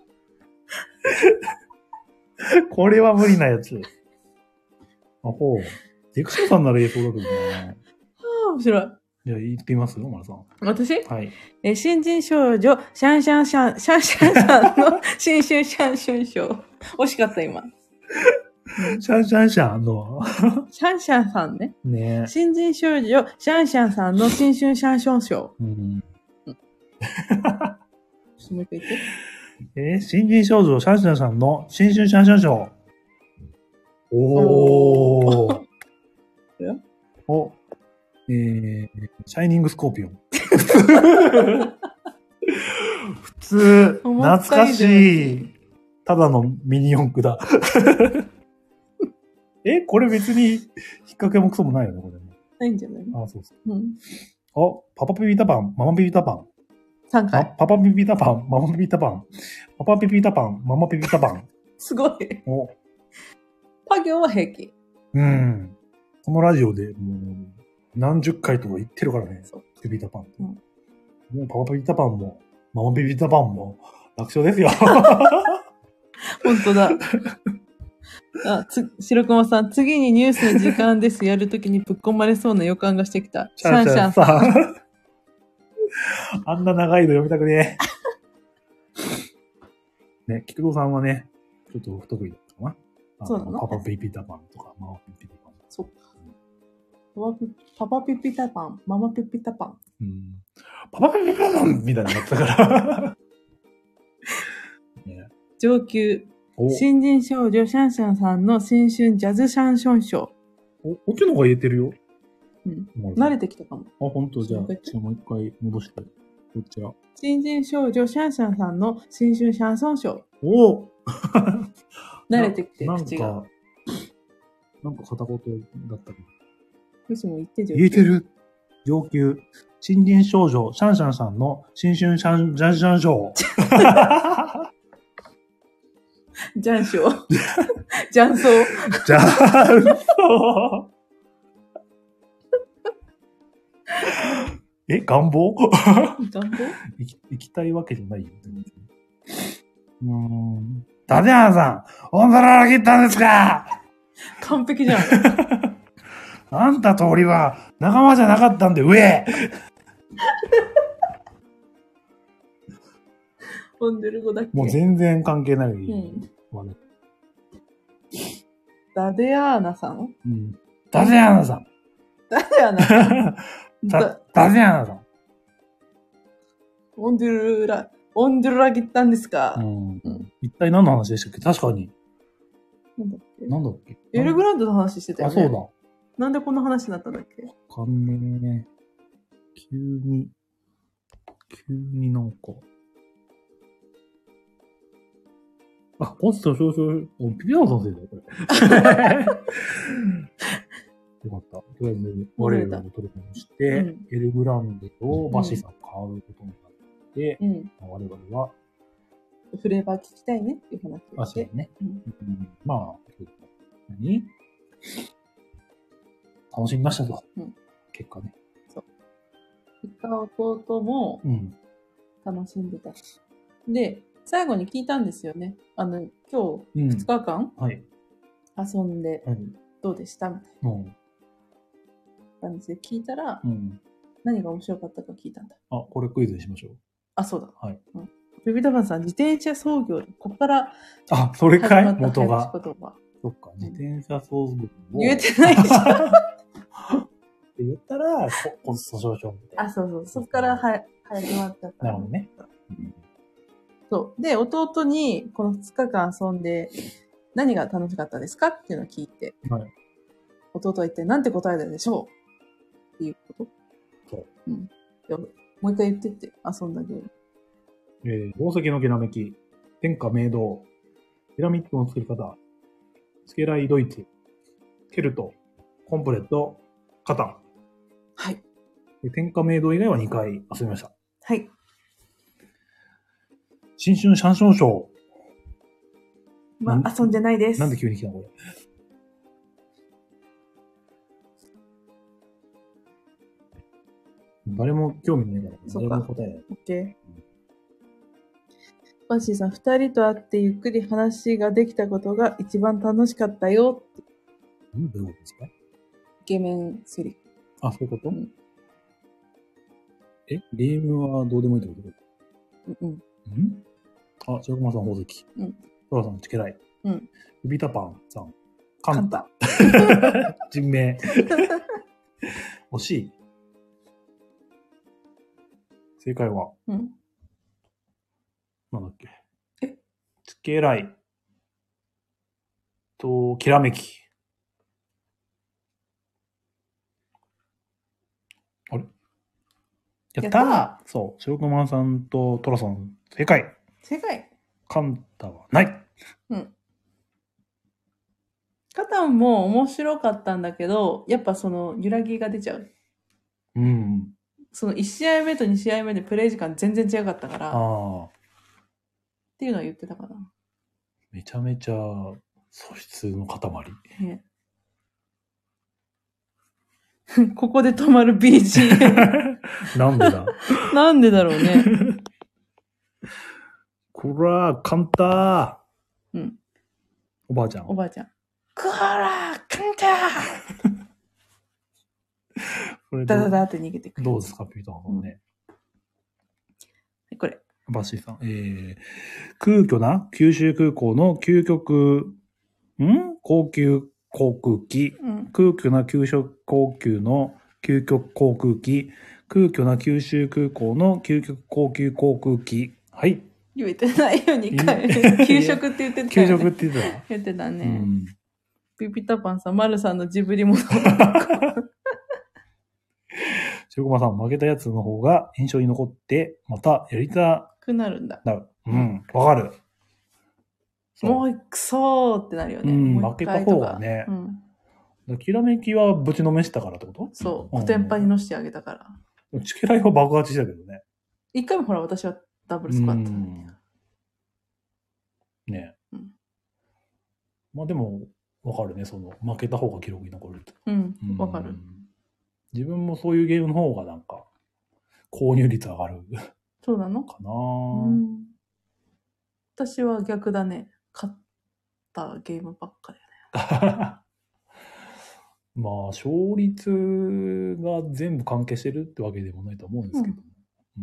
これは無理なやつ。あほう。デクションさんなら言えそうだけどね。 はあ、面白い。 じゃあ言ってみますよ、マラさん。 私？ はい。 え、新人少女、シャンシャンシャン、シャンシャンさんの新春シャンシュン賞。惜しかった、今。 シャンシャンシャンの。 シャンシャンさんね。 ね新人少女、シャンシャンさんの新春シャンション賞。うん。うん、もう一回言って。 えー、新人少女、シャンシャンさんの新春シャンシャン賞。おー。お、えー、シャイニングスコーピオン。普通、懐かしい。ただのミニ四駆だ。え、これ別に引っ掛けもクソもないよね、これね。 ないんじゃない？ あ、そうそう。うん。お、パパピピタパン、ママピピタパン。 さんかい。 パパピピタパン、ママピピタパン。パパピピタパン、ママピピタパン。 すごい。お。パ行は平気。 うん。このラジオでもう何十回とか言ってるからね。ピピタパンって。うん、もうパパピピタパンも、ママピピタパンも楽勝ですよ。 本当だ。あ、つ、白熊さん、次にニュースの時間ですやるときにぶっ込まれそうな予感がしてきた。シャンシャンさん。 あんな長いの読みたくねえ。ね、菊堂さんはね、ちょっと不得意だったかな。そうなの？パパピピタパンとか、ママピピタパン。そうか。パパピピタパン、ママピピタパン。うん。パパピピタパンみたいになったから。 ね、上級。新人少女シャンシャンさんの新春ジャズシャンション賞。 お、こっちの方が言えてるよ。 うん。慣れてきたかも。 あ、ほんとじゃあ、じゃあもう一回戻して。こちら。 新人少女シャンシャンさんの新春シャンソン賞。 おお慣れてきて、 口が。なんか、なんか片言だったけど。 よしも言って上級。言えてる。上級。新人少女シャンシャンさんの新春シャン、ジャンシャン賞。 ジャンショー。ジャンソー。 ジャンソー。え、願望願望行き、行きたいわけじゃないよ。うーん。立山さん、オンザララ切ったんですか？ 完璧じゃん。 あんたと俺は仲間じゃなかったんで、上オンデル語だっけ？ もう全然関係ない。うん。 ダデアーナさん？ うん。ダデアーナさん。 ダデアーナさん。 ダ、ダデアーナさん。 オンデルラ、オンデルラギったんですか？うん。 うん、一体何の話でしたっけ？確かに。 なんだっけ？ なんだっけ？ エルグランドの話してたよね。 あ、そうだ。 なんでこんな話になったんだっけ？ わかんねえ。急に、急になんか。あ、ポスト少々、ピピタパン先生だよ、これ。よかった。とりあえず、我々も取り組みして、うん、エルグランデをバシさん買うことになって、うん、我々は、 フレーバー聞きたいねっていう話をして。あ、そうね。うんうん、まあ、何楽しみましたと。うん、結果ね。そう。 結果、弟も、楽しんでたし、うん。で、最後に聞いたんですよね。あの、今日、ふつかかん、うん、はい、遊んで、どうでしたみたいな。うんなんですよ。聞いたら、うん、何が面白かったか聞いたんだ。 あ、これクイズにしましょう。 あ、そうだ。はい。うん、ビビタパンさん、自転車操業、ここから、 あ、それかい元が。そっか、自転車操業も。言えてないじゃん。 って言ったら、コスト上昇みたいな。 あ、そうそう。そこからは始まったから。 なるほどね。 うん、そう。で、弟に、このふつかかん遊んで、何が楽しかったですかっていうのを聞いて。はい。弟は一体何て答えたでしょうっていうこと？ そう。 うん。もう一回言ってって、遊んだゲーム。 えー、宝石のきらめき、天下明堂、ピラミッドの作り方、スケライドイツ、ケルト、コンプレット、カタン。 はい。 天下明堂以外はにかい遊びました。 はい。 新春シャンションショー。 まあ、遊んでないです。 なんで急に来たのこれ。誰も興味ないから、誰も答えない。 オッケー。バッシーさん、二人と会ってゆっくり話ができたことが一番楽しかったよって。 んどういうことですか？ イケメンセリフ。 あ、そういうこと、うん、えゲームはどうでもいいってこと？うん。うんあ、白熊さん、宝石。うん。トラさん、チケライ。うん。ビタパンさん、カンタ。人名。惜しい。正解は、うん。なんだっけ。えチケライ。と、きらめき。あれやったー。やったー。そう。白熊さんとトラさん、正解。 正解。 カンタはない。うん。 カタンも面白かったんだけど、やっぱその揺らぎが出ちゃう。うん。そのいち試合目とに試合目でプレイ時間全然違かったから。ああ。っていうのは言ってたかな。 めちゃめちゃ素質の塊。ね。 ここで止まる ビージーエム。 なんでだなんでだろうね。 こらー、カンター。うん。おばあちゃん。 おばあちゃん。こらー、カンター。これダダダって逃げてくる。 どうですか、ピーターさんね。 うん、これ。 バッシーさん。えー、空虚な九州空港の究極、ん高級航空機、うん、空虚な九州高級の究極航空機、空虚な九州空港の究極高級航空機。はい。 言えてないよ、にかい。給食って言ってたよね。 給食って言ってた言ってたね。うん、ピピタパンさん、マルさんのジブリもの。 白駒さん、負けたやつの方が印象に残って、またやりたくなるんだ。 なる。うん、わかる。 もうくそーってなるよね。 うん、負けた方がね。うん、きらめきはぶちのめしたからってこと？ そう。コテンパにのしてあげたから。 チケライは爆発したけどね。 一回もほら、私はダブルスコアった。 ね、うん、まあでも、わかるね。その、負けた方が記録に残る。 うん、わかる。 自分もそういうゲームの方がなんか、購入率上がる。 そうなの？ かなぁ、うん。 私は逆だね。勝ったゲームばっかりだね。 まあ、勝率が全部関係してるってわけでもないと思うんですけど。うん。うん、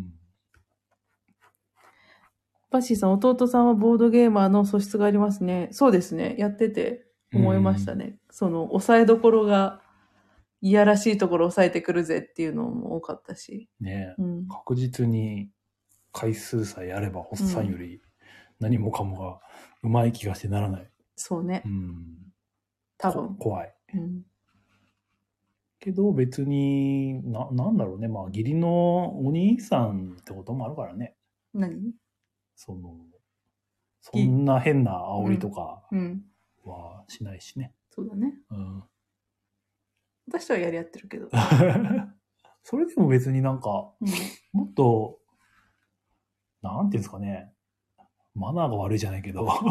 バッシーさん、弟さんはボードゲーマーの素質がありますね。そうですね。やってて思いましたね。うん、その、抑えどころが、いやらしいところ抑えてくるぜっていうのも多かったし。 ねえ、うん、確実に回数さえあれば、ホッサンより何もかもがうまい気がしてならない。 そうね。うん。多分。 怖い。うん。けど別に、な、なんだろうね。まあ、義理のお兄さんってこともあるからね。 何？ その、そんな変な煽りとかはしないしね。 うんうん、そうだね。うん。私とはやり合ってるけど。 それでも別になんか、うん、もっと、なんていうんですかね。マナーが悪いじゃないけど、うん、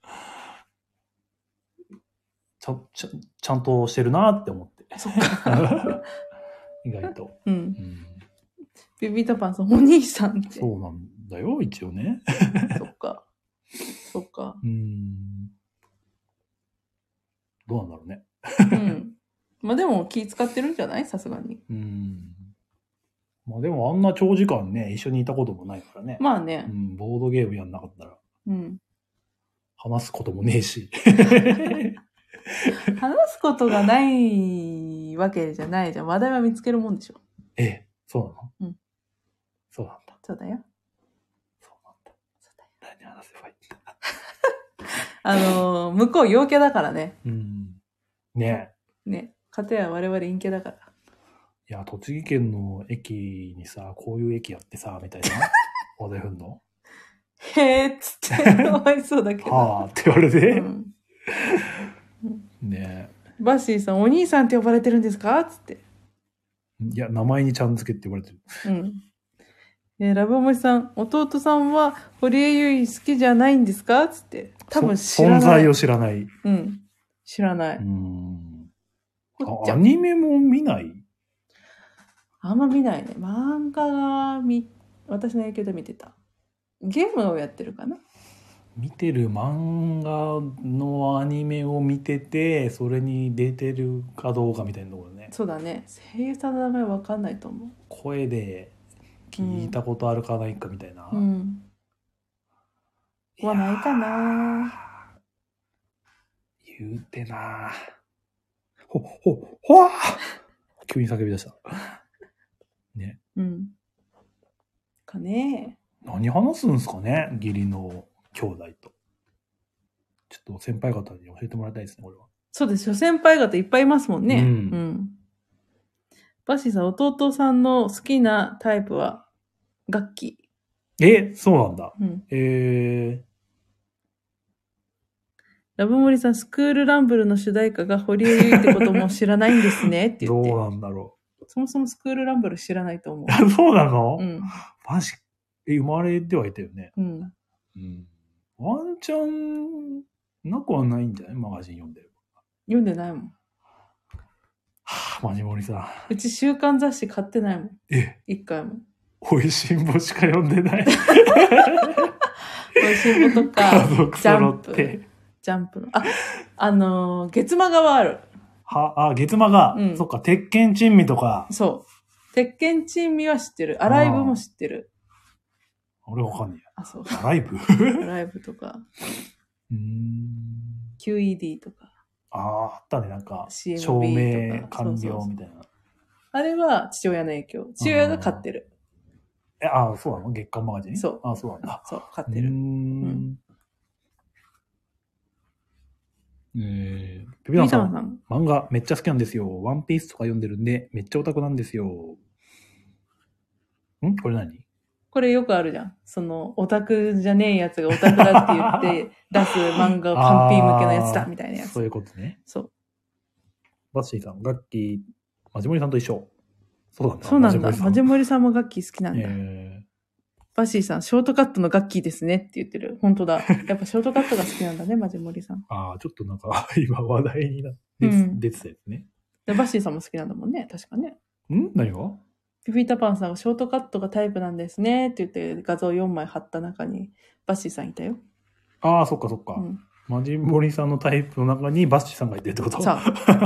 ちゃ、ちゃ、ちゃんとしてるなって思って。そっか。意外と。うん。うん、 ビビタパンさん、お兄さんって。 そうなんだよ、一応ね。 そっか。そっか。うん。 どうなんだろうね。 うん。まあでも気使ってるんじゃない？さすがに。うん。 まあでもあんな長時間ね、一緒にいたこともないからね。 まあね。 うん、ボードゲームやんなかったら。うん。話すこともねえし。 話すことがないわけじゃないじゃん。話題は見つけるもんでしょ。 ええ、そうなの？うん。そうなんだ。 そうだよ。 そうなんだ。そうだよ。何話せばいいんだ。 あのー、向こう陽キャだからね。 うん。ねえ。ね。かたや我々陰キャだから。 いや、栃木県の駅にさ、こういう駅やってさ、みたいな話題振んのへーっつって、かわいそうだけど。 はぁって言われて。 うん、 ねえ。バッシーさん、お兄さんって呼ばれてるんですかつって。 いや、名前にちゃん付けって言われてる。 うん。えー、ラブモリさん、弟さんは堀江由衣好きじゃないんですかつって。多分知らない。 存在を知らない。 うん。知らない。うん。あ、アニメも見ない？ あんま見ないね。漫画がみ、私の影響で見てた。ゲームをやってるかな？ 見てる漫画のアニメを見てて、それに出てるかどうかみたいなところね。 そうだね。声優さんの名前わかんないと思う。 声で聞いたことあるかないかみたいな。 うん。はないかな。 言うてな。ほ、ほ、ほわ急に叫び出した。ね。 うん。かね。 何話すんすかね、義理の兄弟と。ちょっと先輩方に教えてもらいたいですね、これは。 そうですよ。先輩方いっぱいいますもんね。うん。うん、バッシーさん、弟さんの好きなタイプは楽器。 え、そうなんだ。 うん、 えー。 ラブモリさん、スクールランブルの主題歌が堀江由衣ってことも知らないんですねって言って。 どうなんだろう。そもそもスクールランブル知らないと思う。そうなの？ うん。 マジ？え、生まれてはいたよね。 うん。 うん。ワンチャン、なくはないんじゃない？マガジン読んでる。 読んでないもん。 はぁ、マジモリさん。 うち週刊雑誌買ってないもん。 え？ 一回も。 おいしんぼしか読んでない。 おいしんぼとか、 家族揃って。 ジャンプの。あ、あのー、月間がはある。 は、あ、月間が、うん、そっか、鉄拳珍味とか。 そう。鉄拳珍味は知ってる。アライブも知ってる。 俺わかんねえや。 あ、そう。 アライブアライブとか。 うーん。 キューイーディー とか。 ああ、あったね、なんか。 シーエムビー とか。 証明完了みたいな。そうそうそう。 あれは父親の影響。父親が買ってる。 え、ああ、そうなの？月刊マガジン？ そう。 ああ、そうなんだ。 そう、買ってる。うーん。うんえー、ピピタンさん、漫画めっちゃ好きなんですよ。ワンピースとか読んでるんで、めっちゃオタクなんですよ。ん？これ何？ これよくあるじゃん。その、オタクじゃねえやつがオタクだって言って出す漫画パンピー向けのやつだ、みたいなやつ。 そういうことね。 そう。 バッシーさん、ガッキー、マジモリさんと一緒。そうなんだ。 そうなんだ。マジモリさんもガッキー好きなんだ。えーバッシーさん、ショートカットのガッキーですねって言ってる。本当だ。やっぱショートカットが好きなんだね、マジモリさん。 ああ、ちょっとなんか、今話題になって、うん、出てたやつね。 バッシーさんも好きなんだもんね、確かね。 ん？何が？ ピピタパンさんがショートカットがタイプなんですねって言って画像よんまい貼った中にバッシーさんいたよ。 ああ、そっかそっか。うん、マジモリさんのタイプの中にバッシーさんがいてってこと？そう。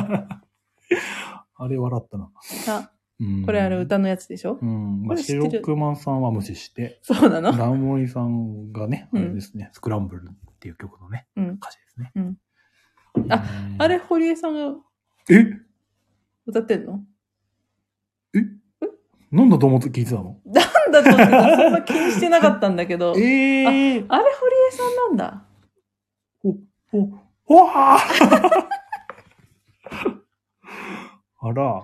あれ笑ったな。あこれあれ歌のやつでしょ？ うん。まあ、シロクマンさんは無視して。 そうなの？ ランモリさんがね、あれですね、うん、スクランブルっていう曲のね、うん、歌詞ですね。うん。 あ、あれ、堀江さんが。 え？ 歌ってんの？ え？え？なんだと思って聞いてたの？ なんだと思ってたそんな気にしてなかったんだけど。えー、 あ、あれ堀江さんなんだ。 ほ、ほ、ほわーあら。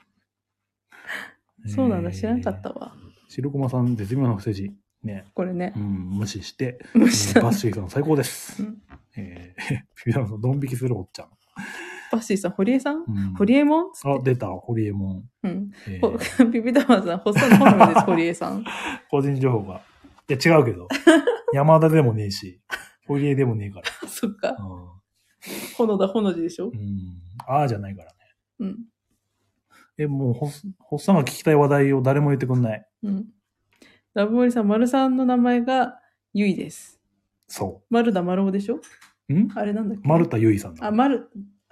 そうなんだ、知らなかったわ。 白駒さん、絶妙な不正字。ね。 これね。 うん、無視して。無視した。バッシーさん最高です。うん、えー、ピピタパンさん、ドン引きするおっちゃん。 バッシーさん、堀江さん、うん、堀江もんあ、出た、堀江もん。うん。 えー、ピピタパンさん、ホッサの本名です、堀江さん。 個人情報が。いや、違うけど。山田でもねえし、堀江でもねえから。 そっか。うん。ほのだ、ほの字でしょ？ うん。ああじゃないからね。 うん。 え、もう、ほ、ほっさんが聞きたい話題を誰も言ってくんない。 うん。ラブモリさん、丸さんの名前が、ゆいです。 そう。 丸田丸尾でしょ？んあれなんだっけ？ 丸田ゆいさんだ。 あ、丸、ん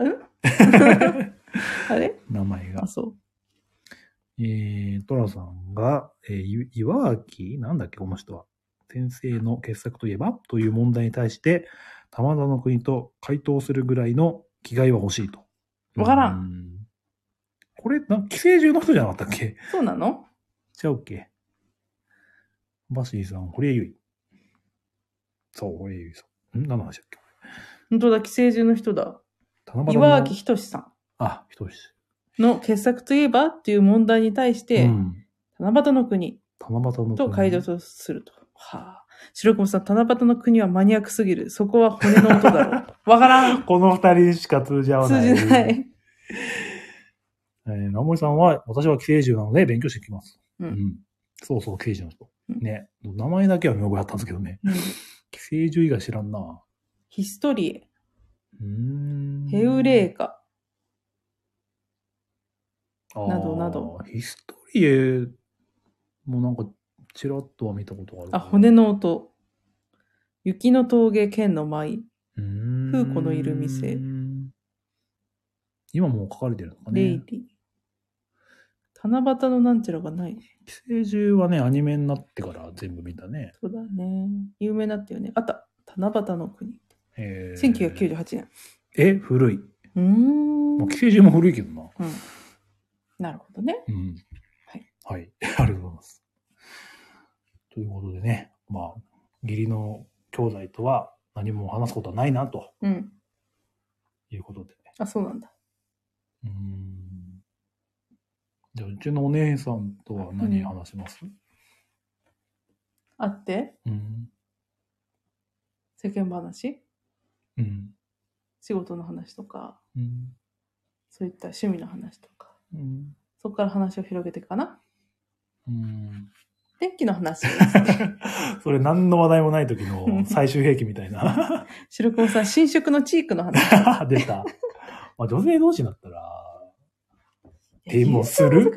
あれ名前が。 あ、そう。 えー、トラさんが、えー、岩明なんだっけ、この人は。先生の傑作といえばという問題に対して、玉田の国と回答するぐらいの気概は欲しいと。 わからん。 これ、な、寄生獣の人じゃなかったっけ？ そうなの？ ちゃうっけ？バシーさん、堀江由衣。そう、堀江由衣さん。ん何の話だっけ？ 本当だ、寄生獣の人だ。岩明仁さん。 あ、仁。 の傑作といえばっていう問題に対して、 うん、 七夕の国七夕の国と回答とすると。はあ。白熊さん、七夕の国はマニアックすぎる。そこは骨の音だろう。わからん。 この二人しか通じ合わない。 通じない。 えー、直森さんは、私は寄生獣なので勉強してきます。 うん。 うん、そうそう、寄生獣の人。うん、ね。名前だけは見覚えあったんですけどね。うん、寄生獣以外知らんな。 ヒストリエ。 うーん。 ヘウレーカ。などなど。 ヒストリエもなんか、ちらっとは見たことがある。 あ、骨の音。雪の峠、剣の舞。風子のいる店。 今もう書かれてるのかね。 レイリー。七夕のなんちゃらがない。 寄生獣はね、アニメになってから全部見たね。 そうだね。有名だったよね。あった。七夕の国。えー、せんきゅうひゃくきゅうじゅうはちねん。 え、古い。うーん。 まあ、寄生獣も古いけどな。 うん。なるほどね。 うん。 はい。 はい。ありがとうございます。ということでね、まあ、義理の兄弟とは何も話すことはないなと。うん。いうことでね。 あ、そうなんだ。 うーん。じゃあ、うちのお姉さんとは何話します？うん、 会って、うん、世間話、うん、仕事の話とか、うん、そういった趣味の話とか、うん、そこから話を広げていくかな。うん、天気の話ですね。 それ何の話題もない時の最終兵器みたいな。 白熊さん、新色のチークの話。 出た。まあ、女性同士だったら、でもする？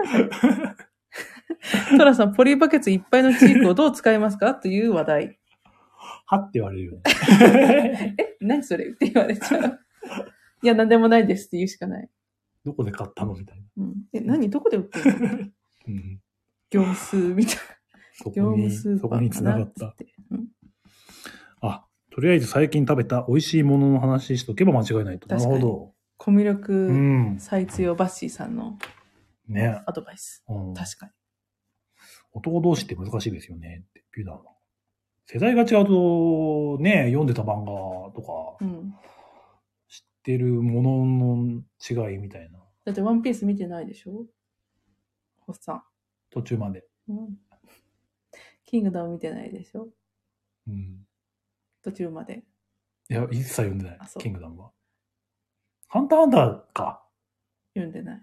トラさん、ポリバケツいっぱいのチークをどう使いますかという話題。 はって言われるよね。 え、何それって言われちゃう。いや、何でもないですって言うしかない。 どこで買ったのみたいな。 うん、え、何どこで売ってるの、うん、業務数みたいな。業務スーパーかな。そこに繋がった。 うん、あ、とりあえず最近食べた美味しいものの話しとけば間違いないと。なるほど。 コミュ力再強バッシーさんのねアドバイス。うん、確かに。 男同士って難しいですよねってピューダーは。世代が違うとね、読んでた漫画とか、うん、知ってるものの違いみたいな。 だってワンピース見てないでしょ？ホッサン。 途中まで。うん、 キングダム見てないでしょ？うん。途中まで。 いや、一切読んでない。キングダムは。ハンターハンターか。 読んでない。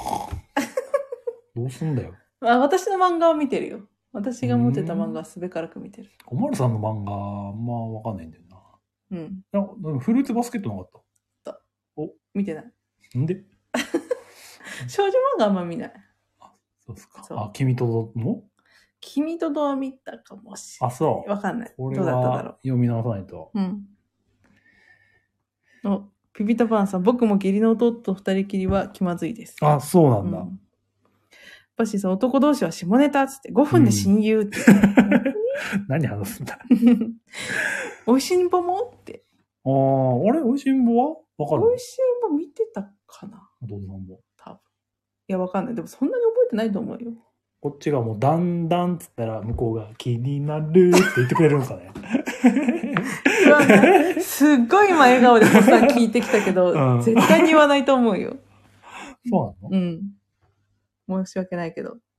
どうすんだよ。 あ、私の漫画を見てるよ。私が持ってた漫画はすべからく見てる。 おまるさんの漫画、まあわかんないんだよな。うん。いや、フルーツバスケットなかった？ た。お、見てない。 んで少女漫画あんま見ない。 あ、そうですか。あ、君とども君とどは見たかもしれない。 あ、そう。 わかんない。 これはどうだっただろう。読み直さないと。うん。 お、ピピタパンさん、僕も義理の弟と二人きりは気まずいです。 あ、そうなんだ。うん、 バッシーさん、男同士は下ネタっつってごふんで親友って。うん、 何話すんだおいしんぼもって。 ああ、あれおいしんぼはわかる？ おいしんぼ見てたかな？ どうなんぼ。 多分。いや、わかんない。でもそんなに覚えてないと思うよ。 こっちがもうだんだんっつったら向こうが気になるって言ってくれるんですかね。 すっごい今笑顔でおっさん聞いてきたけど、うん、絶対に言わないと思うよ。 そうなの？うん。 申し訳ないけど。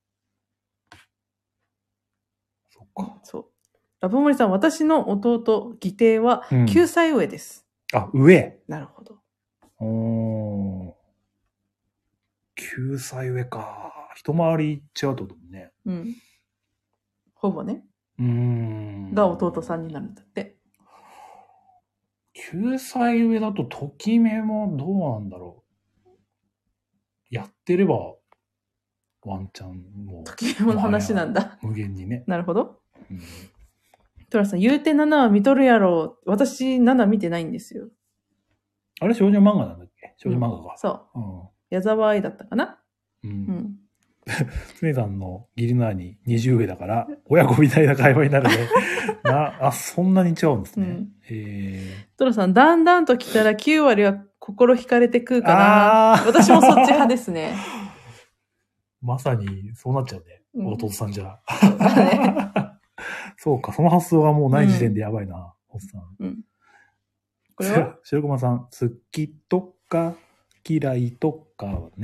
そっか。 そう。ラブモリさん、私の弟、義弟はきゅうさい上です。 うん、あ、上。 なるほど。 おー。きゅうさい上か。一回り違うってこともね。 うん。ほぼね。うーん。が弟さんになるんだって。 きゅうさい上だと、ときめもどうなんだろう。やってれば、ワンチャンもう。 ときめもの話なんだ。 無限にね。 なるほど。うん、トラさん、言うてななは見とるやろ。私、なな見てないんですよ。 あれ少女漫画なんだっけ？少女漫画か。 うん、そう。うん、矢沢愛だったかな。うん。うんつねさんの義理の兄にじゅう上だから、親子みたいな会話になるね。な、あ、そんなに違うんですね。うん、 えー、トラさん、だんだんと来たらきゅうわりは心惹かれてくうかな。私もそっち派ですね。 まさに、そうなっちゃうね。うん、弟さんじゃ。ね、そうか、その発想がもうない時点でやばいな、おっさん。うん。これは白駒さん、好きとか嫌いとかはね。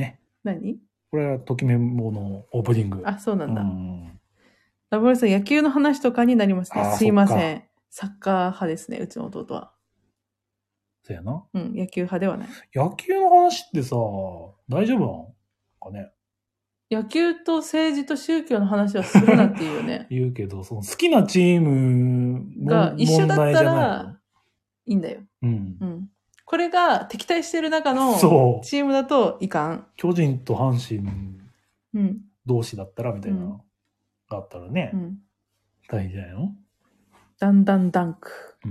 何？ これはときめものオープニング。 あ、そうなんだ。 うん、 ラブルさん、野球の話とかになりますね。すいません。 サッカー派ですね、うちの弟は。 そうやな。 うん、野球派ではない。 野球の話ってさ、大丈夫なのかね。 野球と政治と宗教の話はするなっていうよね。 言うけど、その好きなチームが一緒だったらいいんだよ。 うん。 うん。これが敵対してる中のチームだといかん。 巨人と阪神同士だったらみたいなのがあったらね、うん、大変じゃないの？ だんだんダンク。 うん。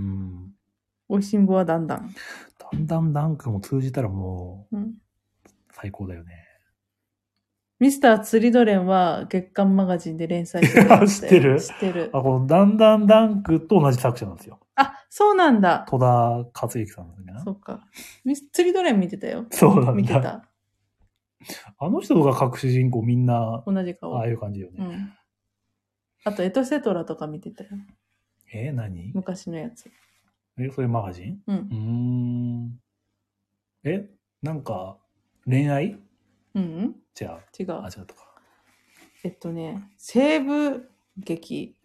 おいしんぼはだんだん。 だんだんダンクも通じたらもう、最高だよね。 ミスター釣りドレンは月刊マガジンで連載してる。 知ってる？ 知ってる。 あ、このだんだんダンクと同じ作者なんですよ。 あ、そうなんだ。 戸田克之さんなんだな。 そうか。ミス釣りドレン見てたよ。 そうなんだ。 見てた。 あの人が各主人公みんな、 同じ顔。 ああいう感じよね。 うん。あと、エトセトラとか見てたよ。 えー、何？ 昔のやつ。 え、それマガジン？ うん。 うーん。え、なんか、恋愛？ うん。 じゃあ。 違う。 あ、違うとか。 えっとね、西部劇。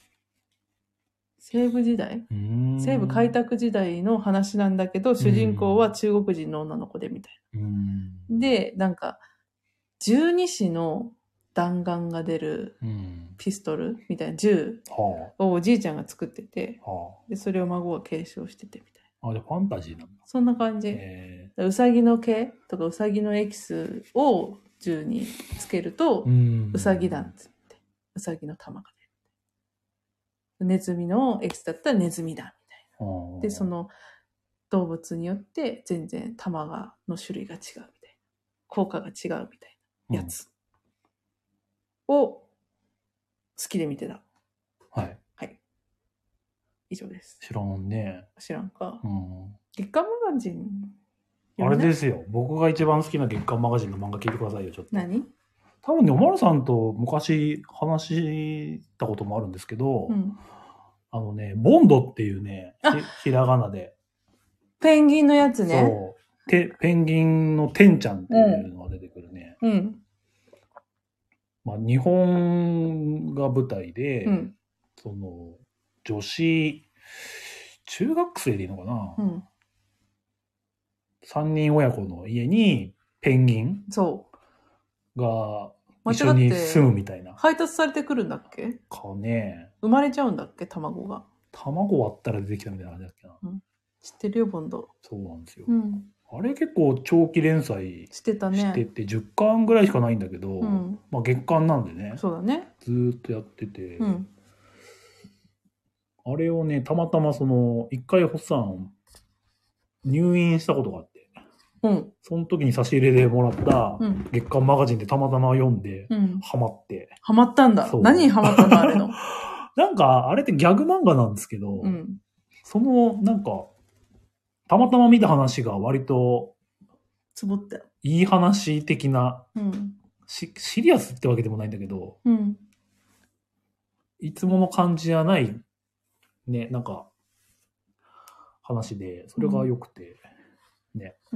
西部時代？西部開拓時代の話なんだけど、主人公は中国人の女の子でみたいな。うんで、なんか、十二支の弾丸が出るピストルみたいな銃をおじいちゃんが作ってて、はあ、でそれを孫が継承しててみたいな。 あ、じゃあファンタジーなんだ。 そんな感じ。うさぎの毛とかうさぎのエキスを銃につけると、うさぎ弾つって、うさぎの玉が出る。ネズミのエキスだったらネズミ弾みたいな。はあ、で、その動物によって全然玉がの種類が違うみたいな。効果が違うみたいなやつ。うんを好きで見てた。はい。はい。以上です。 知らんね。 知らんか。うん。月刊マガジン。 あれですよ。僕が一番好きな月刊マガジンの漫画聞いてくださいよ、ちょっと。 何？ 多分ね、おまるさんと昔話したこともあるんですけど、うん、あのね、ボンドっていうね、ひ, ひらがなで。 ペンギンのやつね。 そう。てペンギンのテンちゃんっていうのが出てくるね。うん。うんまあ、日本が舞台で、うん、その女子中学生でいいのかな、うん、さんにん親子の家にペンギンが一緒に住むみたいな。 配達されてくるんだっけかね。 生まれちゃうんだっけ卵が。 卵割ったら出てきたみたいな感じだっけな、 うん、知ってるよボンド。 そうなんですよ。うんあれ結構長期連載してたね。 しててじゅっかんぐらいしかないんだけど、うん、まあ月刊なんでね。 そうだね。 ずーっとやってて、うん、あれをねたまたまその一回ホッサン入院したことがあって、うん、その時に差し入れでもらった月刊マガジンでたまたま読んで、うん、ハマって。 ハマったんだ。何にハマったのあれの。 なんかあれってギャグ漫画なんですけど、うん、そのなんかたまたま見た話が割とつぼったいい話的な、うん、シリアスってわけでもないんだけど、うん、いつもの感じじゃないねなんか話でそれが良くて、うん、ね、うん、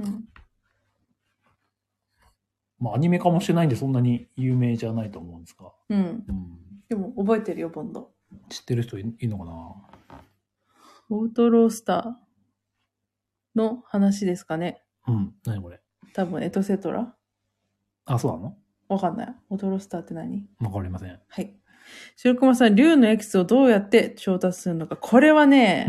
まあアニメ化もしてないんでそんなに有名じゃないと思うんですが、 うんうん、でも覚えてるよボンド。 知ってる人 い, いのかな。 オートロースターの話ですかね。 うん。何これ。 多分エトセトラ。 あ、そうなの？ わかんない。オートロースターって何？ わかりません。 はい。白熊さん、竜のエキスをどうやって調達するのか。これはね、うん、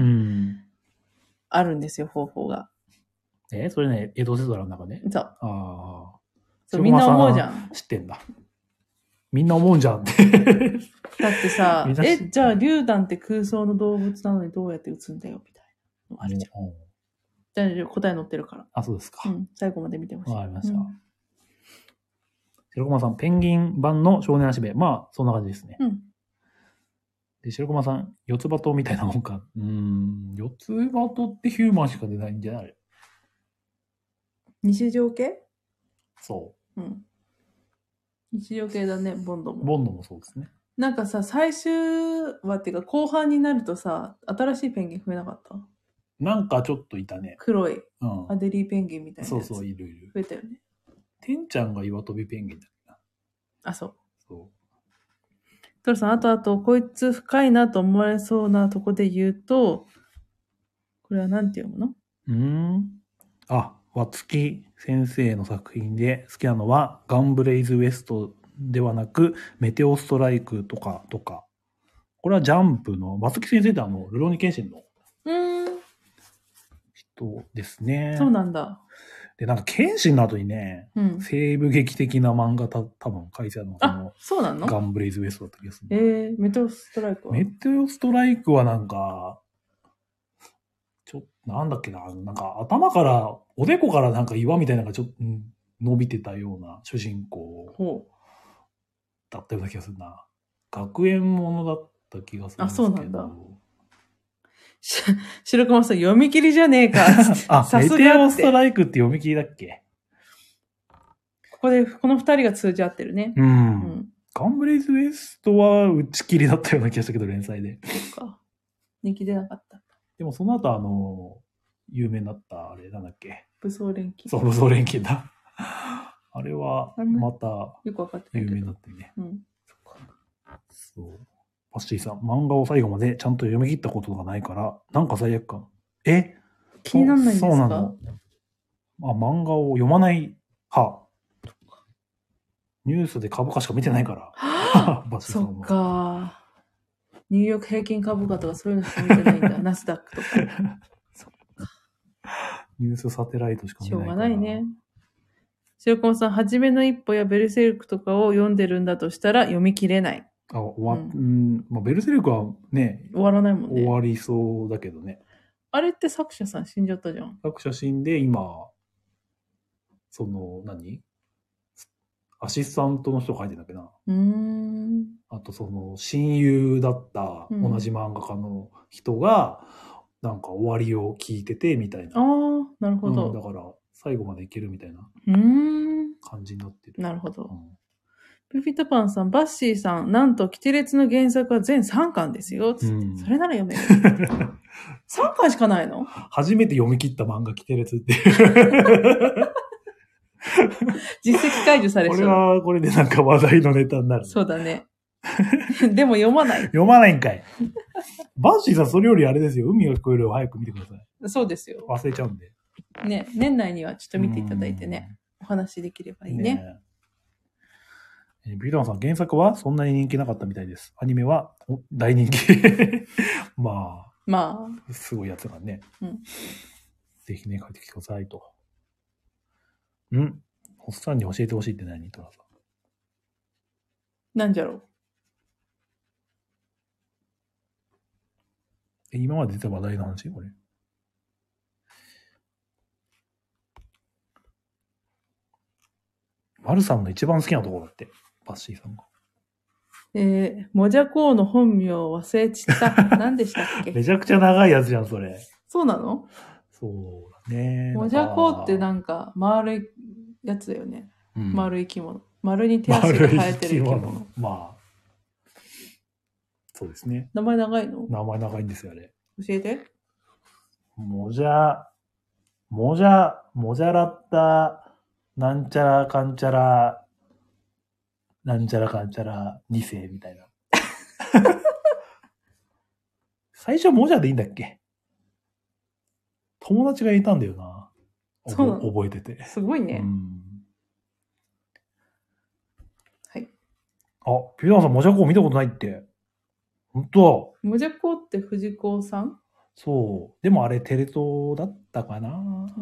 あるんですよ、方法が。 え、それね、エトセトラの中で？ そう。 ああ。 そう、みんな思うじゃん。 知ってんだ。みんな思うんじゃんって。 だってさ、え、じゃあ竜弾って空想の動物なのにどうやって撃つんだよみたいなのあるじゃん。じゃあ答え載ってるから。 あ、そうですか。 うん、最後まで見てほしい。 わかりました。うん、白熊さん、ペンギン版の少年足部。まあ、そんな感じですね。うん。で、白熊さん、四つ葉とみたいなもんか。うーん、四つ葉とってヒューマンしか出ないんじゃない？ 日常系？ そう。うん。 日常系だね、ボンドも。 ボンドもそうですね。 なんかさ、最終話っていうか後半になるとさ、新しいペンギン増えなかった？ なんかちょっといたね。 黒い、うん、アデリーペンギンみたいなやつ。 そうそう、いるいる。 増えたよね。 てんちゃんが岩飛びペンギンだっけな。 あ、そう。 そう。 トルさん、あとあと、こいつ深いなと思われそうなとこで言うと、これは何て読むの？ うーん。あ、和月先生の作品で好きなのは、ガンブレイズウエストではなく、メテオストライクとか、とか。これはジャンプの、和月先生ってあの、ルローニケンシンの人ですね。 そうなんだ。 で、なんか、ケンシンの後にね、うん、西部劇的な漫画た多分書いてあるのかな。 そうなの？ ガンブレイズウエストだった気がする。 えー、メテオストライクはメテオストライクはなんか、ちょっと、なんだっけな、なんか頭から、おでこからなんか岩みたいなのがちょっと、うん、伸びてたような主人公だったような気がするな。学園ものだった気がするんですけど。あ、そうなんだ。 し、白熊さん読み切りじゃねえか。 あ、さすがメテオストライクって読み切りだっけ？ ここで、この二人が通じ合ってるね。 うん。うん、ガンブレイズウエストは打ち切りだったような気がしたけど、連載で。 そっか。人気出なかった。 でもその後あの、有名になった、あれなんだっけ。 武装錬金。 そう、武装錬金だ。あれは、また、有名になってね。 うん。 そっか。そう。パッシーさん、漫画を最後までちゃんと読み切ったことがないから、なんか罪悪感。え？ 気にならないんですか？ そうなの。あ、漫画を読まない派。ニュースで株価しか見てないから。 バそっか。ニューヨーク平均株価とかそういうのしか見てないんだ。ナスダックとか。そっか。ニュースサテライトしか見てないから。 しょうがないね。白駒さん、はじめの一歩やベルセルクとかを読んでるんだとしたら読み切れない。 あ、終わ、うん、うんまあ、ベルセルクはね、 終わらないもんね。 終わりそうだけどね。 あれって作者さん死んじゃったじゃん。 作者死んで、今、その、何アシスタントの人が書いてんだっけな。 うーん。 あと、その、親友だった同じ漫画家の人が、うん、なんか終わりを聞いてて、みたいな。 ああ、なるほど、 うん。だから、最後までいけるみたいな感じになってる。 なるほど。うん、ピピタパンさん、バッシーさん、なんと、キテレツの原作は全さんかんですよ。つって、うん、それなら読める。さんかんしかないの？ 初めて読み切った漫画、キテレツっていう。 実績解除されちゃう。 これは、これでなんか話題のネタになる。 そうだね。でも読まない。 読まないんかい。バッシーさん、それよりあれですよ。海が聞こえるを早く見てください。 そうですよ。 忘れちゃうんで。 ね、年内にはちょっと見ていただいてね、お話できればいいね。ねえビートマンさん、原作はそんなに人気なかったみたいです。アニメは大人気。まあ。 まあ。すごいやつがね。 うん。 ぜひね、書いてきてくださいと。んおっさんに教えてほしいって何トラさん。 なんじゃろう。 え、今まで出た話題の話これ。マルさんの一番好きなところだって、バッシーさんが。 えー、もじゃこうの本名を忘れちった。何でしたっけ？ めちゃくちゃ長いやつじゃん、それ。 そうなの？ そうだね。 もじゃこうってなんか丸いやつだよね。うん、丸い生き物。丸に手足が生えてる生き物。 生き物まあ。そうですね。 名前長いの？ 名前長いんですよ、あれ。 教えて。 もじゃ、もじゃ、もじゃらった、なんちゃらかんちゃら、なんちゃらかんちゃらに世みたいな。最初もじゃでいいんだっけ？友達がいたんだよな。そうなの？覚えてて。 すごいね。うん、はい。 あ、ピューダンさん、もじゃこ見たことないって。ほんと？ もじゃこって藤子さん？ そう。でもあれテレ東だったかな。 うん。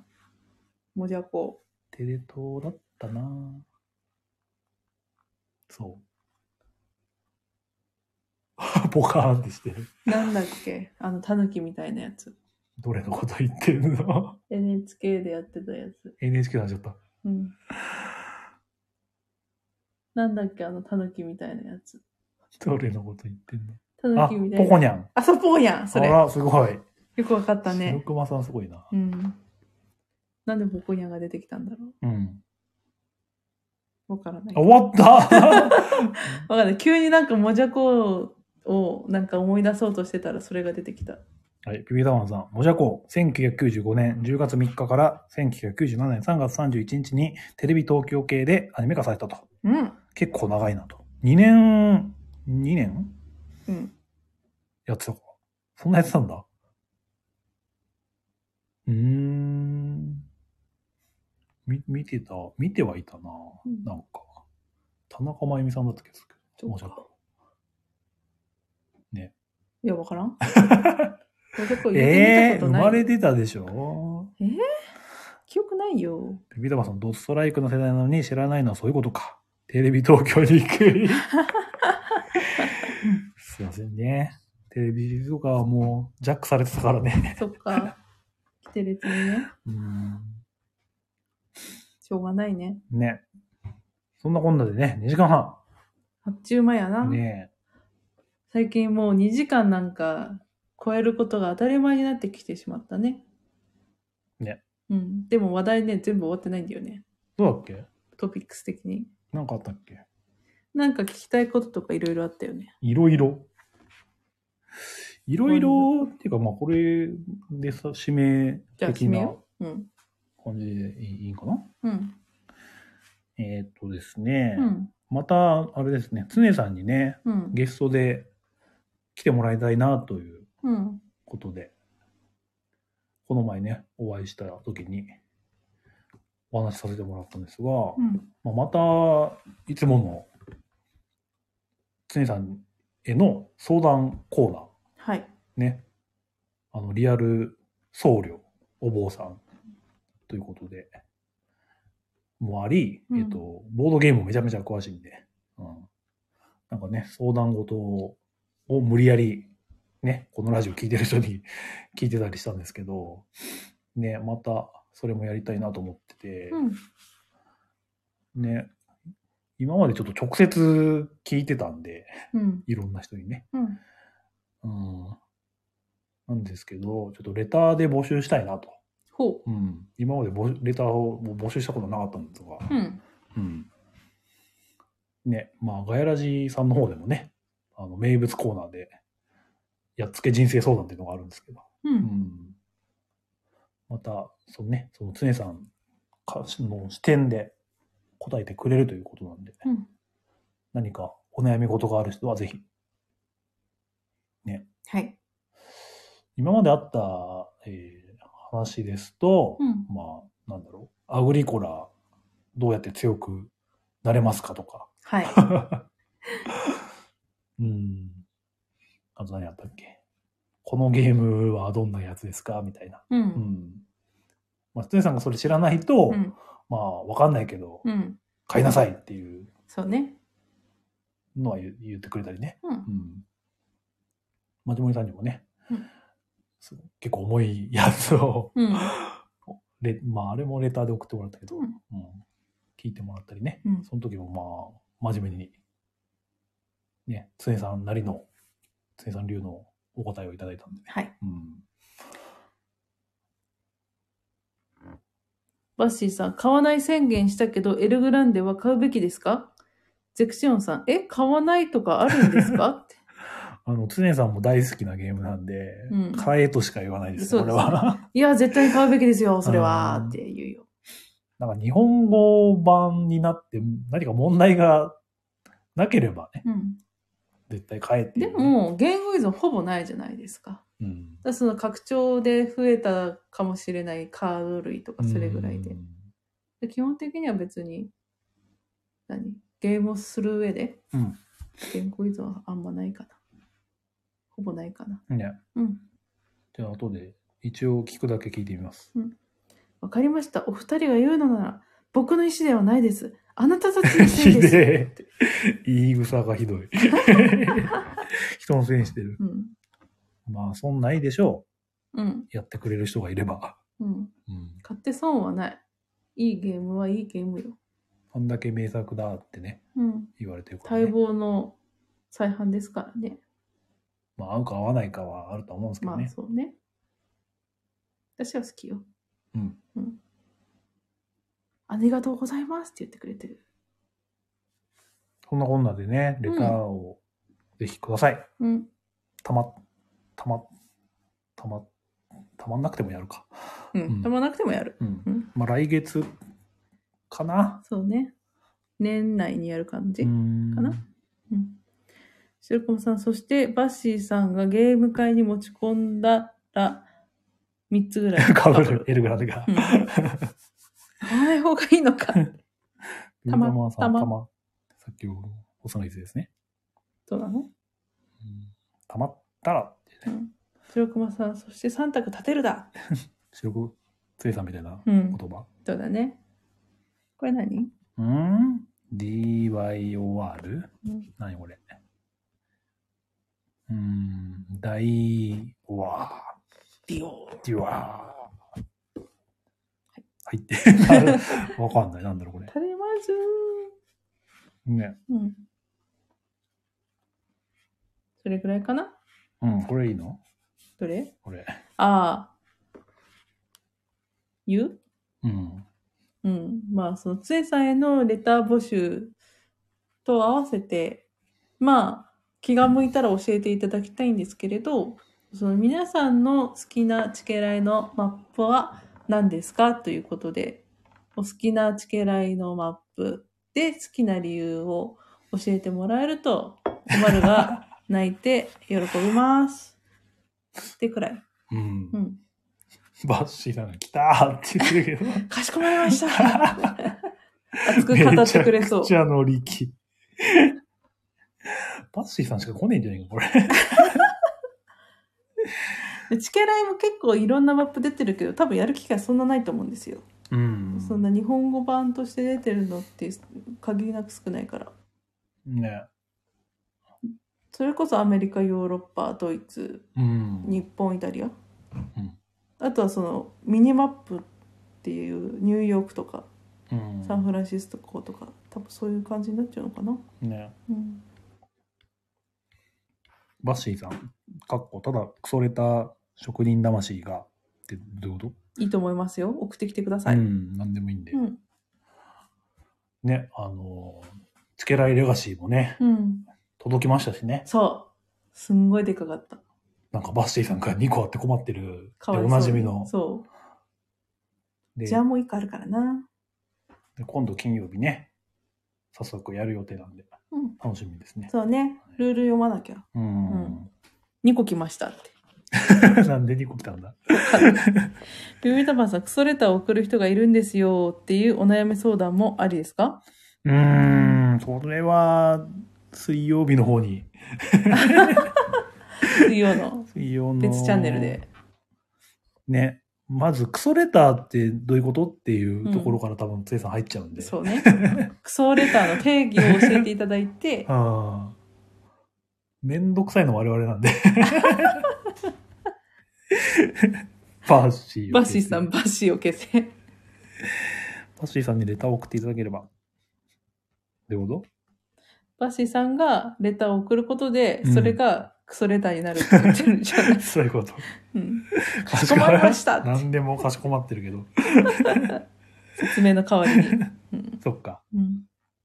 もじゃこ。 テレ東だったな。そう。ポカーンってしてる。 なんだっけ？あの、タヌキみたいなやつ。 どれのこと言ってるの？ エヌエイチケー でやってたやつ。 エヌエイチケー になっちゃった。 うん。なんだっけ？あの、タヌキみたいなやつ。 どれのこと言ってんの？ タヌキみたいな。 あ、ポコニャン。 あ、そう、ポコニャン。それ。 あら、すごい。 よくわかったね。 白熊さんすごいな。 うん。なんでポコニャンが出てきたんだろう。うん。 わからない。 終わったわかんない。急になんかもじゃこをなんか思い出そうとしてたらそれが出てきた。 はい、ピピタマンさん。もじゃこ、せんきゅうひゃくきゅうじゅうごねんじゅうがつみっかからせんきゅうひゃくきゅうじゅうななねんさんがつさんじゅういちにちにテレビ東京系でアニメ化されたと。 うん。 結構長いなと。にねん、にねんうん。 やってたか。そんなやってたんだ。うーん。み、見てた、見てはいたな。うん、なんか。田中真由美さんだった気がするけど。もじゃこ。ね。 いや、わからん。 えー、生まれてたでしょ。 えー、記憶ないよ。 ピピタマさん、ドストライクの世代なのに知らないのはそういうことか。テレビ東京に行く。すいませんね。テレビとかはもうジャックされてたからね。 そっか。来て列にね。うん。しょうがないね。 ね。そんなこんなでね、にじかんはん。 あっちゅう間やな。ねえ。最近もうにじかんなんか超えることが当たり前になってきてしまったね。ね。うん。でも話題ね、全部終わってないんだよね。 どうだっけ？ トピックス的に。 なんかあったっけ？ なんか聞きたいこととかいろいろあったよね。 いろいろいろいろっていうか、まあこれでさ、指名的な感じでいいかな？うん。えー、っとですね、うん、また、あれですね、常さんにね、うん、ゲストで来てもらいたいなということで、うん、この前ね、お会いした時にお話しさせてもらったんですが、うんまあ、また、いつもの常さんへの相談コーナー、はい、ね、あの、リアル僧侶、お坊さんということで、もあり、うん、えっと、ボードゲームめちゃめちゃ詳しいんで、うん、なんかね、相談事を無理やり、ね、このラジオ聞いてる人に聞いてたりしたんですけど、ね、またそれもやりたいなと思ってて、うん、ね、今までちょっと直接聞いてたんで、うん、いろんな人にね、うんうん、なんですけど、ちょっとレターで募集したいなと。ほう。うん、今までレターを募集したことなかったんですが、うんうん、ね、まあ、ガヤラジさんの方でもね、あの名物コーナーで、やっつけ人生相談っていうのがあるんですけど、うんうん、また、そのね、その常さんの視点で答えてくれるということなんで、うん、何かお悩み事がある人はぜひ、ね。はい。今まであった、えー、話ですと、うん、まあ、なんだろう、アグリコラ、どうやって強くなれますかとか。はい。うん。あと何やったっけ？このゲームはどんなやつですかみたいな。うん。うん、まあ、つねさんがそれ知らないと、うん、まあ、わかんないけど、うん、買いなさいっていう。そうね。のは言ってくれたりね。うん。うん、まじもりさんにもね、うん、結構重いやつを、うん、レまあ、あれもレターで送ってもらったけど、うんうん、聞いてもらったりね。うん、その時もまあ、真面目に、ね、つねさんなりの、つねさん流のお答えをいただいたんで、ね。はい。うん、バッシーさん、買わない宣言したけど、エルグランデは買うべきですか？ゼクシオンさん、え、買わないとかあるんですかって。あの、常さんも大好きなゲームなんで、うん、買えとしか言わないです、これは。いや、絶対買うべきですよ、それは、って言うよ。なんか日本語版になって何か問題がなければね、うん、絶対買えっていう、ね。でも、言語依存ほぼないじゃないですか。うん、だその拡張で増えたかもしれないカード類とかそれぐらいで。で基本的には別に、何ゲームをする上で、うん、言語依存はあんまないかな。ほぼないかな。ね。うん。じゃあ後で一応聞くだけ聞いてみます。うん。わかりました。お二人が言うのなら僕の意思ではないです。あなたたちのせいです。ひでえ。言い草がひどい。人のせいにしてる。うん。まあそんないでしょう。うん。やってくれる人がいれば。うん。うん、買って損はない。いいゲームはいいゲームよ。あんだけ名作だってね。うん。言われてるからね。待望の再販ですからね。まあ合うか合わないかはあると思うんですけどね。まあそうね。私は好きよ。うん。うん。ありがとうございますって言ってくれてる。そんなこんなでね、レターをぜひください。うん。たま、たま、 たま、たまんなくてもやるか。 うん。うん、たまんなくてもやる。 うん。うん、まあ来月かな。 そうね。年内にやる感じかな。うん。白駒さん、そしてバッシーさんがゲーム会に持ち込んだらみっつぐらいかぶる。エルグランデが。 うん、買わない方がいいのか。 たま、たま、たま。さっきの細野ですね。 そうなの、うん、 たまったら、 うん。白駒さん、そしてさん択立てるだ。 白くついさんみたいな言葉、うん。 そうだね。これ何？ うん ディーワイオーアール？ うん、何これ？うん、大ワー。ディオー。 ディワー。はいって。わかんない。なんだろう、これ。 垂れまずー。ね。 うん。それぐらいかな？ うん、これいいの？ どれ？ これ。 ああ。言う？ うん。 うん。まあ、その、つえさんへのレター募集と合わせて、まあ、気が向いたら教えていただきたいんですけれど、その皆さんの好きなチケライのマップは何ですかということで、お好きなチケライのマップで好きな理由を教えてもらえると、おまるが泣いて喜びます。ってくらい。 うん。 うん。 バッシーさんが来たーって言ってるけど。 かしこまりました。熱く語ってくれそう。 めちゃくちゃ乗り気。バッシーさんしか来ねえんじゃないか、これ。チケライも結構いろんなマップ出てるけど、多分やる機会そんなないと思うんですよ。 うん。 そんな日本語版として出てるのって限りなく少ないから。 ね。 それこそアメリカ、ヨーロッパ、ドイツ、 うん、 日本、イタリア。 うん、 あとはそのミニマップっていうニューヨークとか、 うん、 サンフランシスコとか、多分そういう感じになっちゃうのかな。 ね。 うん、 バッシーさん、かっこただクソれた職人魂がってどういうこと？ いいと思いますよ。送ってきてください。 うん、なんでもいいんで。 うん、 ね、あのチケライレガシーもね、うん、届きましたしね。 そう、すんごいでかかった。 なんかバッシーさんがにこあって困ってるでおなじみの。 そう。じゃあもういっこあるからな。 で今度金曜日ね、早速やる予定なんで、うん、楽しみですね。 そうね、ルール読まなきゃ。うん。うん、にこ来ましたって。 なんでにこ来たんだ。 ビビタパンさん、クソレターを送る人がいるんですよっていうお悩み相談もありですか？ うーん、それは水曜日の方に。 水曜の別チャンネルで。 ね。まず、クソレターってどういうことっていうところから多分、つえさん入っちゃうんで。 うん、そうね。クソレターの定義を教えていただいて。 ああ。めんどくさいの我々なんで。バッシー。 バッシーさん、バッシーを消せ。 バッシーさんにレターを送っていただければ。どういうこと？ バッシーさんがレターを送ることで、それがクソレターになるって言ってるんじゃない、うん、 そういうこと。 うん。かしこまりましたって。 何でもかしこまってるけど。 説明の代わりに。 うん、そっか。うん。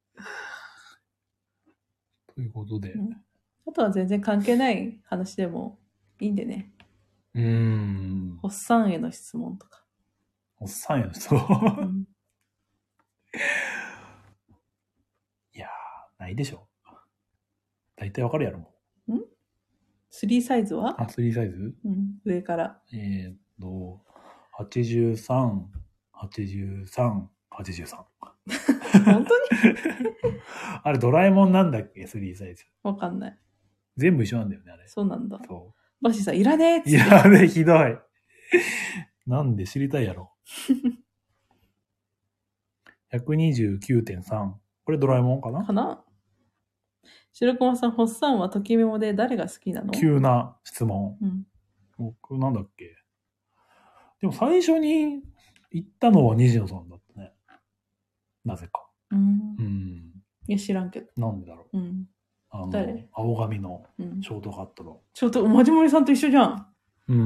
ということで、うん。 あとは全然関係ない話でもいいんでね。 うーん。 おっさんへの質問とか。 おっさんへの質問、うん、いやー、ないでしょ。大体わかるやろもん？スリーサイズは？ あ、スリーサイズ？ うん、上から。 えーっと、はちじゅうさん、はちじゅうさん、はちじゅうさん。 本当に？ あれ、ドラえもんなんだっけ？ スリー サイズ。 わかんない。 全部一緒なんだよね、あれ。 そうなんだ。 そう。 バシさん、いらねえっつって。 いらねえ、ひどい。なんで知りたいやろ。ひゃくにじゅうきゅうてんさん。これドラえもんかな？ かな？白駒さん、ホッサンはときメモで誰が好きなの？ 急な質問。うん、僕、なんだっけ。でも最初に行ったのは虹野さんだったね。なぜか。うん。 うん、いや、知らんけど。 なんでだろう。うん。あの、誰？青髪のショートカットの。うん、 ショート、マジモリさんと一緒じゃん。 うん。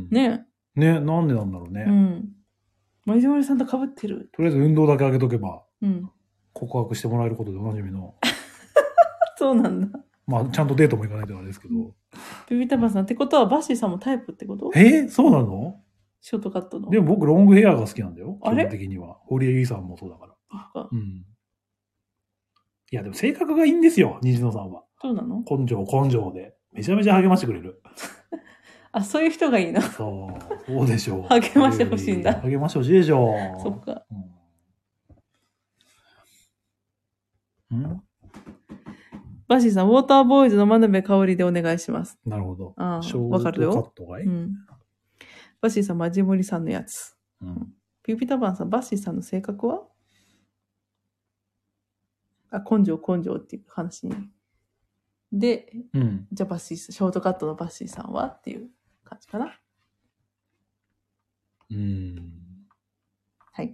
ねえ。ね、なんでなんだろうね。うん。 マジモリさんと被ってる。 とりあえず運動だけ上げとけば、うん。告白してもらえることでおなじみの。 そうなんだ。 まあ、ちゃんとデートも行かないとあれですけど。 ビビタバンさんってことは、バッシーさんもタイプってこと？ えー、そうなの？ ショートカットの。 でも僕、ロングヘアが好きなんだよ。 あれ？ 基本的には。堀江由衣さんもそうだから。うん。いや、でも性格がいいんですよ、虹野さんは。 そうなの？ 根性、根性で。めちゃめちゃ励ましてくれる。 あ、そういう人がいいの？ そう。そうでしょう。 励ましてほしいんだ。 励ましてほしいでしょう。 そっか。 うん。ん？ バッシーさん、ウォーターボーイズの真鍋かおりでお願いします。 なるほど。 ああ、わかるよ。 ショートカットがいい？うん。 バッシーさん、マジモリさんのやつ。 うん。 ピューピタバンさん、バッシーさんの性格は？あ、根性根性っていう話に。で、 うん、 じゃあバッシー、ショートカットのバッシーさんはっていう感じかな。 うーん。 はい。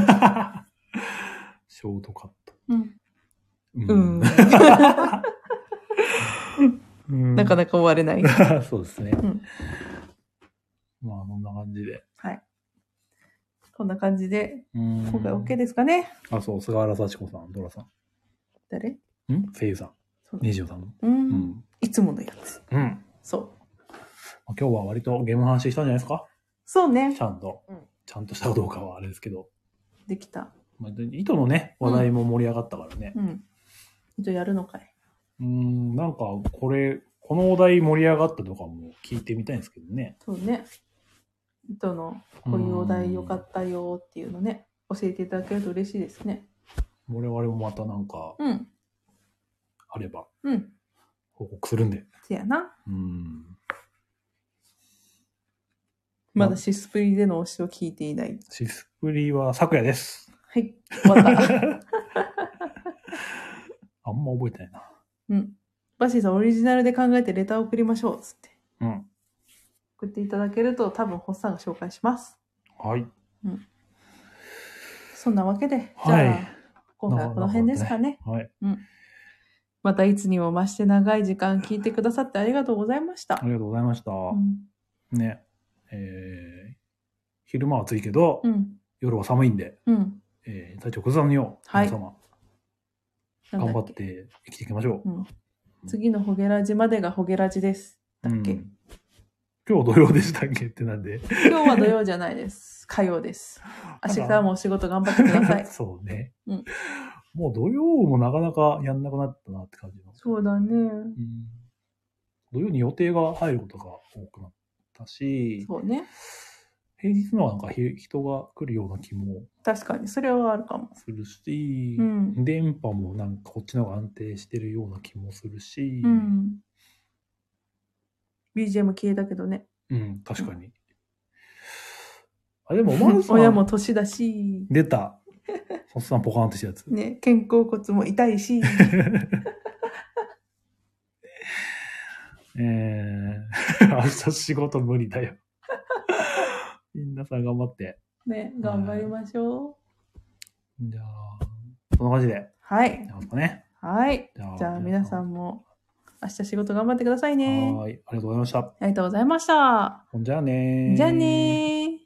ショートカット。 うん。 うん。 うん、なかなか終われない。 そうですね。うん、まあ、こんな感じで。 はい。こんな感じで、今回 OK ですかね。 あ、そう、菅原幸子さん、ドラさん。 誰？ ん？声優さん。虹野さんの。 うん。うん。いつものやつ。 うん。 そう。 今日は割とゲームの話したんじゃないですか？ そうね。 ちゃんと。うん、ちゃんとしたかどうかはあれですけど。 できた。 まあ、糸のね、話題も盛り上がったからね。 うん。うん、糸やるのかい？ うーん、なんか、これ、このお題盛り上がったとかも聞いてみたいんですけどね。 そうね。糸のこういうお題良かったよっていうのね、教えていただけると嬉しいですね。 我々もまたなんか、うん、あれば、うん、報告するんで。 せやな。うん。まだシスプリでの推しを聞いていない。 シスプリは昨夜です。 はい。終わった。 あんま覚えてないな。 うん。バシーさんオリジナルで考えてレターを送りましょう。つって。うん。送っていただけると多分ホッサンが紹介します。 はい。うん。 そんなわけで、じゃあ、はい、今回はこの辺ですかね。はい。うん。またいつにも増して長い時間聞いてくださってありがとうございました。 ありがとうございました。うん、ね。えー、昼間は暑いけど、うん、夜は寒いんで、うん、えー、体調崩さぬよう、皆様、はい、頑張って生きていきましょう。うん、 次のホゲラジまでがホゲラジです。だっけ、うん、 今日土曜でしたっけってなんで。 今日は土曜じゃないです。火曜です。明日からもお仕事頑張ってください。 そうね、うん。もう土曜もなかなかやんなくなったなって感じの。 そうだね、うん。 土曜に予定が入ることが多くなったし、 そうね。 平日のはなんか人が来るような気も。 確かに、それはあるかも。 するし、うん、電波もなんかこっちの方が安定してるような気もするし。うん、 ビージーエム 消えたけどね。 うん、確かに。うん、あ、でもお前さん。 親も年だし。 出た。おっさんポカーンとしたやつ。 ね、肩甲骨も痛いし。 えー、明日仕事無理だよ。皆さん頑張って。 ね、頑張りましょう。 じゃあ、こんな感じで。 はい。 ますかね。 はい。じゃあ、じゃあ皆さんも明日仕事頑張ってくださいね。 はい。ありがとうございました。ありがとうございました。 じゃあねー。 じゃあねー。